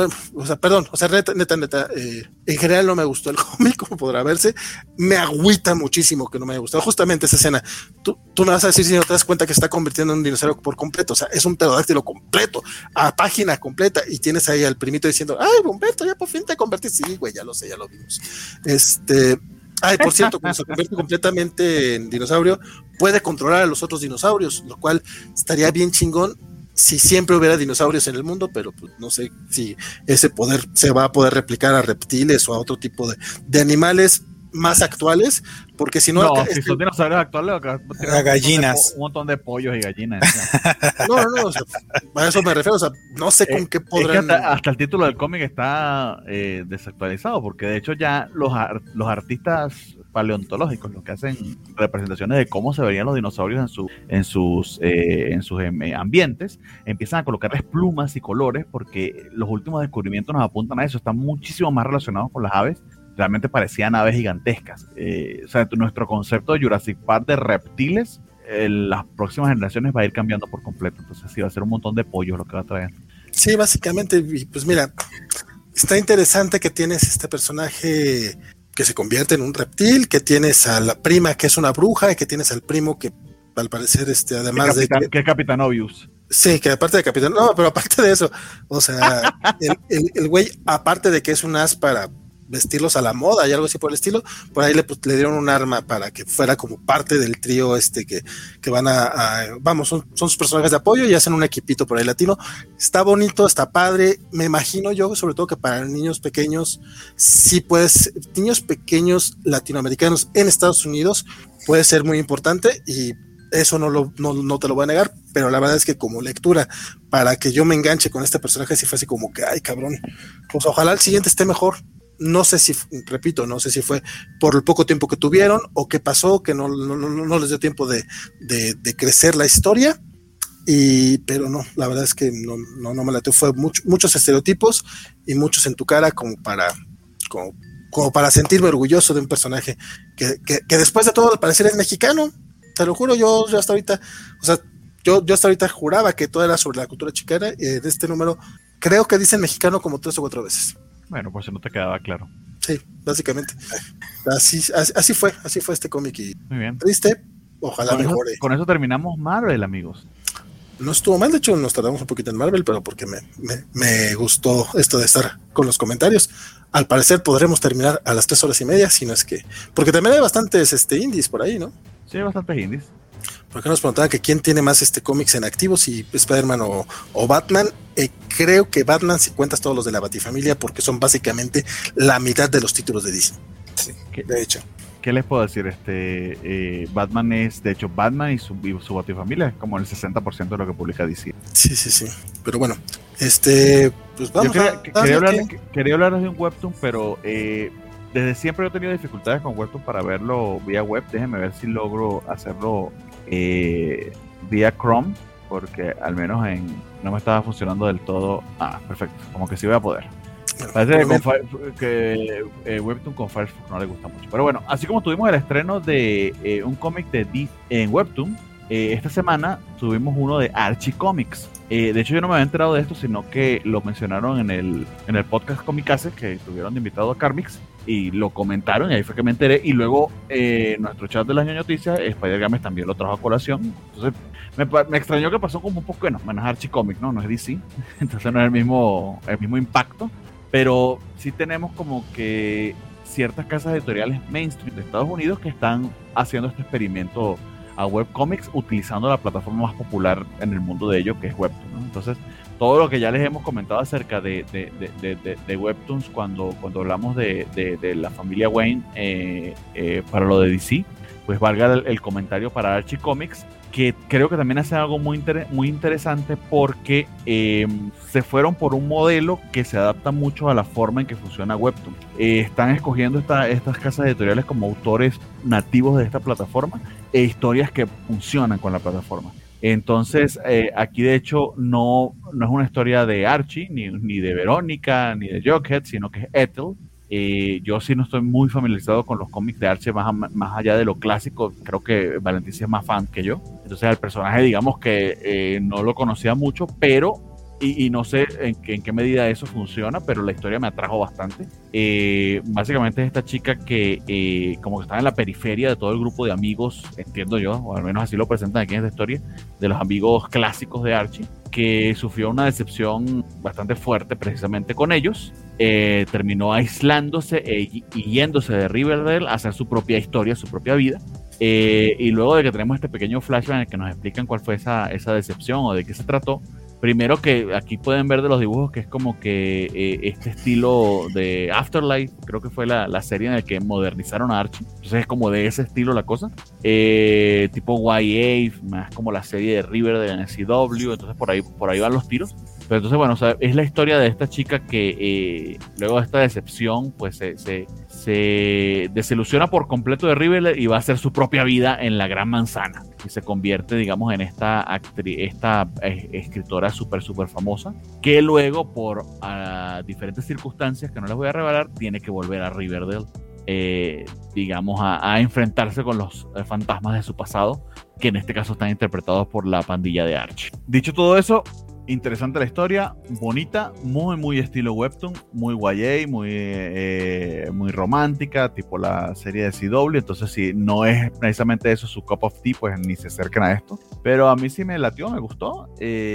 neta, en general no me gustó el cómic, como podrá verse, me agüita muchísimo que no me haya gustado, justamente esa escena, tú me vas a decir si no te das cuenta que se está convirtiendo en un dinosaurio por completo, o sea, es un pterodáctilo completo, a página completa, y tienes ahí al primito diciendo, ay, Humberto, ya por fin te convertiste, sí, güey, ya lo sé, ya lo vimos, ay, por cierto, cuando se convierte completamente en dinosaurio, puede controlar a los otros dinosaurios, lo cual estaría bien chingón si siempre hubiera dinosaurios en el mundo, pero pues no sé si ese poder se va a poder replicar a reptiles o a otro tipo de animales más actuales, porque si no... No, si son dinosaurios actuales, a gallinas. Un montón de pollos y gallinas. No, o sea, a eso me refiero, o sea, no sé con qué podrán... Es que hasta el título del cómic está desactualizado, porque de hecho ya los artistas paleontológicos, los que hacen representaciones de cómo se verían los dinosaurios en sus ambientes, empiezan a colocarles plumas y colores, porque los últimos descubrimientos nos apuntan a eso, están muchísimo más relacionados con las aves. Realmente parecían aves gigantescas. O sea, nuestro concepto de Jurassic Park de reptiles, las próximas generaciones va a ir cambiando por completo. Entonces sí, va a ser un montón de pollos lo que va a traer. Sí, básicamente, pues mira, está interesante que tienes este personaje que se convierte en un reptil, que tienes a la prima que es una bruja, y que tienes al primo que al parecer, además que es Capitán Obvious. Sí, que aparte de Capitán, no, pero aparte de eso, o sea, el güey, aparte de que es un as para vestirlos a la moda y algo así por el estilo, por ahí le dieron un arma para que fuera como parte del trío que van vamos, son sus personajes de apoyo y hacen un equipito por ahí latino. Está bonito, está padre, me imagino yo, sobre todo que para niños pequeños, sí puedes, niños pequeños latinoamericanos en Estados Unidos puede ser muy importante, y eso no te lo voy a negar, pero la verdad es que como lectura, para que yo me enganche con este personaje, sí fue así como que, ay, cabrón, pues ojalá el siguiente esté mejor. No sé si fue por el poco tiempo que tuvieron o qué pasó, que no les dio tiempo de crecer la historia, pero no, la verdad es que no me latió, fue muchos estereotipos y muchos en tu cara como para sentirme orgulloso de un personaje que después de todo al parecer es mexicano, te lo juro, yo hasta ahorita, o sea, yo hasta ahorita juraba que todo era sobre la cultura chicana, de este número creo que dicen mexicano como 3 o 4 veces. Bueno, pues no te quedaba claro. Sí, básicamente. Así fue este cómic, y muy bien. Triste, ojalá mejore. Con eso terminamos Marvel, amigos. No estuvo mal, de hecho nos tardamos un poquito en Marvel, pero porque me gustó esto de estar con los comentarios. Al parecer podremos terminar a las 3:30, si no es que... Porque también hay bastantes indies por ahí, ¿no? Sí, hay bastantes indies. Porque nos preguntaban que quién tiene más cómics en activo, si Spider-Man o Batman. Creo que Batman, si cuentas todos los de la Batifamilia, porque son básicamente la mitad de los títulos de Disney. Sí, de hecho. ¿Qué les puedo decir? Batman es, de hecho, Batman y su Batifamilia es como el 60% de lo que publica DC. Sí. Pero bueno, pues vamos. Quería hablarles de un webtoon, pero desde siempre he tenido dificultades con webtoon para verlo vía web. Déjenme ver si logro hacerlo vía Chrome, porque al menos no me estaba funcionando del todo. Perfecto, como que sí voy a poder. Parece que Webtoon con Firefox no le gusta mucho. Pero bueno, así como tuvimos el estreno de un cómic de DC en Webtoon, esta semana tuvimos uno de Archie Comics. De hecho, yo no me había enterado de esto, sino que lo mencionaron en el podcast Comicase, que tuvieron de invitado a Carmix, y lo comentaron, y ahí fue que me enteré. Y luego, nuestro chat de las noticias, Spider Games también lo trajo a colación. Entonces, me extrañó que pasó como un poco, bueno, menos Archie Comics, ¿no? No es DC, entonces no es el mismo impacto, pero sí tenemos como que ciertas casas editoriales mainstream de Estados Unidos que están haciendo este experimento a webcomics utilizando la plataforma más popular en el mundo de ellos, que es Webtoon, ¿no? Entonces, todo lo que ya les hemos comentado acerca de Webtoons cuando hablamos de la familia Wayne para lo de DC, pues valga el comentario para Archie Comics, que creo que también hace algo muy interesante porque se fueron por un modelo que se adapta mucho a la forma en que funciona Webtoon. Están escogiendo estas casas editoriales como autores nativos de esta plataforma e historias que funcionan con la plataforma. Entonces, aquí de hecho no es una historia de Archie, ni de Verónica, ni de Jughead, sino que es Ethel. Yo sí no estoy muy familiarizado con los cómics de Archie, más allá de lo clásico. Creo que Valentín sí es más fan que yo. Entonces el personaje, digamos que no lo conocía mucho, pero y no sé en qué medida eso funciona, pero la historia me atrajo bastante. Básicamente es esta chica que como que está en la periferia de todo el grupo de amigos, entiendo yo, o al menos así lo presentan aquí en esta historia, de los amigos clásicos de Archie, que sufrió una decepción bastante fuerte precisamente con ellos. Terminó aislándose y yéndose de Riverdale a hacer su propia historia, su propia vida. Y luego de que tenemos este pequeño flashback en el que nos explican cuál fue esa decepción o de qué se trató, primero que aquí pueden ver de los dibujos que es como que este estilo de Afterlife, creo que fue la serie en la que modernizaron a Archie, entonces es como de ese estilo la cosa, tipo YA, más como la serie de Riverdale en el CW, entonces por ahí van los tiros. Pero entonces, bueno, o sea, es la historia de esta chica que luego de esta decepción, pues se desilusiona por completo de Riverdale y va a hacer su propia vida en la Gran Manzana. Y se convierte, digamos, en esta escritora súper famosa, que luego, por diferentes circunstancias que no les voy a revelar, tiene que volver a Riverdale, digamos, a enfrentarse con los fantasmas de su pasado, que en este caso están interpretados por la pandilla de Archie. Dicho todo eso, interesante la historia, bonita, muy estilo Webtoon, muy YA, muy romántica, tipo la serie de CW. Entonces, si no es precisamente eso su cup of tea, pues ni se acercan a esto. Pero a mí sí me latió, me gustó,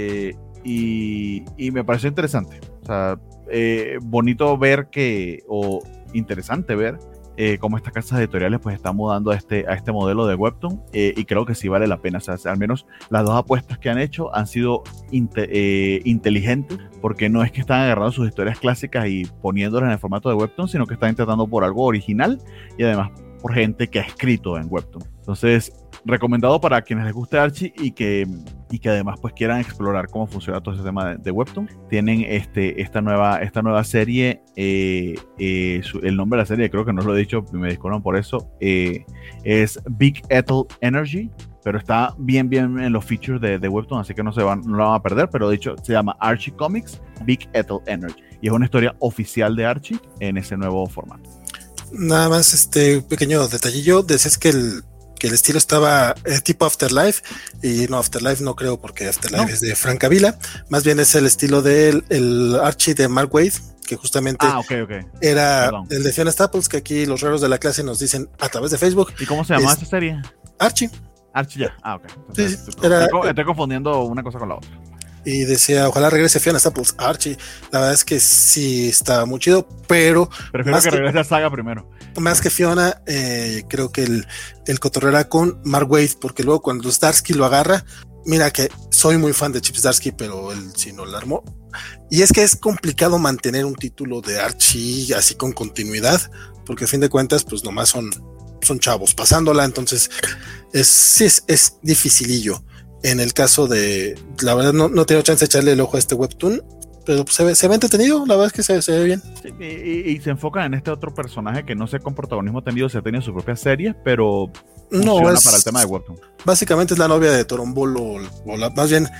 y me pareció interesante. O sea, bonito ver o interesante ver cómo estas casas editoriales pues están mudando a este modelo de Webtoon, y creo que sí vale la pena. O sea, al menos las dos apuestas que han hecho han sido inteligentes, porque no es que están agarrando sus historias clásicas y poniéndolas en el formato de Webtoon, sino que están intentando por algo original y además por gente que ha escrito en Webtoon. Entonces, recomendado para quienes les guste Archie y que además pues quieran explorar cómo funciona todo ese tema de Webtoon. Tienen esta nueva serie, el nombre de la serie creo que no lo he dicho, me disculpan por eso, es Big Ethel Energy, pero está bien en los features de Webtoon, así que no la van a perder. Pero de hecho se llama Archie Comics Big Ethel Energy y es una historia oficial de Archie en ese nuevo formato. Nada más pequeño detallillo, decías que el estilo estaba tipo Afterlife, y no, Afterlife no creo, porque Afterlife es de Frank Avila, más bien es el estilo del Archie de Mark Waid, que justamente era Perdón. El de Fiona Staples, que aquí los raros de la clase nos dicen a través de Facebook. ¿Y cómo se llama esta serie? Archie ya, ok. Entonces, sí, estoy confundiendo una cosa con la otra. Y decía, ojalá regrese Fiona Staples a Archie. La verdad es que sí está muy chido, pero prefiero que regrese a Saga primero. Más que Fiona, creo que el cotorreo era con Mark Waid, porque luego cuando Zdarsky lo agarra, mira que soy muy fan de Chip Zdarsky, pero él sí no la armó. Y es que es complicado mantener un título de Archie así con continuidad, porque a fin de cuentas, pues nomás son chavos pasándola, entonces es dificilillo. En el caso de, la verdad no tengo chance de echarle el ojo a este Webtoon, pero se ve entretenido, la verdad es que se ve bien. Sí, y se enfocan en este otro personaje que no sé con protagonismo tenido, se ha tenido su propia serie, pero funciona para el tema de Webtoon. Básicamente es la novia de Torombolo, más bien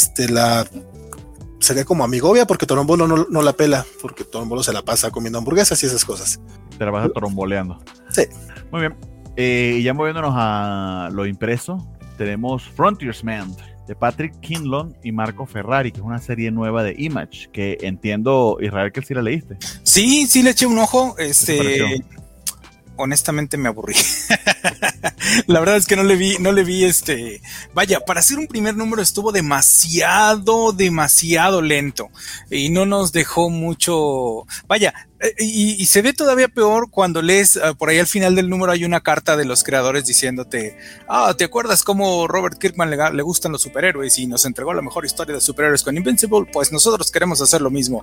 sería como amigovia, porque Torombolo no la pela, porque Torombolo se la pasa comiendo hamburguesas y esas cosas. Se la pasa toromboleando. Sí. Muy bien. Y ya moviéndonos a lo impreso, tenemos Frontiersman, de Patrick Quinlan y Marco Ferrari, que es una serie nueva de Image, que entiendo, Israel, que sí la leíste. Sí, le eché un ojo, honestamente me aburrí. La verdad es que no le vi, vaya, para hacer un primer número estuvo demasiado lento y no nos dejó mucho, vaya, y se ve todavía peor cuando lees, por ahí al final del número hay una carta de los creadores diciéndote, ¿te acuerdas cómo Robert Kirkman le gustan los superhéroes y nos entregó la mejor historia de superhéroes con Invincible? Pues nosotros queremos hacer lo mismo.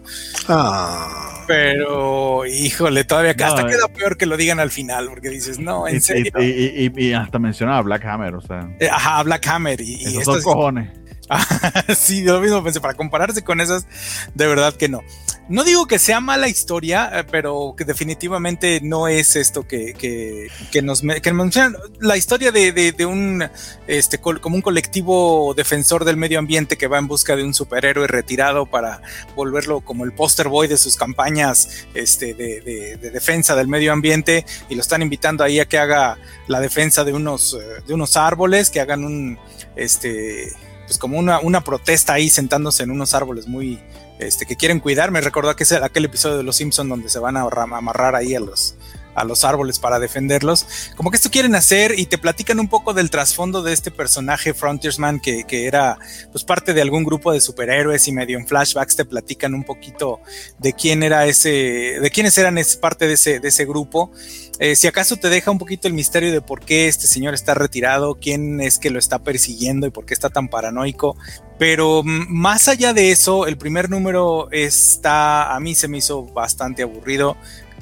Pero, híjole, todavía hasta queda peor que lo digan al final, porque dices, no, en serio. Y hasta mencionaba Black Hammer, o sea. Ajá, Black Hammer. Y esos son cojones. Sí, lo mismo pensé, para compararse con esas, de verdad que no. No digo que sea mala historia, pero que definitivamente no es esto que nos mencionan. La historia de un como un colectivo defensor del medio ambiente que va en busca de un superhéroe retirado para volverlo como el poster boy de sus campañas de defensa del medio ambiente, y lo están invitando ahí a que haga la defensa de unos árboles, que hagan un pues como una protesta ahí sentándose en unos árboles muy que quieren cuidar. Me recordó que es aquel episodio de Los Simpson donde se van a amarrar ahí a los árboles para defenderlos. Como que esto quieren hacer, y te platican un poco del trasfondo de este personaje Frontiersman que era pues parte de algún grupo de superhéroes, y medio en flashbacks te platican un poquito de quiénes eran parte de ese grupo. Si acaso te deja un poquito el misterio de por qué este señor está retirado, quién es que lo está persiguiendo y por qué está tan paranoico. Pero más allá de eso, el primer número a mí se me hizo bastante aburrido.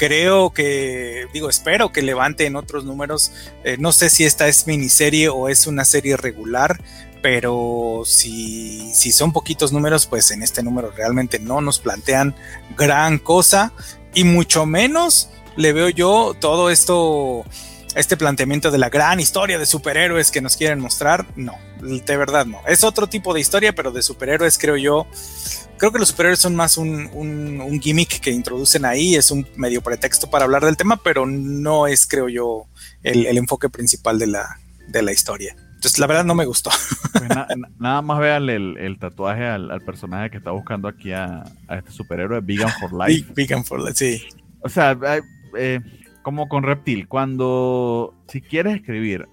Espero que levante en otros números. No sé si esta es miniserie o es una serie regular, pero si son poquitos números, pues en este número realmente no nos plantean gran cosa, y mucho menos le veo yo todo esto, este planteamiento de la gran historia de superhéroes que nos quieren mostrar. No, de verdad no. Es otro tipo de historia, pero de superhéroes creo que los superhéroes son más un gimmick que introducen ahí, es un medio pretexto para hablar del tema, pero no es, creo yo, el enfoque principal de la historia. Entonces, la verdad no me gustó. Pues nada más véanle el tatuaje al personaje que está buscando aquí a este superhéroe, Vegan for Life. Vegan for Life, sí. O sea, como con Reptil, si quieres escribir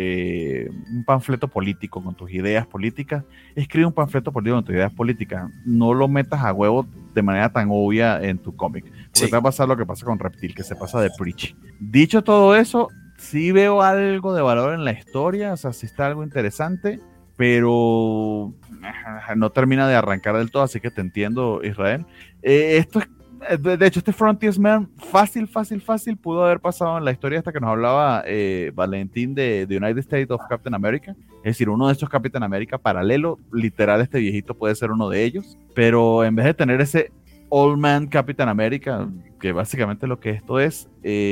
un panfleto político con tus ideas políticas, escribe un panfleto político con tus ideas políticas. No lo metas a huevo de manera tan obvia en tu cómic, porque te va a pasar lo que pasa con Reptil, que se pasa de preach. Dicho todo eso, sí veo algo de valor en la historia, o sea, sí está algo interesante, pero no termina de arrancar del todo, así que te entiendo, Israel. Esto es, de hecho, este Frontiersman fácil pudo haber pasado en la historia esta que nos hablaba Valentín de The United States of Captain America. Es decir, uno de estos Captain America paralelo, literal, este viejito puede ser uno de ellos, pero en vez de tener ese Old Man Captain America, que básicamente lo que esto es,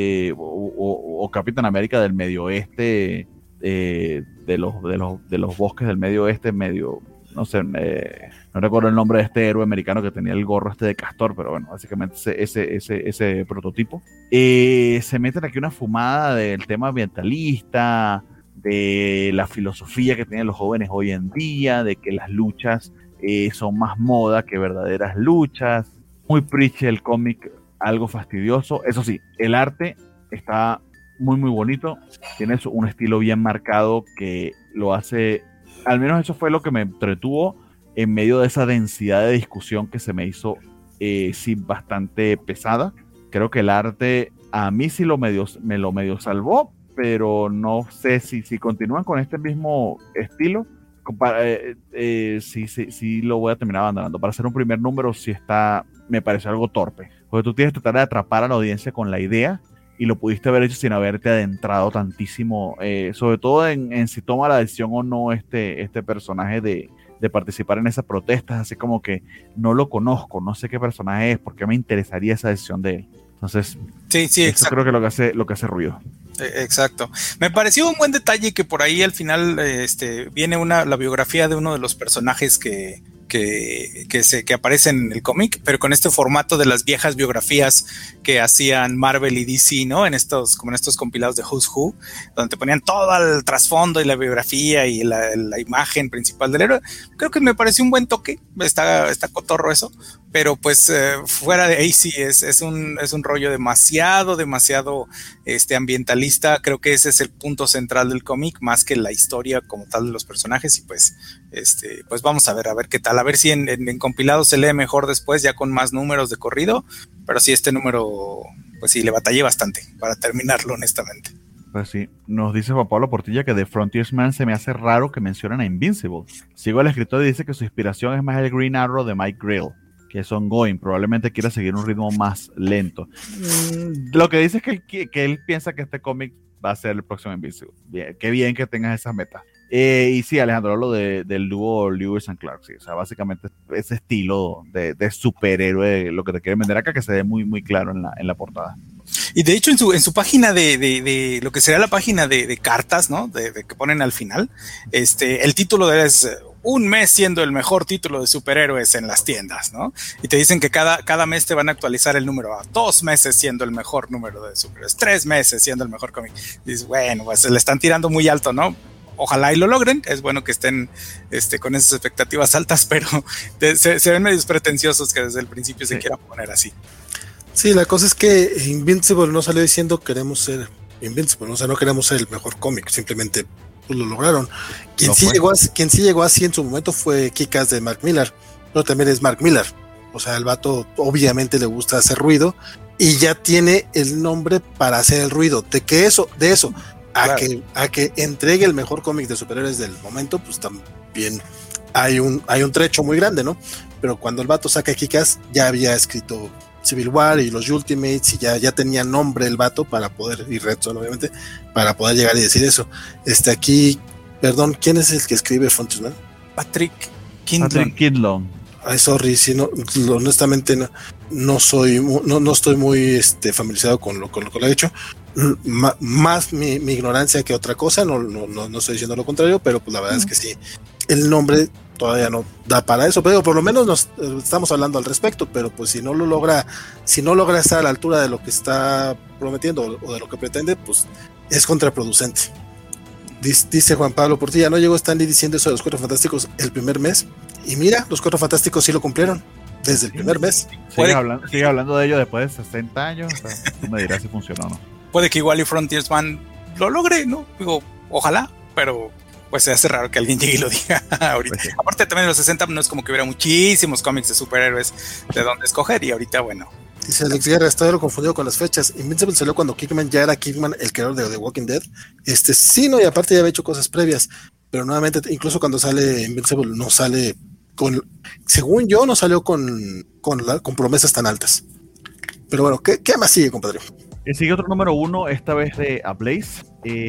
o Captain America del medio oeste, de los bosques del medio oeste, medio, no sé, no recuerdo el nombre de este héroe americano que tenía el gorro de castor, pero bueno, básicamente ese prototipo. Se meten aquí una fumada del tema ambientalista, de la filosofía que tienen los jóvenes hoy en día, de que las luchas son más moda que verdaderas luchas. Muy preachy el cómic, algo fastidioso. Eso sí, el arte está muy bonito, tiene un estilo bien marcado que lo hace, al menos eso fue lo que me entretuvo en medio de esa densidad de discusión que se me hizo sí bastante pesada. Creo que el arte a mí sí me lo medio salvó, pero no sé si continúan con este mismo estilo, sí lo voy a terminar abandonando. Para hacer un primer número me pareció algo torpe, porque tú tienes que tratar de atrapar a la audiencia con la idea, y lo pudiste haber hecho sin haberte adentrado tantísimo, sobre todo en si toma la decisión o no este personaje de participar en esas protestas, así como que no lo conozco, no sé qué personaje es, porque me interesaría esa decisión de él. Entonces, sí, eso creo que lo que hace ruido. Exacto. Me pareció un buen detalle que por ahí al final viene la biografía de uno de los personajes que que aparecen en el cómic, pero con este formato de las viejas biografías que hacían Marvel y DC, ¿no? Como en estos compilados de Who's Who, donde te ponían todo el trasfondo y la biografía y la imagen principal del héroe. Creo que me pareció un buen toque, está cotorro eso, pero pues fuera de ahí sí es un rollo demasiado ambientalista. Creo que ese es el punto central del cómic, más que la historia como tal de los personajes, y pues vamos a ver qué tal, a ver si en compilado se lee mejor después, ya con más números de corrido, pero sí, este número, pues sí, le batallé bastante para terminarlo, honestamente. Pues sí, nos dice Juan Pablo Portilla que de Frontiersman se me hace raro que mencionen a Invincible. Sigo al escritor y dice que su inspiración es más el Green Arrow de Mike Grell, que es ongoing, probablemente quiera seguir un ritmo más lento. Lo que dice es que él piensa que este cómic va a ser el próximo Invincible. Bien, qué bien que tengas esas metas. Y sí, Alejandro, lo del dúo Lewis and Clark, sí, o sea, básicamente ese estilo de superhéroe, lo que te quieren vender acá, que se ve muy, muy claro en la portada. Y de hecho en su página de lo que sería la página de cartas, ¿no? De que ponen al final, el título de él es un mes siendo el mejor título de superhéroes en las tiendas, ¿no? Y te dicen que cada mes te van a actualizar el número a 2 meses siendo el mejor número de superhéroes, 3 meses siendo el mejor cómic. Y dices, bueno, pues se le están tirando muy alto, ¿no? Ojalá y lo logren, es bueno que estén con esas expectativas altas, pero se ven medios pretenciosos que desde el principio se quieran poner así. Sí, la cosa es que Invincible no salió diciendo queremos ser Invincible, o sea, no queremos ser el mejor cómic, simplemente pues, lo lograron. Quien sí llegó así en su momento fue Kick-Ass de Mark Millar, pero también es Mark Millar, o sea, el vato obviamente le gusta hacer ruido y ya tiene el nombre para hacer el ruido, de eso claro. a que entregue el mejor cómic de superhéroes del momento, pues también hay un trecho muy grande, ¿no? Pero cuando el vato saca Kick-Ass ya había escrito Civil War y los Ultimates y ya tenía nombre el vato para poder, y Red Son obviamente, para poder llegar y decir eso. Aquí, perdón, ¿quién es el que escribe Frontiersman? Patrick Kidlon. Ay, sorry, si no, honestamente no estoy muy familiarizado con lo que ha hecho. Más mi ignorancia que otra cosa, no estoy diciendo lo contrario, pero pues la verdad es que sí, el nombre todavía no da para eso, pero por lo menos nos estamos hablando al respecto, pero pues si no logra estar a la altura de lo que está prometiendo o de lo que pretende, pues es contraproducente. Dice Juan Pablo Portilla, no llegó Stan Lee diciendo eso de los Cuatro Fantásticos el primer mes, y mira, los Cuatro Fantásticos sí lo cumplieron desde el primer mes. Sigue hablando de ello después de 60 años, o sea, tú me dirás si funcionó o no. Puede que igual y Frontiersman lo logre, ¿no? Digo, ojalá, pero pues se hace raro que alguien llegue y lo diga ahorita. Pues sí. Aparte también en los 60 no es como que hubiera muchísimos cómics de superhéroes de dónde escoger, y ahorita, bueno. Dice Alex Guerra, estoy lo confundido con las fechas. Invincible salió cuando Kickman ya era Kickman, el creador de The Walking Dead. Sí, no, y aparte ya había hecho cosas previas, pero nuevamente, incluso cuando sale Invincible no sale según yo, no salió con promesas tan altas. Pero bueno, ¿qué más sigue, compadre? Sigue otro número 1, esta vez de A Blaze.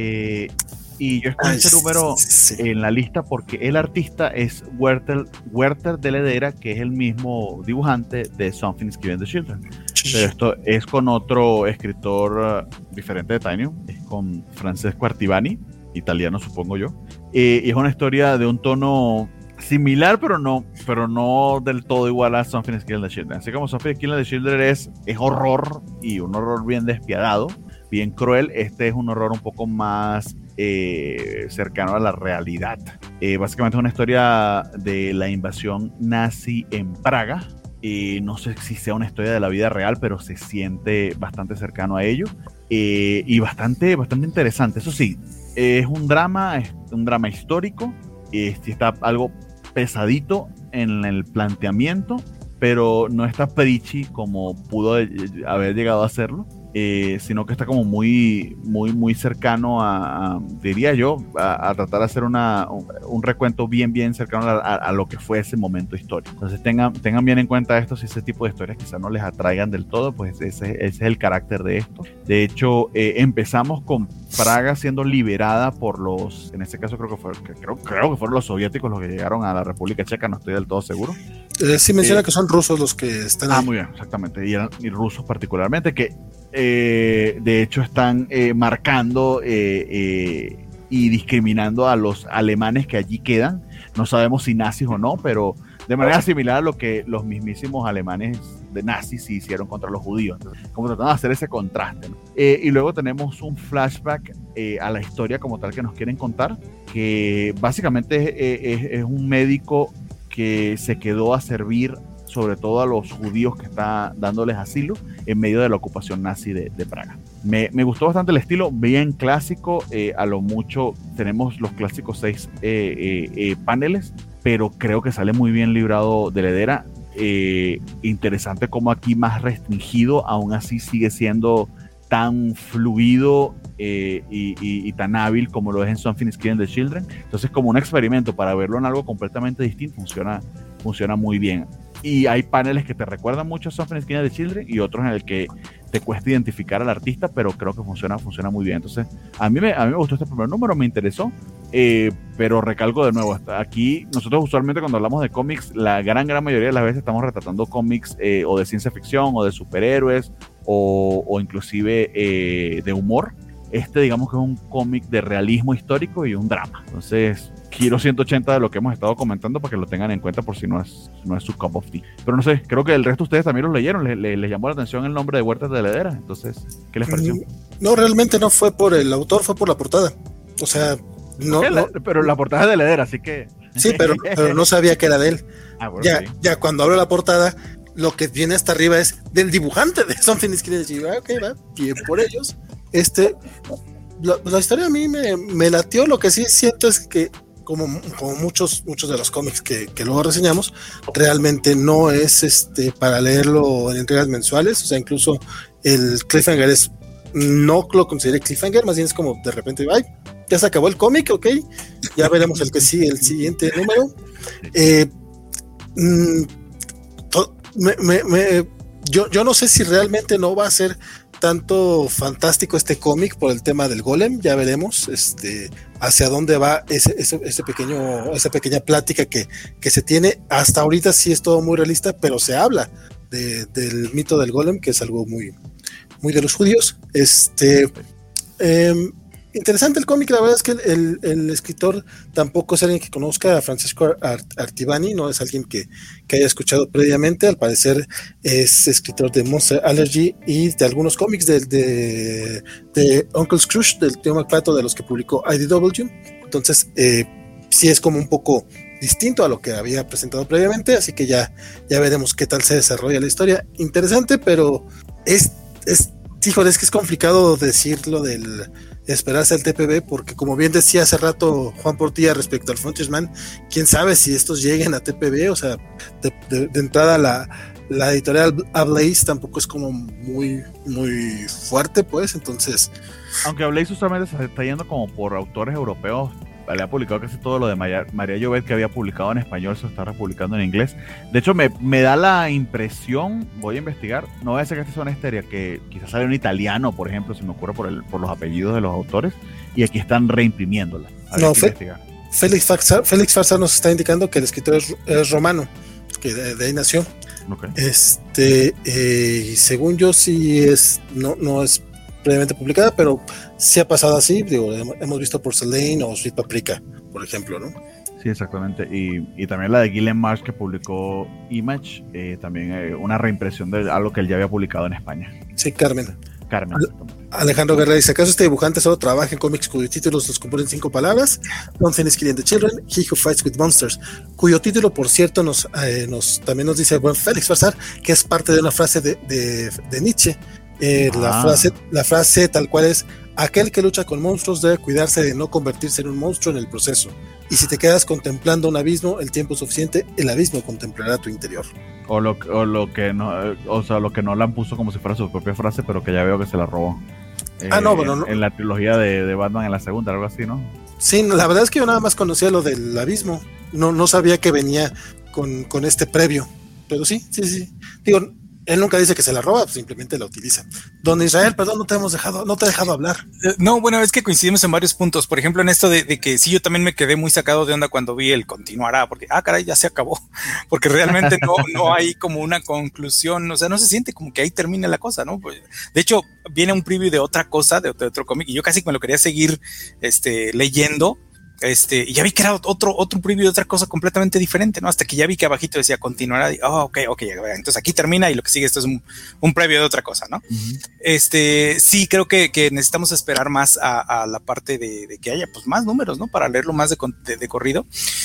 Y yo escogí ese número en la lista porque el artista es Werther de Ledera, que es el mismo dibujante de Something is Killing the Children. Pero esto es con otro escritor diferente de Tainio, es con Francesco Artivani, italiano supongo yo. Y es una historia de un tono similar, pero no del todo igual a Something is Killing the Children. Así como Something is Killing the Children es horror, y un horror bien despiadado, bien cruel. Este es un horror un poco más cercano a la realidad. Básicamente es una historia de la invasión nazi en Praga. No sé si sea una historia de la vida real, pero se siente bastante cercano a ello. Y bastante interesante. Eso sí, es un drama histórico. Está algo pesadito en el planteamiento, pero no está preachy como pudo haber llegado a hacerlo. Sino que está como muy cercano diría yo, a tratar de hacer un recuento bien cercano a lo que fue ese momento histórico. Entonces tengan bien en cuenta esto. Si ese tipo de historias quizás no les atraigan del todo, pues ese es el carácter de esto. De hecho, empezamos con Praga siendo liberada por los, en este caso creo que fueron los soviéticos los que llegaron a la República Checa, no estoy del todo seguro. Sí menciona que son rusos los que están ahí. Muy bien, exactamente, y rusos particularmente, que de hecho están marcando y discriminando a los alemanes que allí quedan. No sabemos si nazis o no, pero de manera similar a lo que los mismísimos alemanes de nazis hicieron contra los judíos. Entonces, como tratando de hacer ese contraste, ¿no? Y luego tenemos un flashback a la historia como tal que nos quieren contar, que básicamente es un médico que se quedó a servir sobre todo a los judíos que está dándoles asilo en medio de la ocupación nazi de Praga. Me gustó bastante el estilo, bien clásico, a lo mucho tenemos los clásicos 6 paneles, pero creo que sale muy bien librado de Ledera. Interesante como aquí más restringido, aún así sigue siendo tan fluido y tan hábil como lo es en Something is Killing the Children. Entonces, como un experimento para verlo en algo completamente distinto, funciona muy bien. Y hay paneles que te recuerdan mucho a Something is Killing the Children y otros en el que te cuesta identificar al artista, pero creo que funciona muy bien. Entonces, a mí me gustó este primer número, me interesó, pero recalco de nuevo, aquí nosotros usualmente cuando hablamos de cómics, la gran mayoría de las veces estamos retratando cómics o de ciencia ficción o de superhéroes o inclusive de humor. Digamos que es un cómic de realismo histórico y un drama. Entonces, giro 180 de lo que hemos estado comentando para que lo tengan en cuenta por si no es su cup of tea. Pero no sé, creo que el resto de ustedes también los leyeron, les llamó la atención el nombre de Huertas de Ledera. Entonces, ¿qué les pareció? No, realmente no fue por el autor, fue por la portada. O sea, no. Pero la portada es de Ledera, así que... Sí, pero no sabía que era de él. Bueno, ya cuando abro la portada, lo que viene hasta arriba es del dibujante de Something is Killing the Children. Ok, va, bien por ellos. La historia a mí me latió. Lo que sí siento es que como muchos de los cómics que luego reseñamos, realmente no es para leerlo en entregas mensuales. O sea, incluso el cliffhanger no lo consideré cliffhanger, más bien es como de repente, ay, ya se acabó el cómic, ok, ya veremos el siguiente número. Yo no sé si realmente no va a ser tanto fantástico este cómic por el tema del golem, ya veremos hacia dónde va esa pequeña plática que se tiene. Hasta ahorita sí es todo muy realista, pero se habla del mito del golem, que es algo muy, muy de los judíos. Interesante el cómic. La verdad es que el escritor tampoco es alguien que conozca a Francesco Artivani, no es alguien que haya escuchado previamente. Al parecer es escritor de Monster Allergy y de algunos cómics de Uncle Scrooge, del Tío McPato, de los que publicó IDW. Entonces sí es como un poco distinto a lo que había presentado previamente, así que ya veremos qué tal se desarrolla la historia. Interesante, pero híjole, es que es complicado decirlo del esperarse al TPB, porque como bien decía hace rato Juan Portilla respecto al Frontiersman, quién sabe si estos lleguen a TPB. O sea, de entrada la editorial Ablaze tampoco es como muy, muy fuerte, pues, entonces... Aunque Ablaze usualmente se está yendo como por autores europeos, le ha publicado casi todo lo de María Llobet que había publicado en español, se está republicando en inglés. De hecho, me da la impresión, voy a investigar, no voy a decir que esta es una histeria, que quizás sale un italiano, por ejemplo, se me ocurre por los apellidos de los autores, y aquí están reimprimiéndola. No, Félix Farsar nos está indicando que el escritor es romano, que de ahí nació. Okay. Según yo sí no es previamente publicada, pero sí ha pasado así. Digo, hemos visto Porcelain o Sweet Paprika, por ejemplo, ¿no? Sí, exactamente. Y también la de Gillian Marsh que publicó Image, también una reimpresión de algo que él ya había publicado en España. Sí, Carmen. Alejandro Guerrero dice: ¿acaso este dibujante solo trabaja en cómics cuyos títulos los componen 5 palabras? Something is Killing the Children, He Who Fights with Monsters, cuyo título, por cierto, también nos dice buen Félix Farsar, que es parte de una frase de Nietzsche. La frase tal cual es: aquel que lucha con monstruos debe cuidarse de no convertirse en un monstruo en el proceso, y si te quedas contemplando un abismo el tiempo suficiente, el abismo contemplará tu interior. O lo que Nolan puso como si fuera su propia frase, pero que ya veo que se la robó en la trilogía de Batman, en la segunda, algo así, ¿no? Sí, la verdad es que yo nada más conocía lo del abismo, no sabía que venía con este previo, pero sí, digo, él nunca dice que se la roba, simplemente la utiliza. Don Israel, perdón, no te he dejado hablar. No, bueno, es que coincidimos en varios puntos. Por ejemplo, en esto de que sí, yo también me quedé muy sacado de onda cuando vi el continuará, porque, caray, ya se acabó. Porque realmente no hay como una conclusión, o sea, no se siente como que ahí termina la cosa, ¿no? Pues, de hecho, viene un preview de otra cosa, de otro cómic, y yo casi me lo quería seguir leyendo, y ya vi que era otro preview de otra cosa completamente diferente, ¿no? Hasta que ya vi que abajito decía continuará, ok, entonces aquí termina y lo que sigue esto es un preview de otra cosa, ¿no? Sí, creo que necesitamos esperar más a la parte de que haya pues más números, ¿no? Para leerlo más de corrido.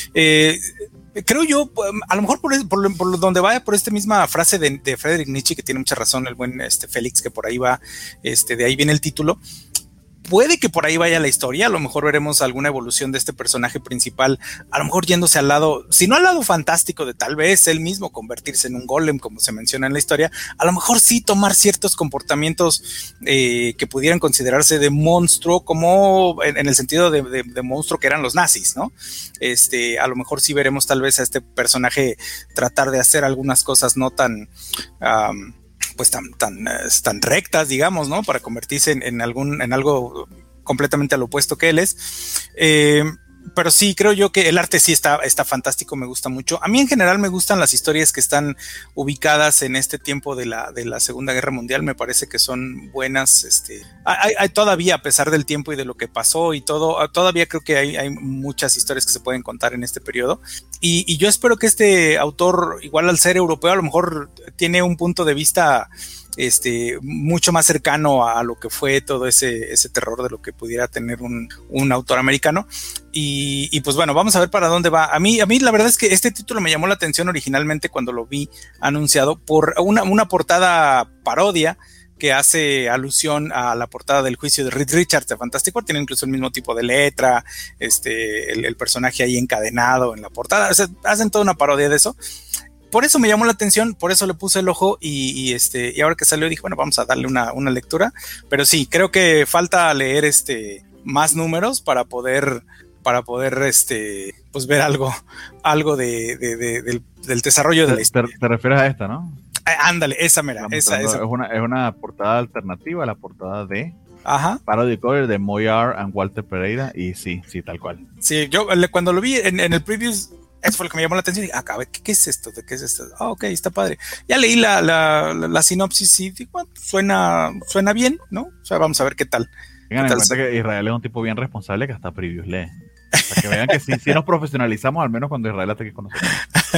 Creo yo, a lo mejor por donde vaya, por esta misma frase de Friedrich Nietzsche, que tiene mucha razón el buen Félix, que por ahí va, de ahí viene el título. Puede que por ahí vaya la historia, a lo mejor veremos alguna evolución de este personaje principal, a lo mejor yéndose al lado, si no al lado fantástico de tal vez él mismo convertirse en un golem, como se menciona en la historia, a lo mejor sí tomar ciertos comportamientos que pudieran considerarse de monstruo, como en el sentido de monstruo que eran los nazis, ¿no? A lo mejor sí veremos tal vez a este personaje tratar de hacer algunas cosas no tan... pues tan rectas, digamos, ¿no? Para convertirse en algo completamente al opuesto que él es. Pero sí, creo yo que el arte sí está fantástico, me gusta mucho. A mí en general me gustan las historias que están ubicadas en este tiempo de la Segunda Guerra Mundial, me parece que son buenas. Hay todavía, a pesar del tiempo y de lo que pasó y todo, todavía creo que hay muchas historias que se pueden contar en este periodo. Y yo espero que este autor, igual al ser europeo, a lo mejor tiene un punto de vista mucho más cercano a lo que fue todo ese terror de lo que pudiera tener un autor americano. Y pues bueno, vamos a ver para dónde va. A mí la verdad es que este título me llamó la atención originalmente cuando lo vi anunciado por una portada parodia que hace alusión a la portada del juicio de Reed Richards de Fantastic Four. Tiene incluso el mismo tipo de letra, el personaje ahí encadenado en la portada. O sea, hacen toda una parodia de eso. Por eso me llamó la atención, por eso le puse el ojo y ahora que salió dije, bueno, vamos a darle una lectura. Pero sí, creo que falta leer más números para poder pues ver algo del desarrollo de la historia. Te refieres a esta, ¿no? Ándale, esa mera. Esa. Es una portada alternativa a la portada de Parody Cover de Moyar and Walter Pereira, y sí, tal cual. Sí, yo cuando lo vi en el preview, eso fue lo que me llamó la atención. Y dije, a ver, ¿qué es esto? ¿De qué es esto? Ok, está padre. Ya leí la sinopsis y digo, bueno, suena bien, ¿no? O sea, vamos a ver qué tal. Tengan en cuenta que Israel es un tipo bien responsable que hasta previews lee. Para que vean que sí nos profesionalizamos, al menos cuando Israel está aquí con nosotros.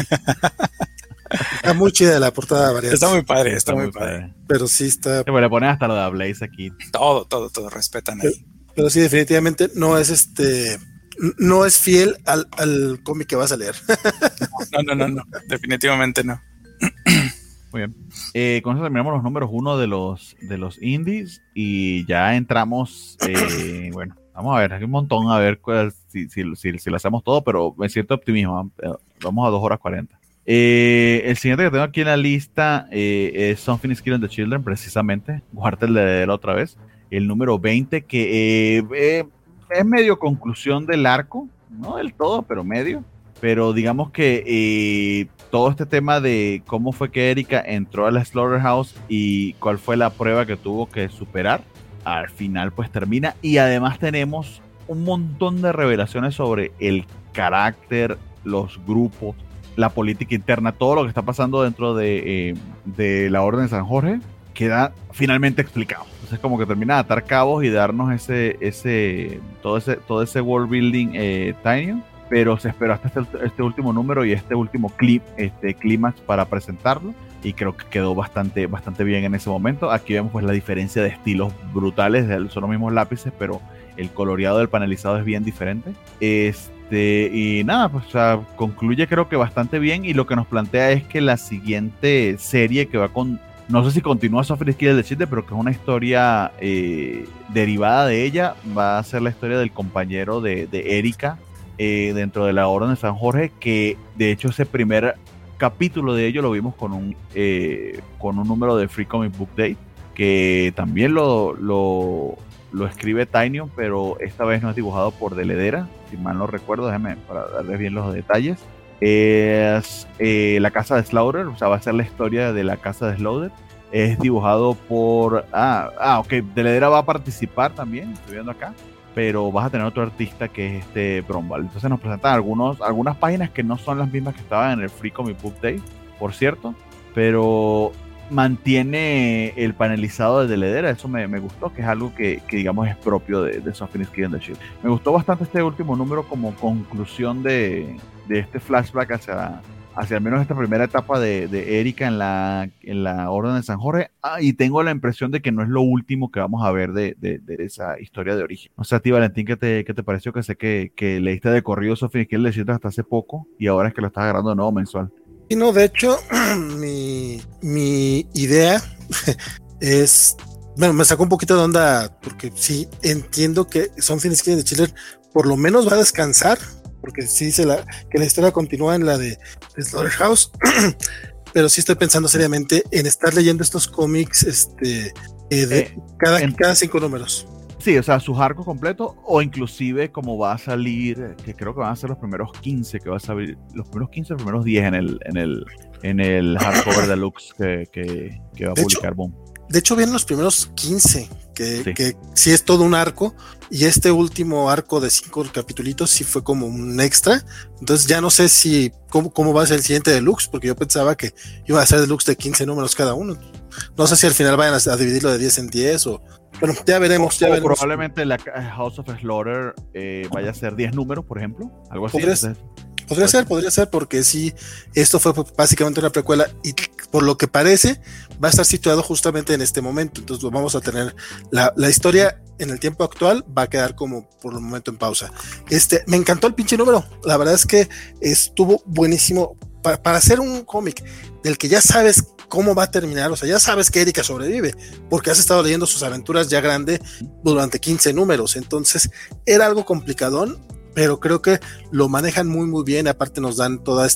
Está muy chida la portada variante. Está muy padre. Pero sí está... Sí, le ponen hasta lo de Blaze aquí. Todo respetan ahí. Pero sí, definitivamente no es no es fiel al cómic que vas a leer. No, definitivamente no. Muy bien. Con eso terminamos los números 1 de los indies y ya entramos, bueno, vamos a ver, hay un montón, a ver si lo hacemos todo, pero me siento optimismo. Vamos a 2 horas 40. El siguiente que tengo aquí en la lista es Something is Killing the Children, precisamente. Guarda el de él otra vez. El número 20, que es medio conclusión del arco, no del todo, pero medio. Pero digamos que todo este tema de cómo fue que Erika entró a la Slaughterhouse y cuál fue la prueba que tuvo que superar, al final pues termina. Y además tenemos un montón de revelaciones sobre el carácter, los grupos, la política interna, todo lo que está pasando dentro de la Orden de San Jorge queda finalmente explicado. Entonces como que termina de atar cabos y darnos todo ese world building tiny, pero se esperó hasta este último número y este último clímax para presentarlo, y creo que quedó bastante bien en ese momento. Aquí vemos pues la diferencia de estilos brutales, son los mismos lápices, pero el coloreado del panelizado es bien diferente. Y nada, pues o sea, concluye creo que bastante bien, y lo que nos plantea es que la siguiente serie que va con, no sé si continúa Something is Killing the Children, pero que es una historia derivada de ella, va a ser la historia del compañero de Erika dentro de la Orden de San Jorge, que de hecho ese primer capítulo de ello lo vimos con un número de Free Comic Book Day, que también lo escribe Tynion, pero esta vez no es dibujado por De Ledera, si mal no recuerdo, déjame para darles bien los detalles. Es la casa de Slaughter, o sea, va a ser la historia de la casa de Slaughter. Es dibujado por ok, De Ledera va a participar también, estoy viendo acá, pero vas a tener otro artista que es Bromwald. Entonces nos presentan algunas páginas que no son las mismas que estaban en el Free Comic Book Day, por cierto, pero mantiene el panelizado de Ledera, eso me gustó, que es algo que digamos es propio de Something is Killing the Children. Me gustó bastante este último número como conclusión de este flashback hacia al menos esta primera etapa de Erika en la Orden de San Jorge, y tengo la impresión de que no es lo último que vamos a ver de esa historia de origen. O sea, a ti, Valentín, ¿qué te pareció? Que sé que leíste de corrido Something is Killing the Children hasta hace poco, y ahora es que lo estás agarrando de nuevo mensual. Y no, de hecho, mi idea es, bueno, me sacó un poquito de onda, porque sí entiendo que Something is Killing the Children por lo menos va a descansar, porque sí dice que la historia continúa en la de Slaughterhouse, pero sí estoy pensando seriamente en estar leyendo estos cómics cada 5 números. Sí, o sea, sus arcos completos, o inclusive como va a salir, que creo que van a ser los primeros 15, que va a salir los primeros 15, los primeros 10 en el hardcover deluxe que va a publicar Boom. De hecho, vienen los primeros 15, que sí es todo un arco, y este último arco de 5 capitulitos sí fue como un extra. Entonces ya no sé si cómo va a ser el siguiente deluxe, porque yo pensaba que iba a ser deluxe de 15 números cada uno. No sé si al final vayan a dividirlo de 10 en 10 o... Bueno, ya veremos. Probablemente la House of Slaughter vaya a ser 10 números, por ejemplo, algo así. Podría ser, porque sí, esto fue básicamente una precuela y por lo que parece va a estar situado justamente en este momento. Entonces vamos a tener la historia en el tiempo actual, va a quedar como por el momento en pausa. Me encantó el pinche número, la verdad es que estuvo buenísimo para hacer un cómic del que ya sabes cómo va a terminar, o sea, ya sabes que Erika sobrevive, porque has estado leyendo sus aventuras ya grande durante 15 números, entonces era algo complicadón, pero creo que lo manejan muy muy bien. Aparte nos dan toda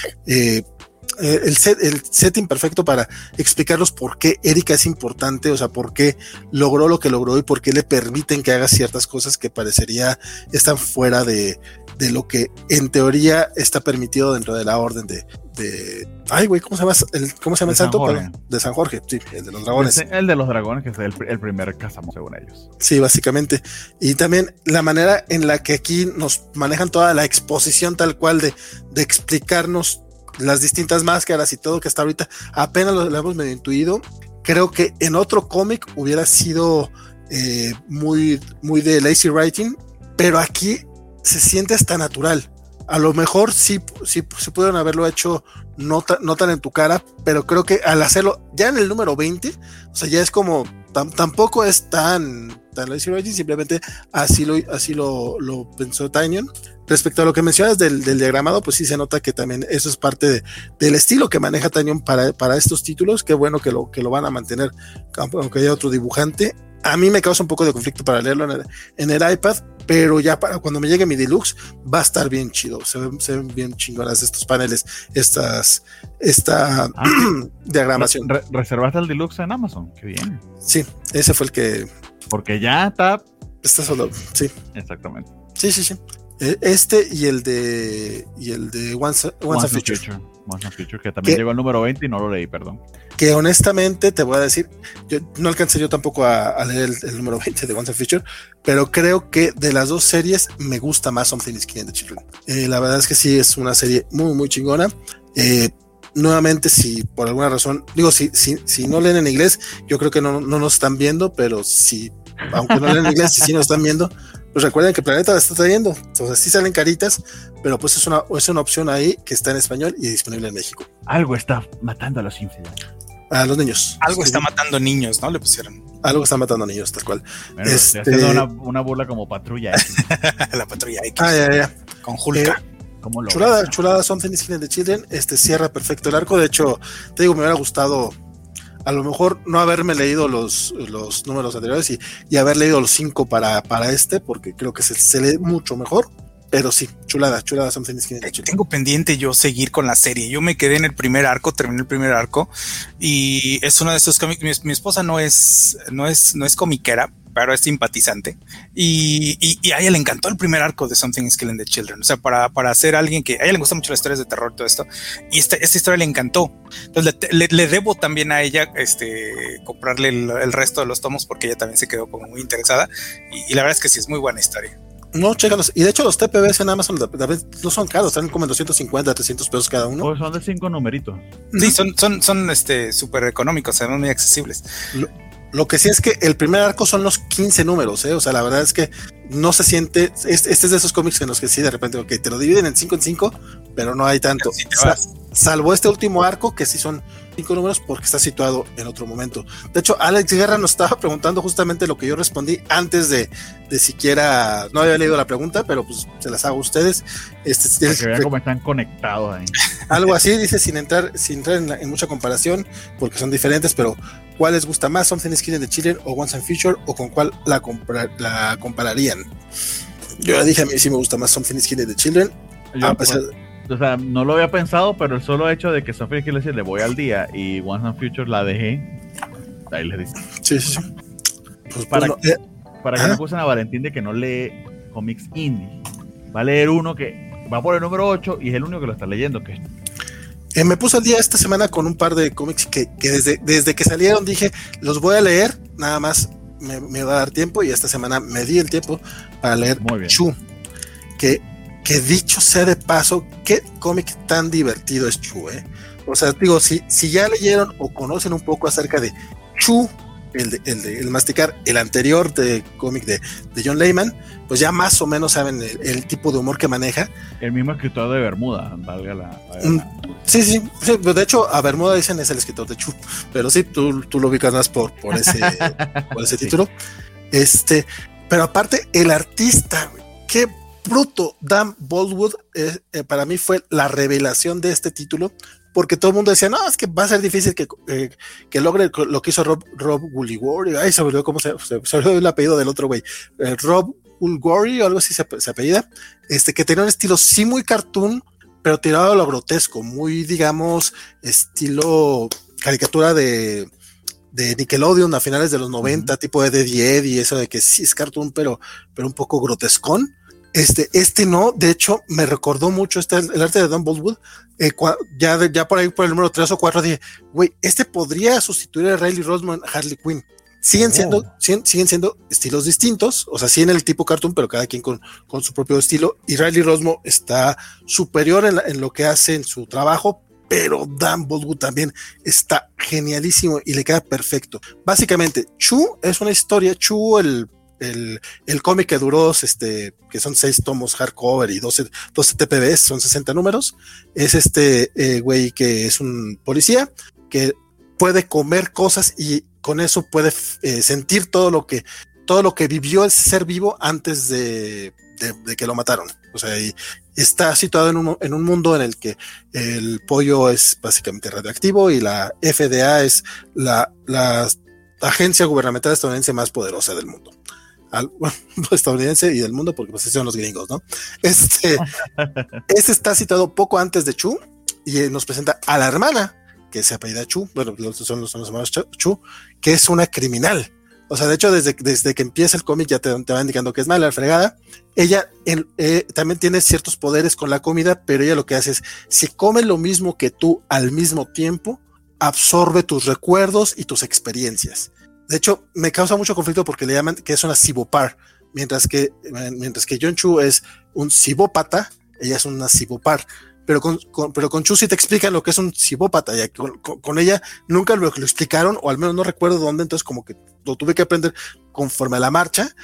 el setting perfecto para explicarnos por qué Erika es importante, o sea, por qué logró lo que logró y por qué le permiten que haga ciertas cosas que parecería están fuera de lo que en teoría está permitido dentro de la orden ay, güey, ¿cómo se llama el santo? De San Jorge, sí, el de los dragones. El de los dragones, que es el primer cazamo, según ellos. Sí, básicamente. Y también la manera en la que aquí nos manejan toda la exposición tal cual de explicarnos las distintas máscaras y todo, que hasta ahorita apenas lo hemos medio intuido. Creo que en otro cómic hubiera sido muy, muy de lazy writing, pero aquí se siente hasta natural. A lo mejor sí pudieron haberlo hecho no tan en tu cara, pero creo que al hacerlo ya en el número 20, o sea, ya es como tampoco es tan lazy writing, simplemente así lo pensó Tynion. Respecto a lo que mencionas del diagramado, pues sí se nota que también eso es parte del estilo que maneja Tynion para estos títulos. Qué bueno que lo van a mantener, aunque haya otro dibujante. A mí me causa un poco de conflicto para leerlo en el iPad, pero ya para cuando me llegue mi deluxe va a estar bien chido. Se ven bien chingonas estos paneles, esta diagramación. ¿Reservaste el deluxe en Amazon? Qué bien. Sí, ese fue el que... Porque ya está solo, sí. Exactamente. Sí. Y el de Once a Future. Once a Future, que también llegó al número 20 y no lo leí, perdón. Que honestamente te voy a decir, yo no alcancé yo tampoco a leer el número 20 de Once a Future, pero creo que de las dos series me gusta más Something is Killing the Children. La verdad es que sí, es una serie muy muy chingona. Nuevamente, si por alguna razón, digo, si no leen en inglés, yo creo que no nos están viendo, pero si, aunque no leen en inglés, si nos están viendo, pues recuerden que Planeta la está trayendo. Entonces sí salen caritas, pero pues es una opción ahí que está en español y disponible en México. Algo está matando a los infidentes. A los niños. Algo está matando niños, ¿no? Le pusieron. Algo está matando niños, tal cual. Bueno, haciendo una burla como Patrulla X. La Patrulla X. Ya. Con Hulka. Chulada Something is Killing the Children. Cierra perfecto el arco. De hecho, te digo, me hubiera gustado a lo mejor no haberme leído los números anteriores y haber leído los 5 para porque creo que se lee mucho mejor. Pero sí, chulada Something is Killing the Children. Tengo pendiente yo seguir con la serie. Yo me quedé en el primer arco, terminé el primer arco y es uno de esos cómics. Mi esposa no es comiquera, pero es simpatizante y a ella le encantó el primer arco de Something is Killing the Children. O sea, para ser alguien que a ella le gustan mucho las historias de terror, todo esto, y esta historia le encantó. Entonces le debo también a ella comprarle el resto de los tomos porque ella también se quedó como muy interesada y la verdad es que sí es muy buena historia. No, chécalos. Y de hecho los TPBs en Amazon no son caros, están como en 250, 300 pesos cada uno. Pues son de 5 numeritos. Sí, son súper económicos, además muy accesibles. Lo que sí es que el primer arco son los 15 números, o sea, la verdad es que no se siente, este es de esos cómics en los que sí, de repente, ok, te lo dividen en 5 en 5, pero no hay tanto. Sí salvo este último arco, que sí son 5 números porque está situado en otro momento. De hecho, Alex Guerra nos estaba preguntando justamente lo que yo respondí antes de siquiera, no había leído la pregunta, pero pues se las hago a ustedes. Para que vean cómo están conectados ahí. Algo así, dice, sin entrar en mucha comparación, porque son diferentes, pero ¿cuál les gusta más? ¿Something is Killing the Children o Once and Future? ¿O con cuál la compararían? Yo ya dije, a mí sí me gusta más Something is Killing the Children. O sea, no lo había pensado, pero el solo hecho de que Something is Killing the Children le voy al día y Once and Future la dejé, ahí les dice. Sí. Pues para que no acusen a Valentín de que no lee cómics indie. Va a leer uno que va por el número 8 y es el único que lo está leyendo. Me puse al día esta semana con un par de cómics que desde que salieron dije, los voy a leer, nada más me va a dar tiempo, y esta semana me di el tiempo para leer Chu, que dicho sea de paso, qué cómic tan divertido es Chu, O sea, digo, si ya leyeron o conocen un poco acerca de Chu, el masticar, el anterior de cómic de John Layman, pues ya más o menos saben el tipo de humor que maneja. El mismo escritor de Bermuda, valga la... Sí, de hecho a Bermuda dicen es el escritor de Chu, pero sí, tú lo ubicas más por ese título. Pero aparte, el artista, qué bruto, Dan Boldwood, para mí fue la revelación de este título, porque todo el mundo decía, no, es que va a ser difícil que logre lo que hizo Rob Woolworth. Ay, se olvidó cómo se olvidó el apellido del otro güey. Rob Woolworth o algo así se apellida. Que tenía un estilo sí muy cartoon, pero tirado a lo grotesco, muy, digamos, estilo caricatura de Nickelodeon a finales de los 90, tipo de Eddie Eddie, eso de que sí es cartoon, pero un poco grotescón. No, de hecho, me recordó mucho el arte de Dan Boldwood. Ya por ahí, por el número 3 o 4, dije, güey, podría sustituir a Riley Rossmo en Harley Quinn. Siguen siendo estilos distintos, o sea, sí en el tipo cartoon, pero cada quien con su propio estilo. Y Riley Rossmo está superior en lo que hace en su trabajo, pero Dan Boldwood también está genialísimo y le queda perfecto. Básicamente, Chu es una historia, Chu, el cómic que duró, que son 6 tomos hardcover y 12 TPBs, son 60 números, es güey que es un policía que puede comer cosas y con eso puede sentir todo lo que vivió ese ser vivo antes de que lo mataron. O sea, y está situado en un mundo en el que el pollo es básicamente radioactivo y la FDA es la agencia gubernamental estadounidense más poderosa del mundo. Estadounidense y del mundo, porque pues son los gringos, ¿no? Está situado poco antes de Chu y nos presenta a la hermana que se apellida Chu, bueno, son los hermanos Chu, que es una criminal. O sea, de hecho, desde que empieza el cómic ya te va indicando que es mala, fregada. Ella también tiene ciertos poderes con la comida, pero ella lo que hace es, si come lo mismo que tú al mismo tiempo, absorbe tus recuerdos y tus experiencias. De hecho, me causa mucho conflicto porque le llaman que es una cibopar, mientras que John Chu es un cibópata, ella es una cibopar. Pero con Chu sí te explican lo que es un cibópata, ya con ella nunca lo explicaron, o al menos no recuerdo dónde, entonces como que lo tuve que aprender conforme a la marcha.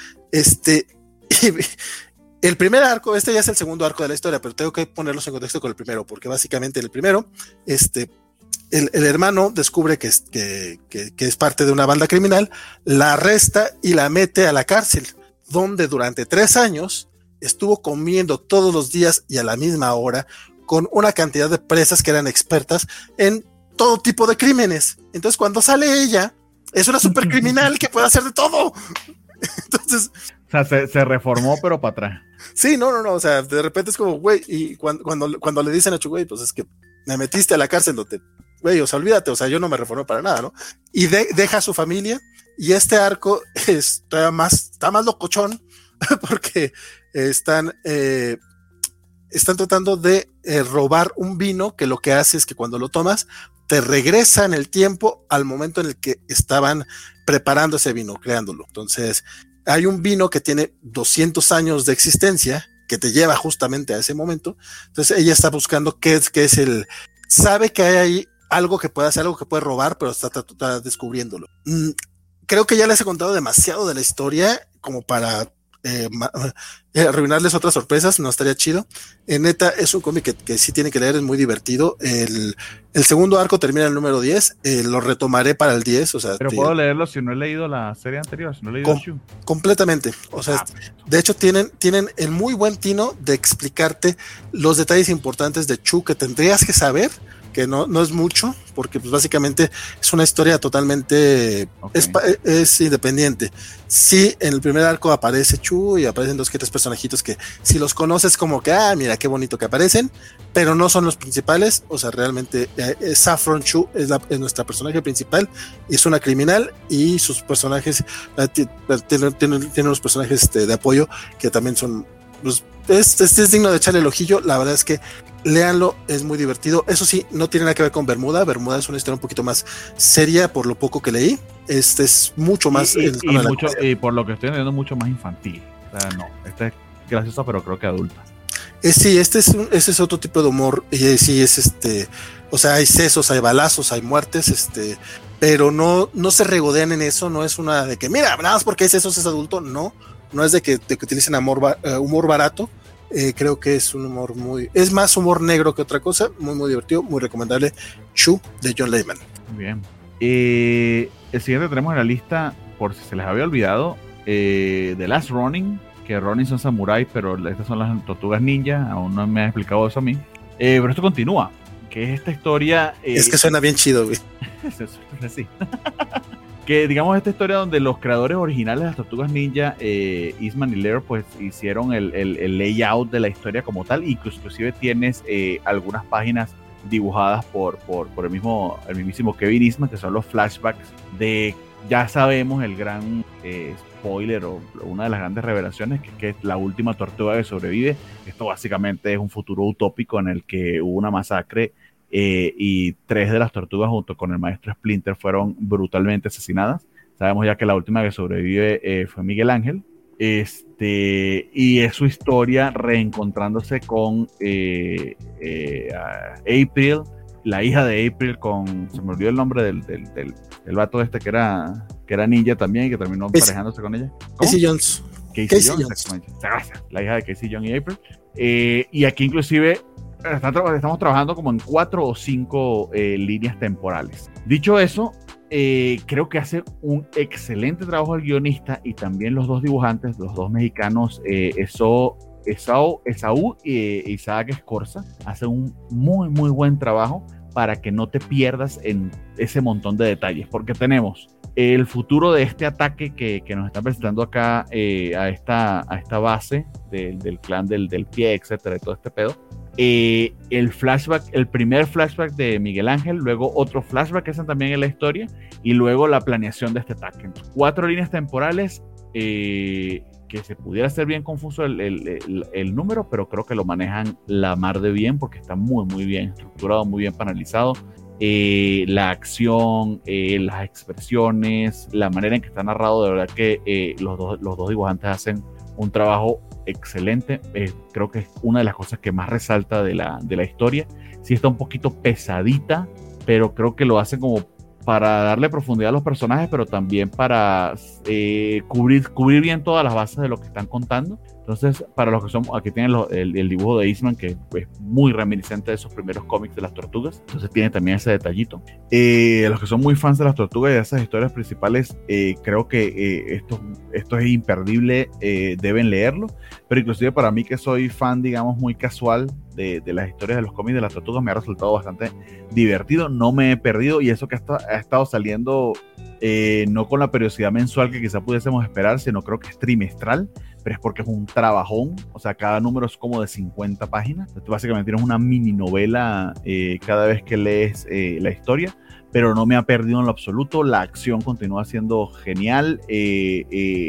El primer arco, ya es el segundo arco de la historia, pero tengo que ponerlos en contexto con el primero, porque básicamente el primero, el hermano descubre que es parte de una banda criminal, la arresta y la mete a la cárcel, donde durante 3 años estuvo comiendo todos los días y a la misma hora con una cantidad de presas que eran expertas en todo tipo de crímenes. Entonces, cuando sale ella, es una super criminal que puede hacer de todo. Entonces, o sea, se reformó, pero para atrás. Sí, no, o sea, de repente es como, güey, y cuando le dicen a Chu, güey, pues es que me metiste a la cárcel, güey, o sea, olvídate, o sea, yo no me reformé para nada, ¿no? Y deja a su familia, y este arco está más locochón, porque están tratando de robar un vino que lo que hace es que cuando lo tomas te regresa en el tiempo al momento en el que estaban preparando ese vino, creándolo. Entonces hay un vino que tiene 200 años de existencia, que te lleva justamente a ese momento. Entonces ella está buscando qué es sabe que hay ahí algo que puede hacer, algo que puede robar, pero está descubriéndolo. Creo que ya les he contado demasiado de la historia como para arruinarles otras sorpresas, no estaría chido. Neta, es un cómic que sí tienen que leer, es muy divertido. El segundo arco termina el número 10, lo retomaré para el 10. O sea, pero puedo leerlo si no he leído la serie anterior, si no he leído Shu. Completamente. O sea, de hecho tienen el muy buen tino de explicarte los detalles importantes de Shu que tendrías que saber, que no es mucho, porque pues básicamente es una historia totalmente es independiente. Sí, en el primer arco aparece Shu y aparecen 2 que 3 personajitos que si los conoces como que, mira qué bonito que aparecen, pero no son los principales. O sea, realmente Saffron Shu es nuestra personaje principal, y es una criminal, y sus personajes tienen unos personajes de apoyo que también son, pues, es digno de echarle el ojillo. La verdad es que léanlo, es muy divertido. Eso sí, no tiene nada que ver con Bermuda. Bermuda es una historia un poquito más seria, por lo poco que leí. Este es mucho más y por lo que estoy entendiendo, mucho más infantil. O sea, no, esta es graciosa, pero creo que adulta. Sí, este es otro tipo de humor. Y sí, es o sea, hay sesos, hay balazos, hay muertes, pero no se regodean en eso. No es una de que, mira, nada más porque es eso, es adulto. No es de que utilicen humor barato. Creo que es un humor es más humor negro que otra cosa. Muy, muy divertido, muy recomendable. Shu, de John Layman. Muy bien. El siguiente tenemos en la lista, por si se les había olvidado, The Last Ronin, que Ronin son samuráis, pero estas son las tortugas ninja. Aún no me has explicado eso a mí. Pero esto continúa, que es esta historia... es que suena bien chido, güey. Sí. Que digamos esta historia donde los creadores originales de las Tortugas Ninja, Eastman y Laird, pues hicieron el layout de la historia como tal. Inclusive tienes algunas páginas dibujadas por el mismísimo Kevin Eastman, que son los flashbacks de, ya sabemos, el gran spoiler o una de las grandes revelaciones, que es la última tortuga que sobrevive. Esto básicamente es un futuro utópico en el que hubo una masacre y 3 de las tortugas junto con el maestro Splinter fueron brutalmente asesinadas. Sabemos ya que la última que sobrevive fue Miguel Ángel, y es su historia reencontrándose con April, la hija de April, se me olvidó el nombre del vato que era ninja también y que terminó emparejándose con ella. Casey Jones. Casey Jones. La hija de Casey Jones y April. Y aquí inclusive estamos trabajando como en 4 o 5 líneas temporales. Dicho eso, creo que hace un excelente trabajo el guionista y también los 2 dibujantes, los 2 mexicanos, Esaú e Isaac Escorza. Hacen un muy, muy buen trabajo para que no te pierdas en ese montón de detalles, porque tenemos el futuro de este ataque que nos está presentando acá a esta base del clan del pie, etcétera, de todo este pedo. El flashback, el primer flashback de Miguel Ángel, luego otro flashback que hacen también en la historia, y luego la planeación de este ataque. 4 líneas temporales, que se pudiera hacer bien confuso el número, pero creo que lo manejan la mar de bien, porque está muy, muy bien estructurado, muy bien analizado. La acción, las expresiones, la manera en que está narrado, de verdad que los dos dibujantes hacen un trabajo excelente. Creo que es una de las cosas que más resalta de la historia. Sí está un poquito pesadita, pero creo que lo hacen como para darle profundidad a los personajes, pero también para cubrir bien todas las bases de lo que están contando. Entonces, para los que son, aquí tienen el dibujo de Eastman, que es muy reminiscente de esos primeros cómics de las tortugas. Entonces tiene también ese detallito. Los que son muy fans de las tortugas y de esas historias principales, creo que esto es imperdible, deben leerlo. Pero inclusive para mí, que soy fan, digamos, muy casual de las historias de los cómics de las tortugas, me ha resultado bastante divertido. No me he perdido, y eso que ha estado saliendo no con la periodicidad mensual que quizá pudiésemos esperar, sino creo que es trimestral, pero es porque es un trabajón. O sea, cada número es como de 50 páginas. Entonces, básicamente tienes una mini novela cada vez que lees la historia, pero no me ha perdido en lo absoluto. La acción continúa siendo genial.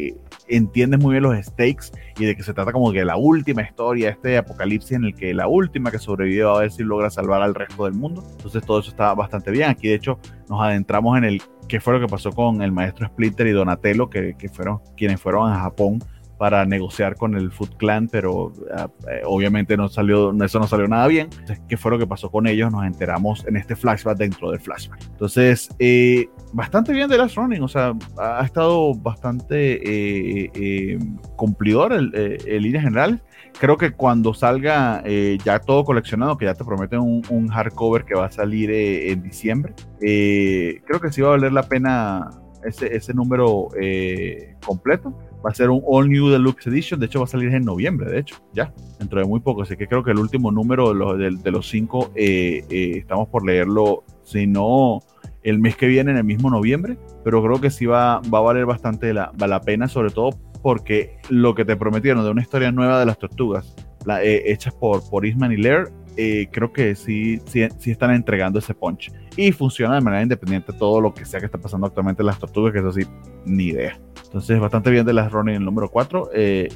entiendes muy bien los stakes y de que se trata como que la última historia, este apocalipsis en el que la última que sobrevivió a ver si logra salvar al resto del mundo. Entonces todo eso está bastante bien. Aquí de hecho nos adentramos en el qué fue lo que pasó con el maestro Splinter y Donatello, que fueron quienes fueron a Japón para negociar con el Foot Clan, pero obviamente eso no salió nada bien. Entonces, ¿qué fue lo que pasó con ellos? Nos enteramos en este flashback dentro del flashback. Entonces, bastante bien The Last Ronin, o sea, ha estado bastante cumplidor en líneas generales. Creo que cuando salga ya todo coleccionado, que ya te prometen un hardcover que va a salir en diciembre, creo que sí va a valer la pena ese número completo. Va a ser un All New Deluxe Edition. De hecho, va a salir en noviembre, de hecho, ya, dentro de muy poco. Así que creo que el último número de los 5 estamos por leerlo, si no el mes que viene, en el mismo noviembre. Pero creo que sí va a valer bastante la pena, sobre todo porque lo que te prometieron de una historia nueva de las tortugas, hechas por Eastman y Laird, creo que sí están entregando ese punch. Y funciona de manera independiente todo lo que sea que está pasando actualmente en las tortugas, que eso sí, ni idea. Entonces, bastante bien de las Ronin en el número 4.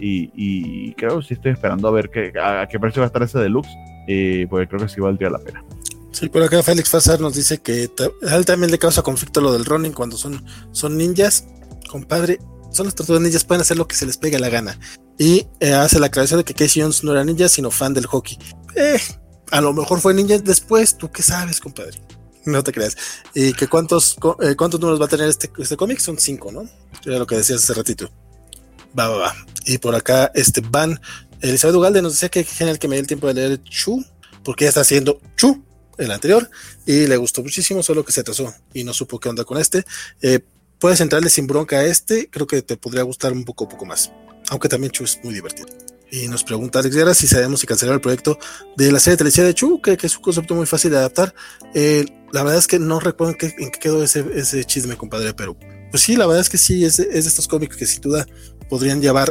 Y creo que sí estoy esperando a ver a qué precio va a estar ese deluxe. Porque creo que sí valdría la pena. Sí, por acá Félix Fazar nos dice que a él también le causa conflicto lo del Ronin cuando son ninjas. Compadre, son las tortugas ninjas, pueden hacer lo que se les pegue la gana. Y hace la aclaración de que Casey Jones no era ninja, sino fan del hockey. A lo mejor fue ninja después, ¿tú qué sabes, compadre? No te creas. Y que ¿cuántos números va a tener este cómic? Son 5, ¿no? Era lo que decías hace ratito. Va. Y por acá, Van Elizabeth Ugalde nos decía que genial que me dio el tiempo de leer Chu, porque ya está haciendo Chu, el anterior, y le gustó muchísimo, solo que se atrasó y no supo qué onda con este. Puedes entrarle sin bronca a creo que te podría gustar un poco más. Aunque también Chu es muy divertido. Y nos pregunta Alex Guerra si sabemos si cancelar el proyecto de la serie televisiva de Chu, que es un concepto muy fácil de adaptar. La verdad es que no recuerdo en qué quedó ese chisme, compadre, pero pues sí, la verdad es que sí, es de estos cómics que sin duda podrían llevar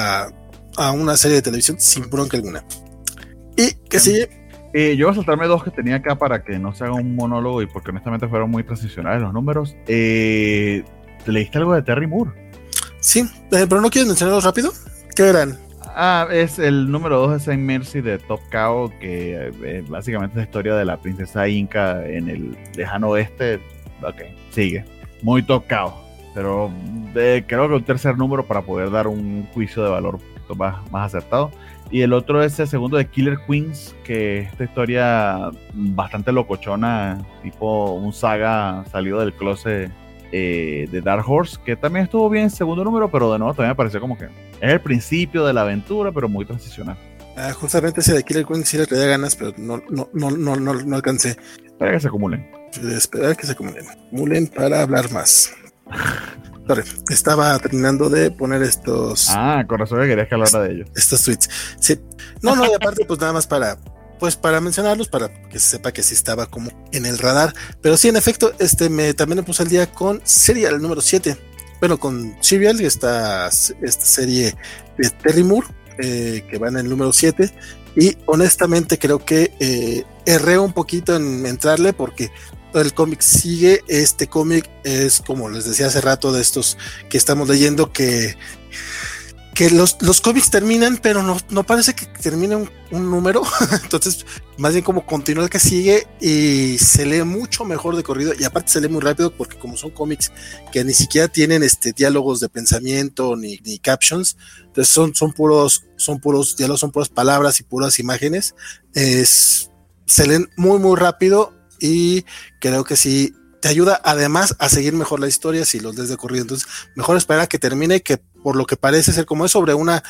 a una serie de televisión sin bronca alguna. Y que sigue. Yo voy a saltarme 2 que tenía acá para que no se haga un monólogo y porque honestamente fueron muy transicionales los números. ¿Te leíste algo de Terry Moore? Sí, pero no quieres mencionarlos rápido. ¿Qué eran? Es el número 2 de Saint Mercy de Top Cow, que básicamente es la historia de la princesa inca en el lejano oeste. Ok, sigue. Muy Top Cow, pero creo que un tercer número para poder dar un juicio de valor más acertado. Y el otro es el segundo de Killer Queens, que es esta historia bastante locochona, tipo un saga salido del closet de Dark Horse, que también estuvo bien en segundo número, pero de nuevo también me pareció como que es el principio de la aventura, pero muy transicional. Justamente ese de Killer Queen sí le traía ganas, pero no alcancé. Espera que se acumulen. Esperar que se acumulen para hablar más. Sorry, estaba terminando de poner estos. Con razón que querías que hablara de ellos. Estos tweets. Sí. No, y aparte, pues nada más para mencionarlos, para que se sepa que sí estaba como en el radar. Pero sí, en efecto, también me puse al día con Serial número 7. Bueno, con Serial, esta serie de Terry Moore, que va en el número 7. Y honestamente creo que erré un poquito en entrarle porque el cómic sigue. Este cómic es, como les decía hace rato, de estos que estamos leyendo, que los cómics terminan, pero no parece que termine un número. Entonces, más bien como continúa el que sigue y se lee mucho mejor de corrido, y aparte se lee muy rápido porque como son cómics que ni siquiera tienen diálogos de pensamiento ni captions, entonces son puros diálogos, son puras palabras y puras imágenes. Se leen muy muy rápido y creo que sí te ayuda además a seguir mejor la historia si los lees de corrido. Entonces mejor esperar a que termine, que por lo que parece ser, como es sobre una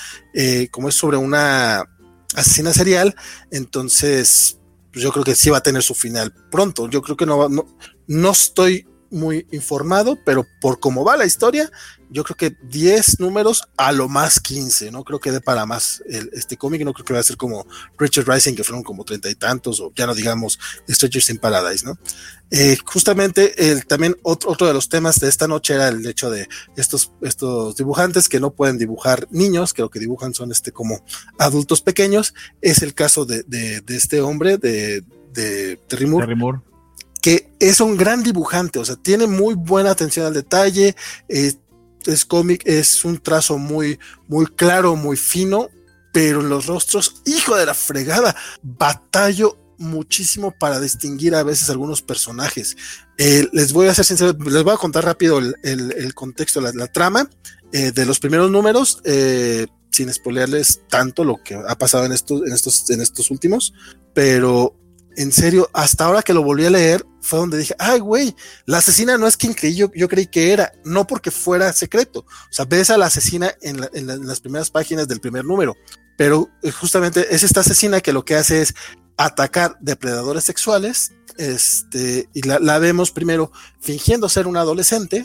asesina serial, entonces pues yo creo que sí va a tener su final pronto. Yo creo que no estoy muy informado, pero por cómo va la historia, yo creo que 10 números, a lo más 15, no creo que dé para más este cómic. No creo que va a ser como Richard Rising, que fueron como 30 y tantos, o ya no digamos Strangers in Paradise, ¿no? Justamente también otro de los temas de esta noche era el hecho de estos dibujantes que no pueden dibujar niños, que lo que dibujan son como adultos pequeños. Es el caso de este hombre, de Terry Moore, que es un gran dibujante, o sea, tiene muy buena atención al detalle, es cómic, es un trazo muy, muy claro, muy fino, pero en los rostros, hijo de la fregada, batallo muchísimo para distinguir a veces algunos personajes. Les voy a ser sincero, les voy a contar rápido el contexto, la trama de los primeros números, sin spoilearles tanto lo que ha pasado en estos últimos, pero en serio, hasta ahora que lo volví a leer, fue donde dije, ay güey, la asesina no es quien yo creí que era, no porque fuera secreto, o sea, ves a la asesina en las primeras páginas del primer número, pero justamente es esta asesina que lo que hace es atacar depredadores sexuales, y la vemos primero fingiendo ser una adolescente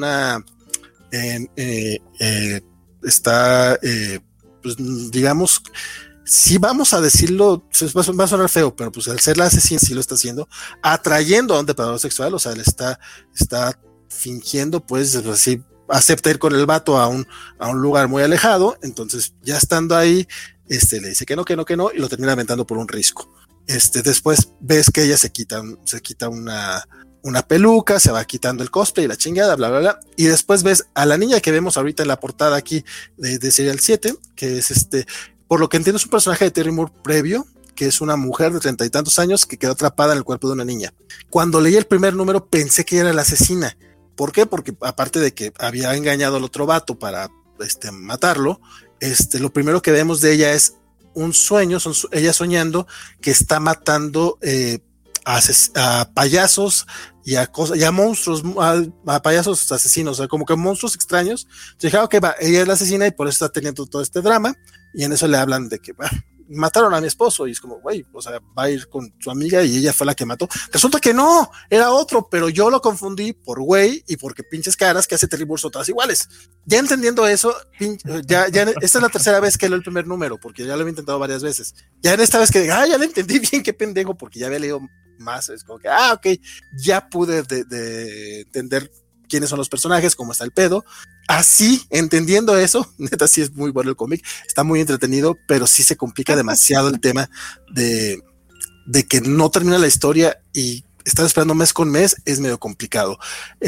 pues digamos, si vamos a decirlo, va a sonar feo, pero pues al ser la asesina sí lo está haciendo, atrayendo a un depredador sexual, o sea, le está fingiendo, pues así, acepta ir con el vato a un lugar muy alejado, entonces ya estando ahí, le dice que no, y lo termina aventando por un risco. Después ves que ella se quita una peluca, se va quitando el cosplay y la chingada, bla, bla, bla, y después ves a la niña que vemos ahorita en la portada aquí de Serial 7, que es por lo que entiendo es un personaje de Terry Moore previo, que es una mujer de 30 y tantos años que quedó atrapada en el cuerpo de una niña. Cuando leí el primer número pensé que era la asesina. ¿Por qué? Porque aparte de que había engañado al otro vato para matarlo, lo primero que vemos de ella es un sueño, ella soñando que está matando a payasos y a monstruos, a payasos asesinos, o sea, como que monstruos extraños. Entonces dije, ok, va, ella es la asesina y por eso está teniendo todo este drama, y en eso le hablan de que mataron a mi esposo, y es como, güey, o sea, va a ir con su amiga y ella fue la que mató. Resulta que no, era otro, pero yo lo confundí por güey y porque pinches caras que hace Terry Moore son todas iguales. Ya entendiendo eso, ya esta es la tercera vez que leo el primer número, porque ya lo había intentado varias veces. Ya en esta vez que, ya le entendí bien, qué pendejo, porque ya había leído más, es como que, ok, ya pude de entender quiénes son los personajes, cómo está el pedo. Así, entendiendo eso, neta sí es muy bueno el cómic, está muy entretenido, pero sí se complica demasiado el tema de que no termina la historia y estar esperando mes con mes es medio complicado.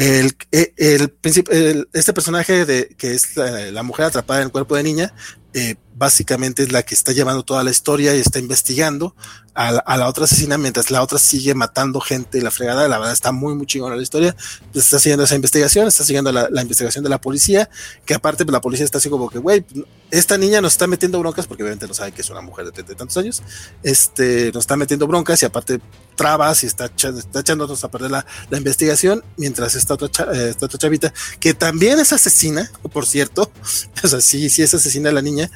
Este personaje que es la mujer atrapada en el cuerpo de niña, básicamente es la que está llevando toda la historia y está investigando a la otra asesina, mientras la otra sigue matando gente, la fregada. La verdad está muy muy chingona la historia. Pues está siguiendo esa investigación, está siguiendo la investigación de la policía, que aparte pues, la policía está así como que, güey, esta niña nos está metiendo broncas, porque obviamente no sabe que es una mujer de 30 y tantos años, nos está metiendo broncas y aparte trabas y está echándonos a perder la investigación, mientras esta otra chavita, que también es asesina, por cierto, o sea, sí es asesina la niña,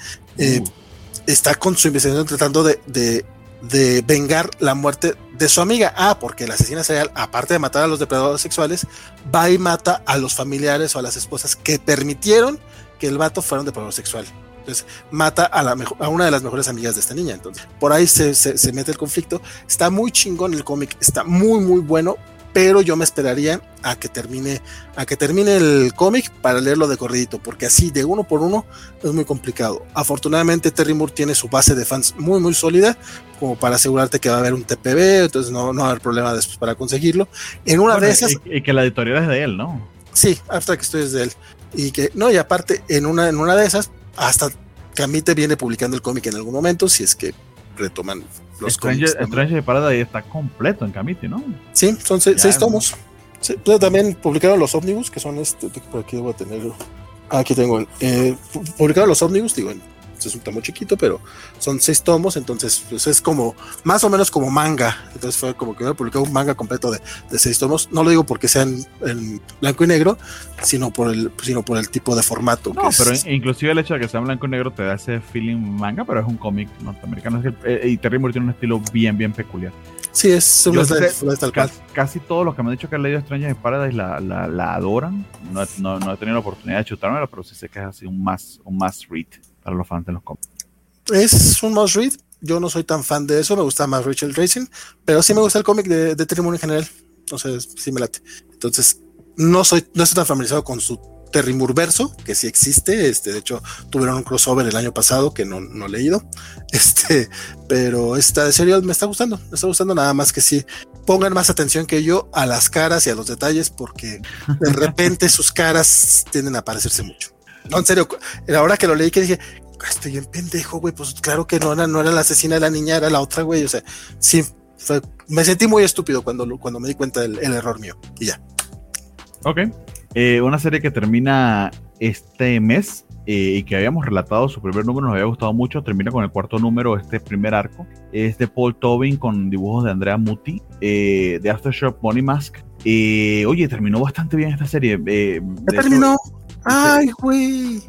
está con su investigación tratando de vengar la muerte de su amiga. Porque la asesina serial, aparte de matar a los depredadores sexuales, va y mata a los familiares o a las esposas que permitieron que el vato fuera un depredador sexual. Entonces mata a una de las mejores amigas de esta niña. Entonces por ahí se mete el conflicto. Está muy chingón el cómic, está muy muy bueno, pero yo me esperaría a que termine el cómic para leerlo de corridito, porque así de uno por uno es muy complicado. Afortunadamente Terry Moore tiene su base de fans muy muy sólida, como para asegurarte que va a haber un TPB, entonces no va a haber problema después para conseguirlo. En una de esas, y que la editorial es de él, ¿no? Sí, Abstract Studios es de él, y aparte en una de esas hasta Camite viene publicando el cómic en algún momento, si es que retoman los cómics. Strange Paradise está completo en Camite, ¿no? Sí, son 6 tomos. Sí, pero también publicaron los ómnibus, que son por aquí voy a tenerlo. Aquí tengo. Publicaron los ómnibus, digo, es un tomo chiquito, pero son 6 tomos, entonces pues es como, más o menos como manga. Entonces fue como que me publicado un manga completo de 6 tomos. No lo digo porque sean en blanco y negro, sino por el tipo de formato. No, pero inclusive el hecho de que sea en blanco y negro te da ese feeling manga, pero es un cómic norteamericano. Y Terry Moore tiene un estilo bien, bien peculiar. Sí, es una tal cual. Casi todos los que me han dicho que han leído Strange Paradise la adoran. No he tenido la oportunidad de chutármela, pero sí sé que es así un must read para los fans de los cómics. Es un must read. Yo no soy tan fan de eso, me gusta más Rachel Racing, pero sí me gusta el cómic de Terry Moore en general. O sea, sí me late. Entonces, no estoy tan familiarizado con su Terrimurverso, que sí existe, de hecho tuvieron un crossover el año pasado que no he leído, pero esta serie me está gustando nada más que sí pongan más atención que yo a las caras y a los detalles, porque de repente sus caras tienden a parecerse mucho. No, en serio, ahora que lo leí que dije, estoy bien pendejo, güey, pues claro que no era la asesina de la niña, era la otra, güey, o sea, sí, me sentí muy estúpido cuando me di cuenta del error mío, y ya. Ok, una serie que termina este mes y que habíamos relatado su primer número, nos había gustado mucho, termina con el cuarto número, este primer arco, es de Paul Tobin con dibujos de Andrea Mutti, de Aftershock Money Mask. Oye, terminó bastante bien esta serie. ¿Ya terminó? ¡Ay, güey!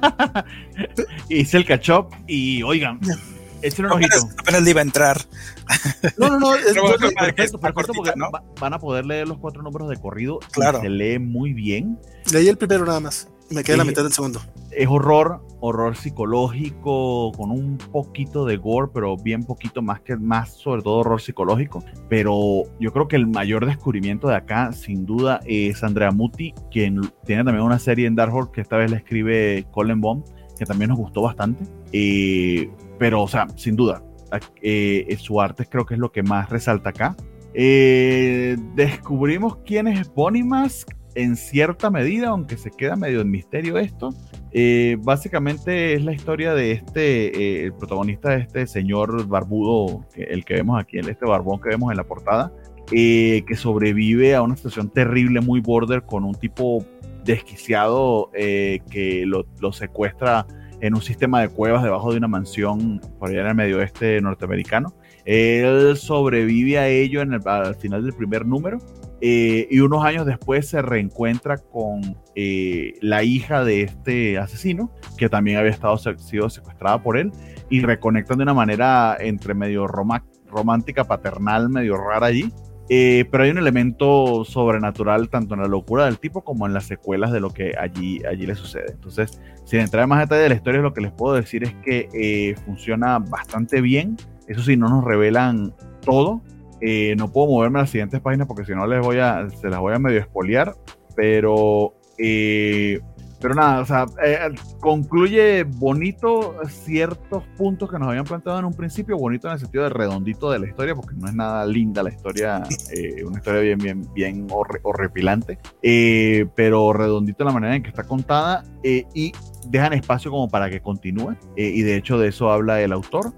Hice el catch-up y, oigan, échale un ojito. Apenas le iba a entrar. No. Perfecto, porque ¿no? Van a poder leer los 4 números de corrido. Claro. Y se lee muy bien. Leí el primero nada más. Me quedé en la mitad del segundo. Es horror psicológico, con un poquito de gore, pero bien poquito, más sobre todo horror psicológico. Pero yo creo que el mayor descubrimiento de acá, sin duda, es Andrea Mutti, quien tiene también una serie en Dark Horse que esta vez la escribe Colin Baum, que también nos gustó bastante. Pero, o sea, sin duda, su arte creo que es lo que más resalta acá. Descubrimos quién es Bonnie Mask en cierta medida, aunque se queda medio en misterio esto. Básicamente es la historia de el protagonista de este señor barbudo, el que vemos aquí, este barbón que vemos en la portada, que sobrevive a una situación terrible, muy border, con un tipo desquiciado que lo secuestra en un sistema de cuevas debajo de una mansión por allá en el medio oeste norteamericano. Él sobrevive a ello al final del primer número, y unos años después se reencuentra con la hija de este asesino, que también había sido secuestrada por él, y reconectan de una manera entre medio romántica, paternal, medio rara allí. Pero hay un elemento sobrenatural tanto en la locura del tipo como en las secuelas de lo que allí le sucede. Entonces, sin entrar en más detalle de la historia, lo que les puedo decir es que funciona bastante bien. Eso sí, no nos revelan todo. No puedo moverme a las siguientes páginas porque si no se las voy a medio espolear. Pero nada, o sea, concluye bonito ciertos puntos que nos habían planteado en un principio, bonito en el sentido de redondito de la historia, porque no es nada linda la historia, una historia bien horripilante, pero redondito en la manera en que está contada, y dejan espacio como para que continúe, y de hecho de eso habla el autor.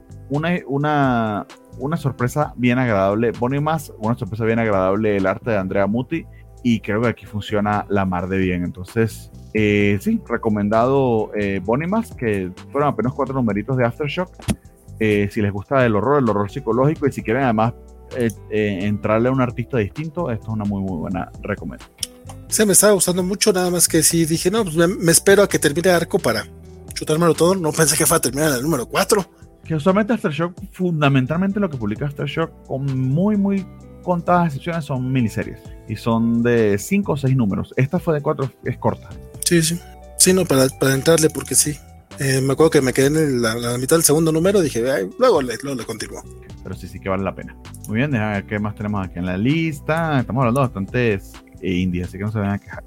Una sorpresa bien agradable, Bonnie Mask, una sorpresa bien agradable el arte de Andrea Mutti, y creo que aquí funciona la mar de bien. Entonces, sí, recomendado Bonnie Mask, que fueron apenas 4 numeritos de Aftershock. Si les gusta el horror psicológico, y si quieren además entrarle a un artista distinto, esto es una muy buena recomendación. Se me estaba gustando mucho, nada más que sí dije, no, pues me espero a que termine el arco para chutármelo todo. No pensé que fuera a terminar en el número 4. Que usualmente Aftershock, fundamentalmente lo que publica Aftershock, con muy contadas excepciones, son miniseries, y son de 5 o 6 números. Esta fue de 4, es corta. Sí, no, para entrarle, porque sí. Me acuerdo que me quedé en la mitad del segundo número, dije, luego le continúo. Pero sí que vale la pena. Muy bien, déjame ver qué más tenemos aquí en la lista. Estamos hablando de bastantes indies, así que no se vayan a quejar.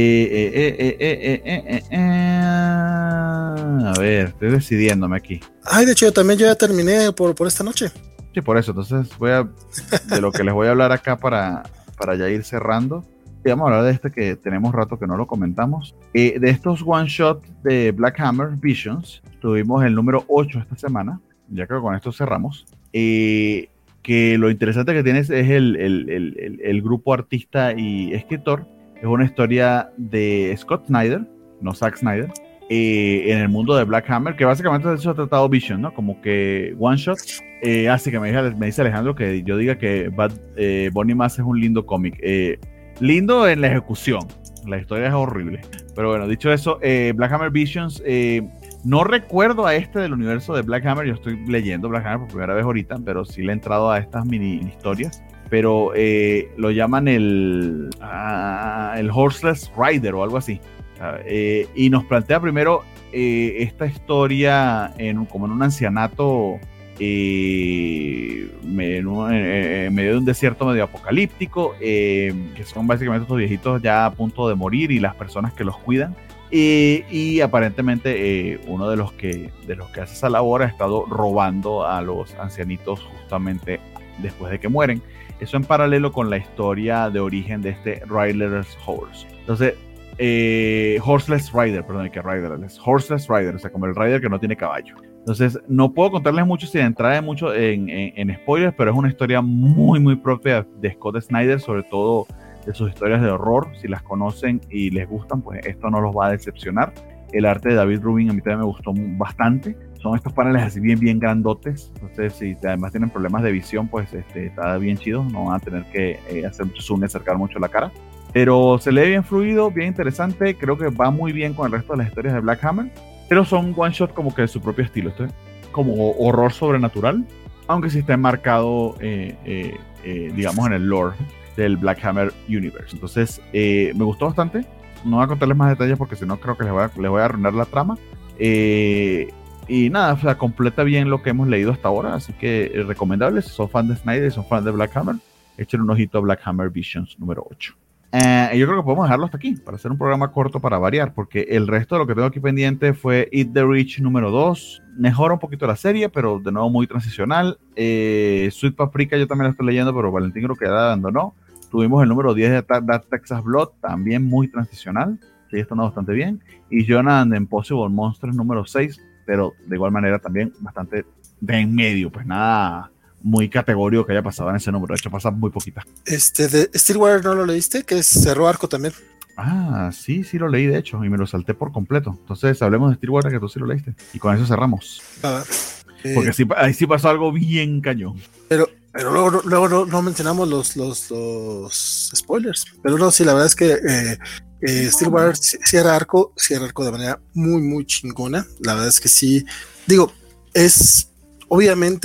A ver, estoy decidiéndome aquí. De hecho, yo ya terminé por esta noche. Sí, por eso. Entonces de lo que les voy a hablar acá para ya ir cerrando. Y vamos a hablar de este que tenemos rato que no lo comentamos. De estos one shot de Black Hammer Visions, tuvimos el número 8 esta semana. Ya creo que con esto cerramos. Que lo interesante que tienes es el grupo artista y escritor. Es una historia de Scott Snyder, no Zack Snyder, en el mundo de Black Hammer, que básicamente de eso ha tratado Vision, ¿no? Como que one shot. Así que me dice Alejandro que yo diga que Bonnie Mask es un lindo cómic. Lindo en la ejecución, la historia es horrible. Pero bueno, dicho eso, Black Hammer Visions, no recuerdo a este del universo de Black Hammer. Yo estoy leyendo Black Hammer por primera vez ahorita, pero sí le he entrado a estas mini historias. Pero lo llaman el Horseless Rider o algo así. Y nos plantea primero esta historia como en un ancianato en medio de un desierto medio apocalíptico, que son básicamente estos viejitos ya a punto de morir y las personas que los cuidan. Y aparentemente uno de los que hace esa labor ha estado robando a los ancianitos justamente después de que mueren. Eso en paralelo con la historia de origen de este Riderless Horse. Entonces, Horseless Rider, perdón, que Riderless, Horseless Rider, o sea, como el rider que no tiene caballo. Entonces, no puedo contarles mucho sin entrar mucho en spoilers, pero es una historia muy, muy propia de Scott Snyder, sobre todo de sus historias de horror. Si las conocen y les gustan, pues esto no los va a decepcionar. El arte de David Rubin a mí también me gustó bastante. Son estos paneles así bien grandotes. Entonces, si además tienen problemas de visión, pues está bien chido. No van a tener que hacer mucho zoom y acercar mucho la cara. Pero se lee bien fluido, bien interesante. Creo que va muy bien con el resto de las historias de Black Hammer. Pero son one shot como que de su propio estilo. Esto es como horror sobrenatural, aunque sí está enmarcado, digamos, en el lore del Black Hammer Universe. Entonces, me gustó bastante. No voy a contarles más detalles porque si no creo que les voy a arruinar la trama. Y nada, o sea, completa bien lo que hemos leído hasta ahora. Así que recomendable. Si son fan de Snyder y son fan de Black Hammer, echen un ojito a Black Hammer Visions número 8. Yo creo que podemos dejarlo hasta aquí para hacer un programa corto para variar, porque el resto de lo que tengo aquí pendiente fue Eat the Rich número 2. Mejora un poquito la serie, pero de nuevo muy transicional. Sweet Paprika yo también la estoy leyendo, pero Valentín creo que ya la abandonó. Tuvimos el número 10 de That Texas Blood, también muy transicional, sigue estando bastante bien. Y Jonah and the Impossible Monsters número 6, pero de igual manera también bastante de en medio, pues nada muy categórico que haya pasado en ese número. De hecho, pasa muy poquita. De Stillwater no lo leíste, que cerró arco también. Ah, sí lo leí de hecho y me lo salté por completo. Entonces hablemos de Stillwater, que tú sí lo leíste. Y con eso cerramos. Porque sí, ahí sí pasó algo bien cañón. Pero luego no mencionamos los spoilers. Pero no, sí, la verdad es que Stillwater cierra arco de manera muy, muy chingona. La verdad es que sí. Digo, obviamente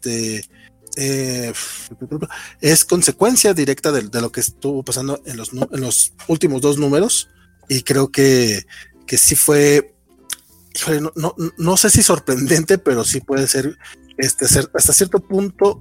es consecuencia directa de lo que estuvo pasando en los últimos 2 números, y creo que sí fue, híjole, no sé si sorprendente, pero sí puede ser hasta cierto punto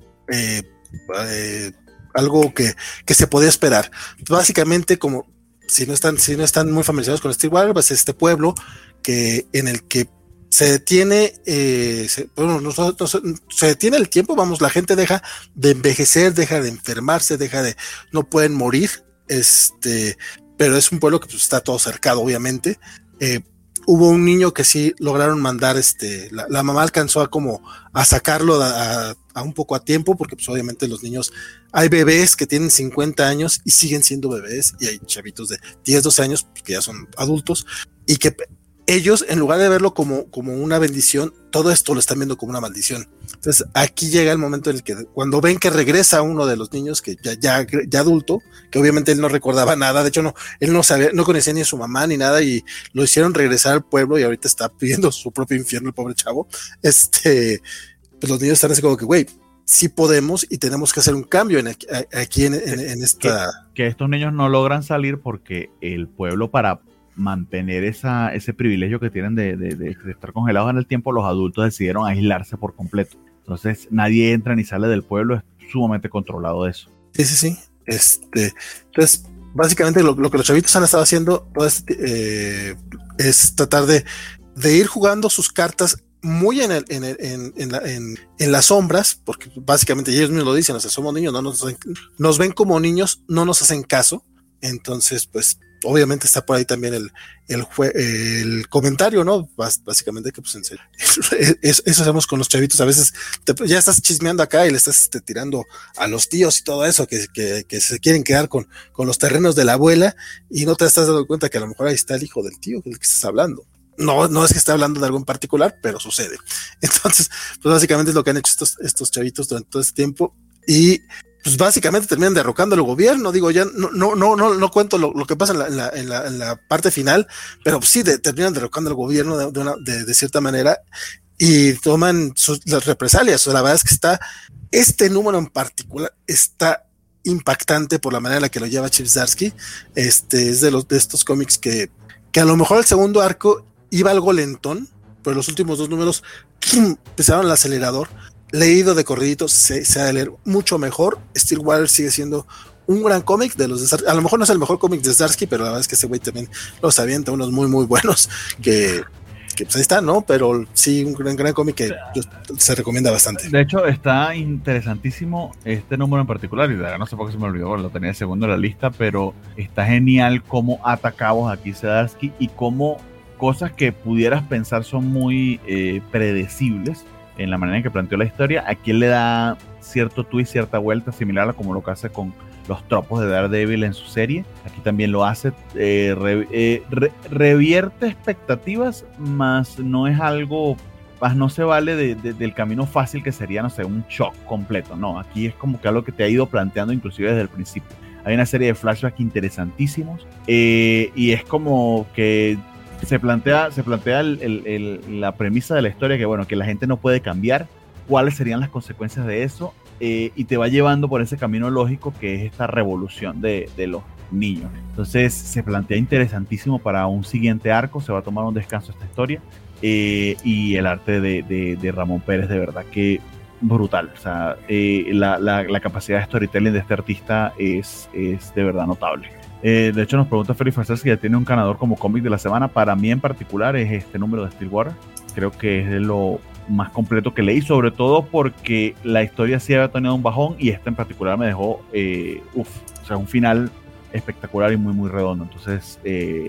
algo que se podía esperar. Básicamente, como si no están muy familiarizados con Stillwater, pues este pueblo en el que se detiene, se detiene el tiempo, vamos, la gente deja de envejecer, deja de enfermarse, no pueden morir, pero es un pueblo que pues, está todo cercado, obviamente. Hubo un niño que sí lograron mandar, la mamá alcanzó a sacarlo a un poco a tiempo, porque pues obviamente los niños, hay bebés que tienen 50 años y siguen siendo bebés, y hay chavitos de 10, 12 años que ya son adultos, y que ellos, en lugar de verlo como una bendición, todo esto lo están viendo como una maldición. Entonces aquí llega el momento en el que cuando ven que regresa uno de los niños que ya adulto, que obviamente él no recordaba nada, de hecho él no sabía, no conocía ni a su mamá ni nada, y lo hicieron regresar al pueblo y ahorita está pidiendo su propio infierno el pobre chavo. Pues los niños están así como que, güey, sí podemos y tenemos que hacer un cambio aquí en esta... Que estos niños no logran salir porque el pueblo, para mantener ese privilegio que tienen de estar congelados en el tiempo, los adultos decidieron aislarse por completo. Entonces nadie entra ni sale del pueblo, es sumamente controlado de eso. Sí. Entonces, básicamente lo que los chavitos han estado haciendo es tratar de ir jugando sus cartas muy en las sombras, porque básicamente ellos mismos lo dicen, o sea, somos niños, nos ven como niños, no nos hacen caso. Entonces, pues obviamente está por ahí también el comentario, ¿no? Básicamente que pues eso hacemos con los chavitos. A veces ya estás chismeando acá y le estás tirando a los tíos y todo eso, que se quieren quedar con los terrenos de la abuela, y no te estás dando cuenta que a lo mejor ahí está el hijo del tío del que estás hablando. No es que esté hablando de algo en particular, pero sucede. Entonces, pues básicamente es lo que han hecho estos chavitos durante todo este tiempo, y pues básicamente terminan derrocando al gobierno. Digo, ya no cuento lo que pasa en la parte final, pero sí terminan derrocando al gobierno de cierta manera, y toman las represalias. O sea, la verdad es que este número en particular está impactante por la manera en la que lo lleva Chip Zdarsky. Es de estos cómics que a lo mejor el segundo arco iba algo lentón, pero los últimos 2 números pisaron el acelerador, leído de corridito, se ha de leer mucho mejor. Steel Warrior sigue siendo un gran cómic de los de Zdarsky. A lo mejor no es el mejor cómic de Zdarsky, pero la verdad es que ese güey también los avienta unos muy, muy buenos que pues ahí está, ¿no? Pero sí, un gran cómic que se recomienda bastante. De hecho, está interesantísimo este número en particular, y de verdad no sé por qué se me olvidó, lo tenía de segundo en la lista, pero está genial cómo atacamos aquí Zdarsky y cómo cosas que pudieras pensar son muy predecibles en la manera en que planteó la historia, aquí le da cierto twist, cierta vuelta, similar a como lo que hace con los tropos de Daredevil en su serie. Aquí también lo hace, revierte expectativas, más no es algo, más no se vale del camino fácil que sería, no sé, un shock completo. No, aquí es como que algo que te ha ido planteando inclusive desde el principio. Hay una serie de flashbacks interesantísimos y es como que se plantea la premisa de la historia que, bueno, que la gente no puede cambiar, cuáles serían las consecuencias de eso. Y te va llevando por ese camino lógico que es esta revolución de los niños. Entonces se plantea interesantísimo para un siguiente arco, se va a tomar un descanso esta historia, y el arte de Ramón Pérez de verdad que brutal. O sea, la capacidad de storytelling de este artista es de verdad notable. De hecho nos pregunta Felipe Farcer si ya tiene un ganador como cómic de la semana. Para mí en particular es este número de Steel Warrior. Creo que es de lo más completo que leí, sobre todo porque la historia sí había tenido un bajón y esta en particular me dejó o sea, un final espectacular y muy muy redondo. Entonces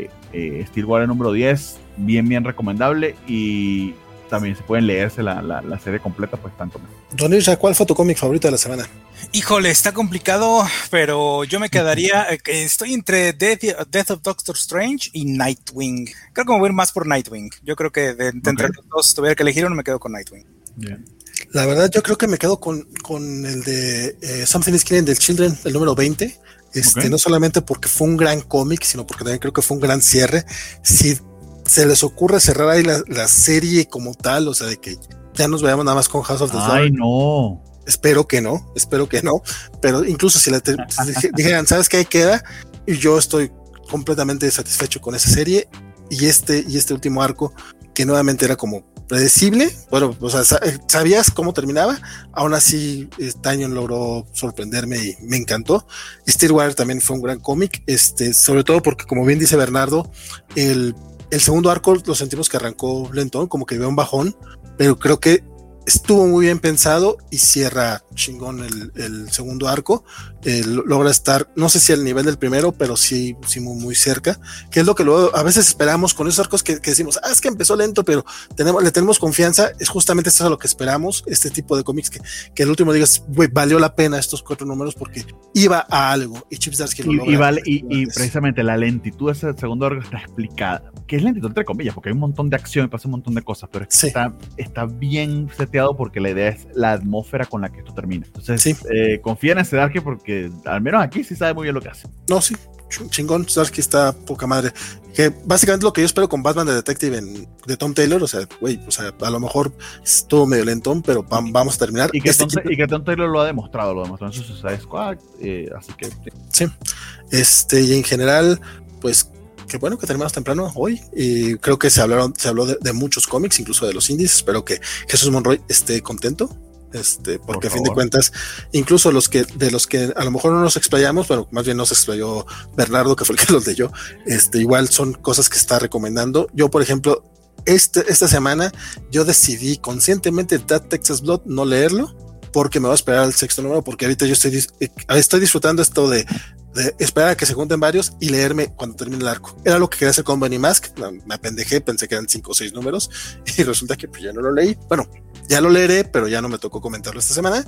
Steel Warrior número 10, bien recomendable, y también se pueden leerse la serie completa, pues tanto mejor. Don Isra, ¿cuál fue tu cómic favorito de la semana? Híjole, está complicado, pero yo me quedaría, estoy entre Death of Doctor Strange y Nightwing. Creo que me voy a ir más por Nightwing. Yo creo que entre los dos, si tuviera que elegir uno, me quedo con Nightwing. Bien. La verdad, yo creo que me quedo con el de Something is Killing the Children, el número 20. No solamente porque fue un gran cómic, sino porque también creo que fue un gran cierre. Si se les ocurre cerrar ahí la serie como tal, o sea, de que ya nos veamos nada más con House of the Dragon. Ay, no. Espero que no, pero incluso si dijeran, ¿sabes qué? Ahí queda, y yo estoy completamente satisfecho con esa serie, y este último arco, que nuevamente era como predecible, bueno, o sea, sabías cómo terminaba, aún así Tanyon logró sorprenderme y me encantó. Steel Warrior también fue un gran cómic, sobre todo porque, como bien dice Bernardo, el segundo arco lo sentimos que arrancó lento, como que veo un bajón, pero creo que estuvo muy bien pensado y cierra chingón el segundo arco. Logra estar, no sé si al nivel del primero, pero sí muy, muy cerca, que es lo que luego a veces esperamos con esos arcos que decimos, es que empezó lento, pero le tenemos confianza. Es justamente eso a lo que esperamos, este tipo de cómics, que el último digas, güey, valió la pena estos 4 números porque iba a algo, y Chip Zdarsky lo logra. Y precisamente la lentitud de ese segundo arco está explicada, que es lentitud entre comillas, porque hay un montón de acción y pasa un montón de cosas, pero es que está bien seteado, porque la idea es la atmósfera con la que esto termina. Entonces, confía en Zdarsky, porque al menos aquí sí sabe muy bien lo que hace. No, sí, chingón. Zdarsky está poca madre. Que básicamente lo que yo espero con Batman de Detective de Tom Taylor, o sea, güey, o sea, a lo mejor estuvo medio lentón, pero vamos a terminar. Y que Tom Taylor lo ha demostrado en su Suicide Squad, así que sí. Y en general, pues qué bueno que terminamos temprano hoy, y creo que se habló de muchos cómics, incluso de los indies. Espero que Jesús Monroy esté contento, porque a fin de cuentas, incluso de los que a lo mejor no nos explayamos, bueno, más bien nos explayó Bernardo, que fue el que los leyó, igual son cosas que está recomendando. Yo, por ejemplo, esta semana yo decidí conscientemente That Texas Blood no leerlo, porque me voy a esperar al 6º número, porque ahorita yo estoy disfrutando esto de esperar a que se junten varios y leerme cuando termine el arco. Era lo que quería hacer con Benny Mask, me apendejé, pensé que eran 5 o 6 números, y resulta que pues ya no lo leí. Bueno, ya lo leeré, pero ya no me tocó comentarlo esta semana.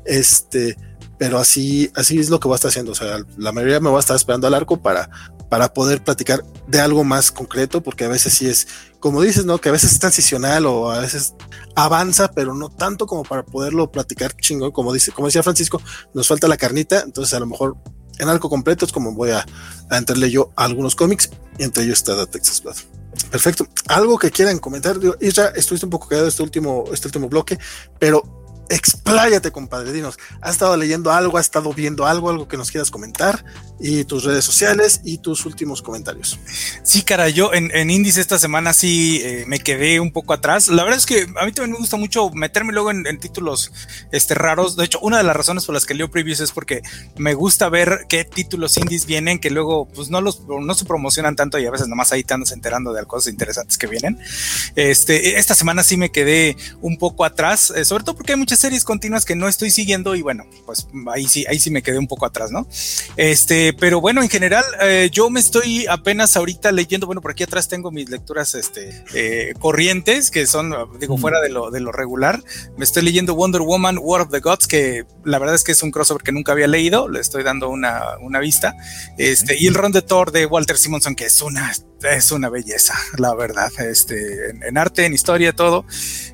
Pero así es lo que voy a estar haciendo. O sea, la mayoría me voy a estar esperando al arco para poder platicar de algo más concreto, porque a veces sí es, como dices, ¿no? Que a veces es transicional o a veces avanza, pero no tanto como para poderlo platicar chingón, como decía Francisco, nos falta la carnita. Entonces a lo mejor en arco completo es como voy a entrarle yo a algunos cómics, y entre ellos está The Texas Blood. Perfecto. ¿Algo que quieran comentar? Isra, estuviste un poco callado este último bloque, pero expláyate, compadre, dinos, ¿has estado leyendo algo, has estado viendo algo que nos quieras comentar? Y tus redes sociales y tus últimos comentarios. Sí, cara, yo en Indies esta semana sí me quedé un poco atrás. La verdad es que a mí también me gusta mucho meterme luego en títulos raros. De hecho, una de las razones por las que leo previews es porque me gusta ver qué títulos indies vienen, que luego pues no se promocionan tanto y a veces nomás ahí te andas enterando de cosas interesantes que vienen. Esta semana sí me quedé un poco atrás, sobre todo porque hay muchas series continuas que no estoy siguiendo y bueno, pues ahí sí me quedé un poco atrás, ¿no? Pero bueno, en general, yo me estoy apenas ahorita leyendo, bueno, por aquí atrás tengo mis lecturas corrientes, que son, digo, fuera de lo regular. Me estoy leyendo Wonder Woman, War of the Gods, que la verdad es que es un crossover que nunca había leído, le estoy dando una vista. Y el Run de Thor de Walter Simonson, que es una belleza, la verdad, en arte, en historia, todo.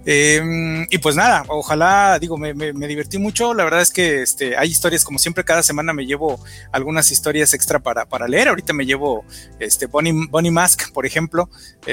Y pues nada, ojalá, digo, me divertí mucho. La verdad es que hay historias, como siempre, cada semana me llevo algunas historias extra para leer. Ahorita me llevo Bonnie Mask, por ejemplo,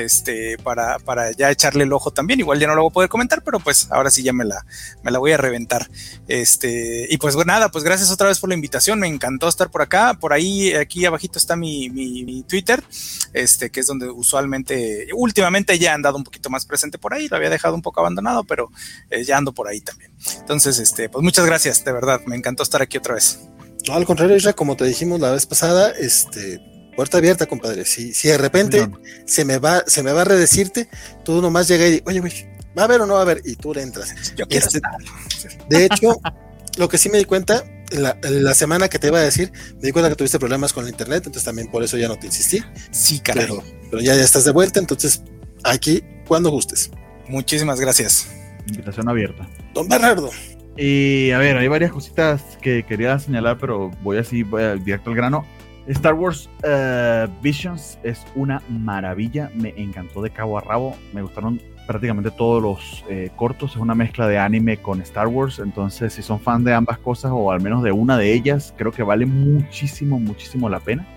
para ya echarle el ojo también. Igual ya no lo voy a poder comentar, pero pues ahora sí ya me la voy a reventar. Y pues nada, pues gracias otra vez por la invitación. Me encantó estar por acá. Por ahí, aquí abajito está mi Twitter, que es donde últimamente ya he andado un poquito más presente por ahí. Lo había dejado un poco abandonado, pero ya ando por ahí también. Entonces, pues muchas gracias, de verdad, me encantó estar aquí otra vez. No, al contrario, Isra, como te dijimos la vez pasada, puerta abierta, compadre. Si de repente se me va a redecirte, tú nomás llega y dices, oye, güey, ¿va a haber o no va a haber? Y tú le entras. Yo quiero estar. De hecho, lo que sí me di cuenta, la semana que te iba a decir, me di cuenta que tuviste problemas con el internet, entonces también por eso ya no te insistí. Sí, caray. Pero ya estás de vuelta, entonces aquí, cuando gustes. Muchísimas gracias. Invitación abierta. Don Bernardo. Y a ver, hay varias cositas que quería señalar, pero voy directo al grano. Star Wars Visions es una maravilla, me encantó de cabo a rabo, me gustaron prácticamente todos los cortos, es una mezcla de anime con Star Wars, entonces si son fan de ambas cosas o al menos de una de ellas, creo que vale muchísimo, muchísimo la pena.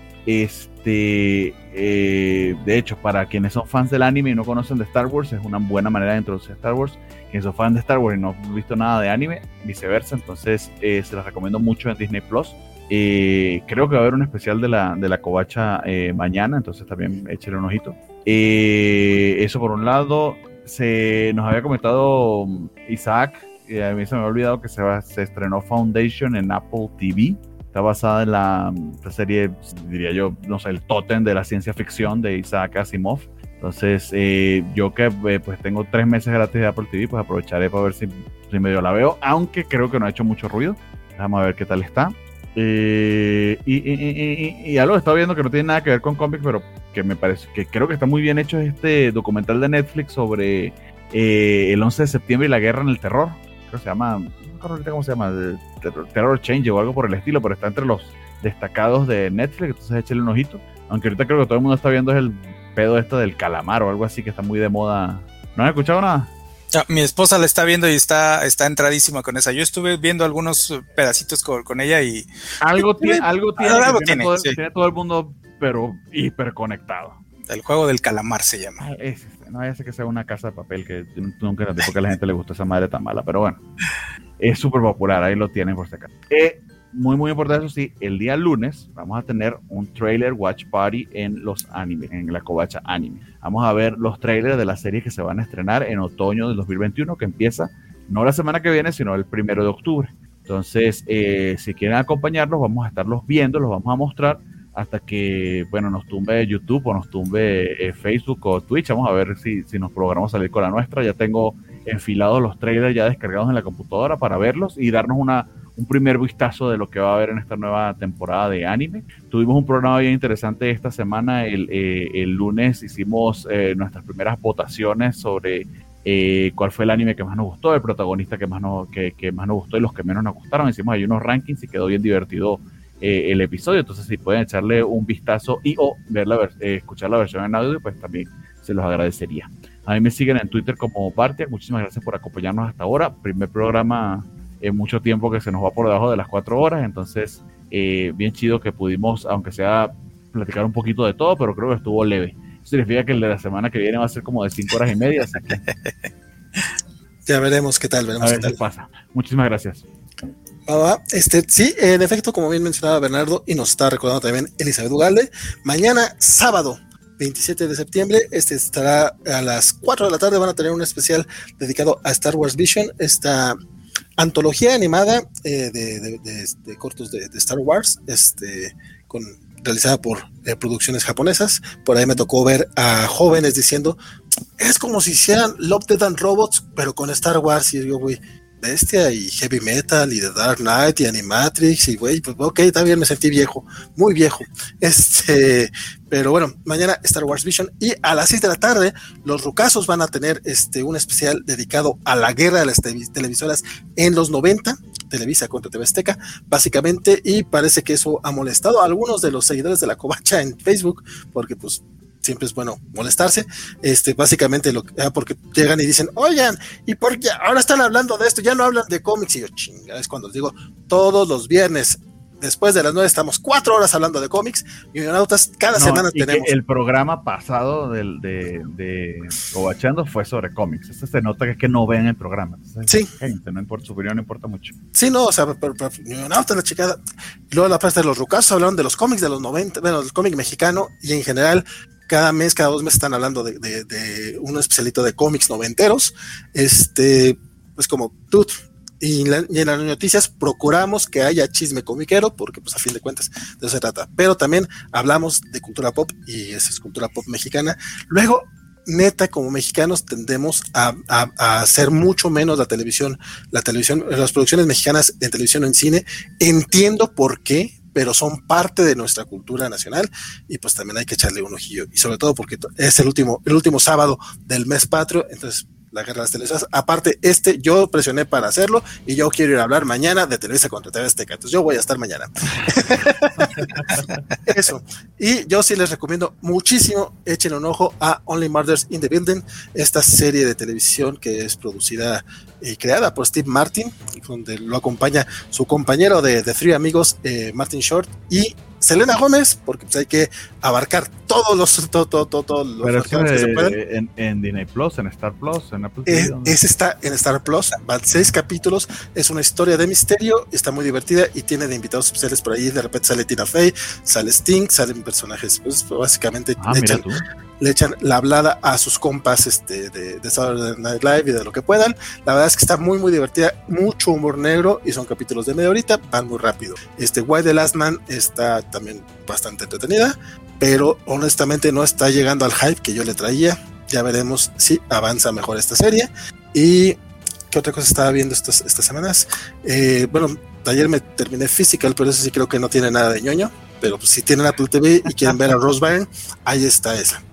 De hecho, para quienes son fans del anime y no conocen de Star Wars, es una buena manera de introducir a Star Wars. Quienes son fans de Star Wars y no han visto nada de anime, viceversa, entonces se las recomiendo mucho en Disney Plus. Creo que va a haber un especial de la covacha mañana, entonces también échale un ojito. Eso por un lado. Nos había comentado Isaac, a mí se me había olvidado que se estrenó Foundation en Apple TV. Está basada en la serie, diría yo, no sé, el tótem de la ciencia ficción de Isaac Asimov. Entonces, yo que pues tengo 3 meses gratis de Apple TV, pues aprovecharé para ver si medio la veo, aunque creo que no ha hecho mucho ruido. Vamos a ver qué tal está. Y algo he estado viendo que no tiene nada que ver con cómics, pero que me parece que creo que está muy bien hecho, este documental de Netflix sobre el 11 de septiembre y la guerra en el terror. Creo que se llama, no recuerdo ahorita cómo se llama, Terror Change o algo por el estilo, pero está entre los destacados de Netflix, entonces échale un ojito. Aunque ahorita creo que todo el mundo está viendo es el pedo del calamar o algo así que está muy de moda. ¿No han escuchado nada? Mi esposa la está viendo y está entradísima con esa. Yo estuve viendo algunos pedacitos con ella y... Algo tiene sí. Tiene todo el mundo, pero hiper conectado. El juego del calamar se llama. No, ya sé que sea una casa de papel, que nunca entendí por qué a la gente le gusta esa madre tan mala, pero bueno, es súper popular, ahí lo tienen por si acaso. Muy, muy importante, eso sí, el día lunes vamos a tener un trailer watch party en los animes, en la Covacha Anime. Vamos a ver los trailers de las series que se van a estrenar en otoño del 2021, que empieza no la semana que viene, sino el 1 de octubre. Entonces, si quieren acompañarnos, vamos a estarlos viendo, los vamos a mostrar hasta que, bueno, nos tumbe YouTube o nos tumbe Facebook o Twitch. Vamos a ver si nos programamos salir con la nuestra. Ya tengo enfilados los trailers ya descargados en la computadora para verlos y darnos un primer vistazo de lo que va a haber en esta nueva temporada de anime. Tuvimos un programa bien interesante esta semana. El lunes hicimos nuestras primeras votaciones sobre cuál fue el anime que más nos gustó, el protagonista que más nos gustó y los que menos nos gustaron. Hicimos ahí unos rankings y quedó bien divertido el episodio. Entonces, si pueden echarle un vistazo y o escuchar la versión en audio, pues también se los agradecería. A mí me siguen en Twitter como Bartia. Muchísimas gracias por acompañarnos hasta ahora. Primer programa en mucho tiempo que se nos va por debajo de las 4 horas, entonces bien chido que pudimos, aunque sea, platicar un poquito de todo, pero creo que estuvo leve. Eso significa que el de la semana que viene va a ser como de 5 horas y media, así que Ya veremos qué tal, A ver qué pasa. Muchísimas gracias. Sí, en efecto, como bien mencionaba Bernardo, y nos está recordando también Elizabeth Ugalde, mañana sábado 27 de septiembre, estará a las 4 de la tarde, van a tener un especial dedicado a Star Wars Vision, esta antología animada de cortos de Star Wars, realizada por producciones japonesas. Por ahí me tocó ver a jóvenes diciendo, es como si hicieran Love, Death and Robots, pero con Star Wars, y yo, güey, bestia, y Heavy Metal, y The Dark Knight, y Animatrix, y güey, pues ok, también me sentí viejo, muy viejo, pero bueno, mañana Star Wars Vision, y a las 6 de la tarde, los rucazos van a tener un especial dedicado a la guerra de las televisoras en los 90, Televisa contra TV Azteca, básicamente, y parece que eso ha molestado a algunos de los seguidores de la Covacha en Facebook, porque pues siempre es bueno molestarse, básicamente porque llegan y dicen, oigan, ¿y por qué ahora están hablando de esto? Ya no hablan de cómics, y yo, chinga, es cuando les digo, todos los viernes, después de las 9 estamos 4 horas hablando de cómics, y Millonautas cada semana tenemos. El programa pasado de Covachando fue sobre cómics, se nota que es que no ven el programa. Entonces, sí. Gente, no importa, su opinión no importa mucho. Sí, no, o sea, pero Millonautas, la chicada, luego la parte de los rucazos hablaron de los cómics de los 90, bueno, del cómic mexicano, y en general, cada 2 meses están hablando de un especialito de cómics noventeros, pues como tú, y en las noticias procuramos que haya chisme comiquero, porque pues a fin de cuentas de eso se trata, pero también hablamos de cultura pop, y esa es cultura pop mexicana. Luego, neta, como mexicanos tendemos a hacer mucho menos la televisión, las producciones mexicanas en televisión o en cine. Entiendo por qué, pero son parte de nuestra cultura nacional, y pues también hay que echarle un ojillo, y sobre todo porque es el último sábado del mes patrio, entonces la guerra de las televisoras, aparte yo presioné para hacerlo, y yo quiero ir a hablar mañana de Televisa contra TV Azteca, entonces yo voy a estar mañana. Eso, y yo sí les recomiendo muchísimo, echen un ojo a Only Murders in the Building, esta serie de televisión que es producida y creada por Steve Martin, donde lo acompaña su compañero de Three Amigos, Martin Short, y Selena Gómez, porque pues hay que abarcar todos los pero que se pueden. En Disney Plus, en Star Plus, en Apple TV. Ese está en Star Plus, van 6 capítulos, es una historia de misterio, está muy divertida, y tiene de invitados especiales por ahí, de repente sale Tina Fey, sale Sting, salen personajes, pues básicamente le echan la hablada a sus compas de Saturday Night Live y de lo que puedan. La verdad es que está muy muy divertida, mucho humor negro, y son capítulos de media horita, van muy rápido. Why the Last Man está también bastante entretenida, pero honestamente no está llegando al hype que yo le traía. Ya veremos si avanza mejor esta serie. Y ¿qué otra cosa estaba viendo estas semanas? Bueno, ayer me terminé Physical, pero eso sí creo que no tiene nada de ñoño, pero pues, si tienen Apple TV y quieren ver a Rose Byrne, ahí está esa.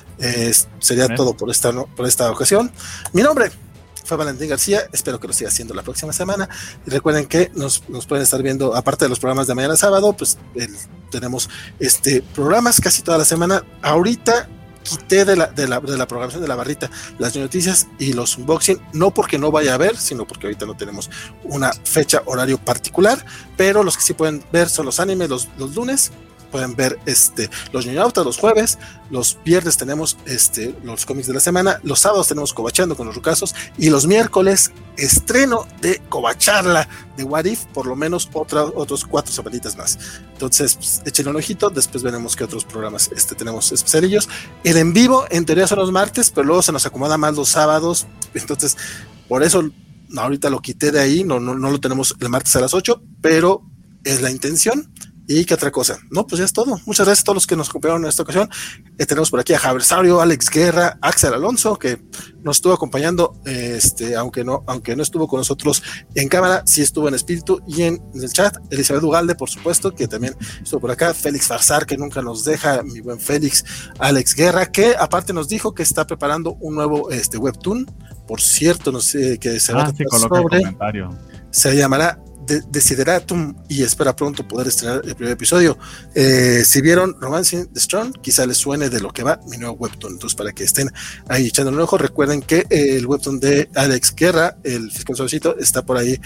Sería todo por esta ocasión. Mi nombre fue Valentín García, espero que lo siga haciendo la próxima semana, y recuerden que nos pueden estar viendo, aparte de los programas de mañana sábado, pues tenemos programas casi toda la semana. Ahorita quité de la programación de la barrita las noticias y los unboxing, no porque no vaya a ver, sino porque ahorita no tenemos una fecha, horario particular, pero los que sí pueden ver son los animes los lunes. Pueden ver los Ñoñautas los jueves, los viernes tenemos los cómics de la semana, los sábados tenemos Covachando con los rucazos, y los miércoles estreno de Covacharla de What If, por lo menos otros 4 semanitas más. Entonces, pues, échenle un ojito, después veremos qué otros programas tenemos especialillos. El en vivo, en teoría son los martes, pero luego se nos acomoda más los sábados, entonces, por eso ahorita lo quité de ahí, no lo tenemos el martes a las 8, pero es la intención. ¿Y qué otra cosa? No, pues ya es todo. Muchas gracias a todos los que nos acompañaron en esta ocasión. Tenemos por aquí a Javier Saurio, Alex Guerra, Axel Alonso, que nos estuvo acompañando, aunque no estuvo con nosotros en cámara, sí estuvo en espíritu y en el chat. Elizabeth Ugalde, por supuesto, que también estuvo por acá. Félix Farsar, que nunca nos deja, mi buen Félix. Alex Guerra, que aparte nos dijo que está preparando un nuevo webtoon. Por cierto, no sé, que se va a tratar sobre. Se llamará Desideratum, y espera pronto poder estrenar el primer episodio. Si vieron Romancing the Strong, quizá les suene de lo que va mi nuevo webtoon. Entonces, para que estén ahí echándole un ojo, recuerden que el webtoon de Alex Guerra, el fiscal suavecito, está por ahí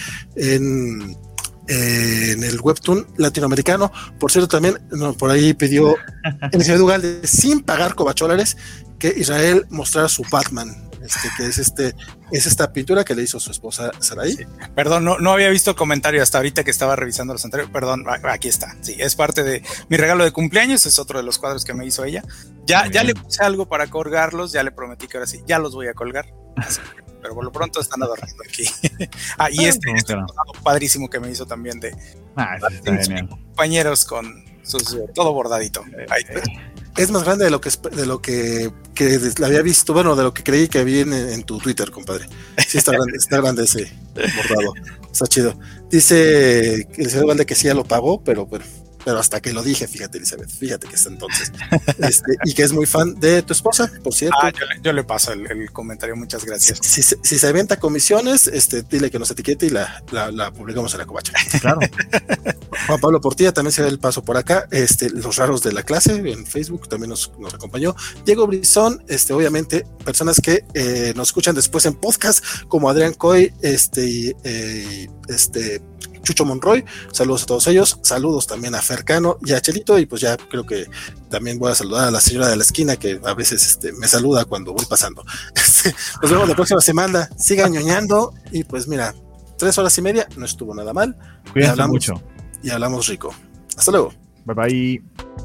en el webtoon latinoamericano. Por cierto, también por ahí pidió Elizabeth Ugalde, sin pagar $9, que Israel mostrara su Batman. que es esta pintura que le hizo su esposa Saraí. Sí. Perdón, no había visto comentario hasta ahorita que estaba revisando los anteriores. Perdón, aquí está. Sí, es parte de mi regalo de cumpleaños, es otro de los cuadros que me hizo ella. Ya le puse algo para colgarlos, ya le prometí que ahora sí, ya los voy a colgar. Así, pero por lo pronto están adornando aquí. Y este padrísimo que me hizo también de compañeros con sus todo bordadito. Ahí está. Es más grande de lo que le había visto, bueno, de lo que creí que vi en tu Twitter, compadre. Sí, está grande ese bordado. Está chido. Dice el señor Valde que sí ya lo pagó, pero hasta que lo dije, fíjate, Elizabeth, fíjate que está entonces. Y que es muy fan de tu esposa, por cierto. Yo le paso el comentario, muchas gracias. Si se venta comisiones, dile que nos etiquete y la publicamos en la covacha. Claro. Juan Pablo Portilla también se da el paso por acá. Los raros de la clase en Facebook también nos acompañó. Diego Brizón, obviamente, personas que nos escuchan después en podcast, como Adrián Coy, Chucho Monroy, saludos a todos ellos, saludos también a Fercano y a Chelito, y pues ya creo que también voy a saludar a la señora de la esquina que a veces me saluda cuando voy pasando. Nos vemos la próxima semana, sigan ñoñando y pues mira, 3 horas y media no estuvo nada mal. Cuídense mucho. Y hablamos rico. Hasta luego. Bye bye.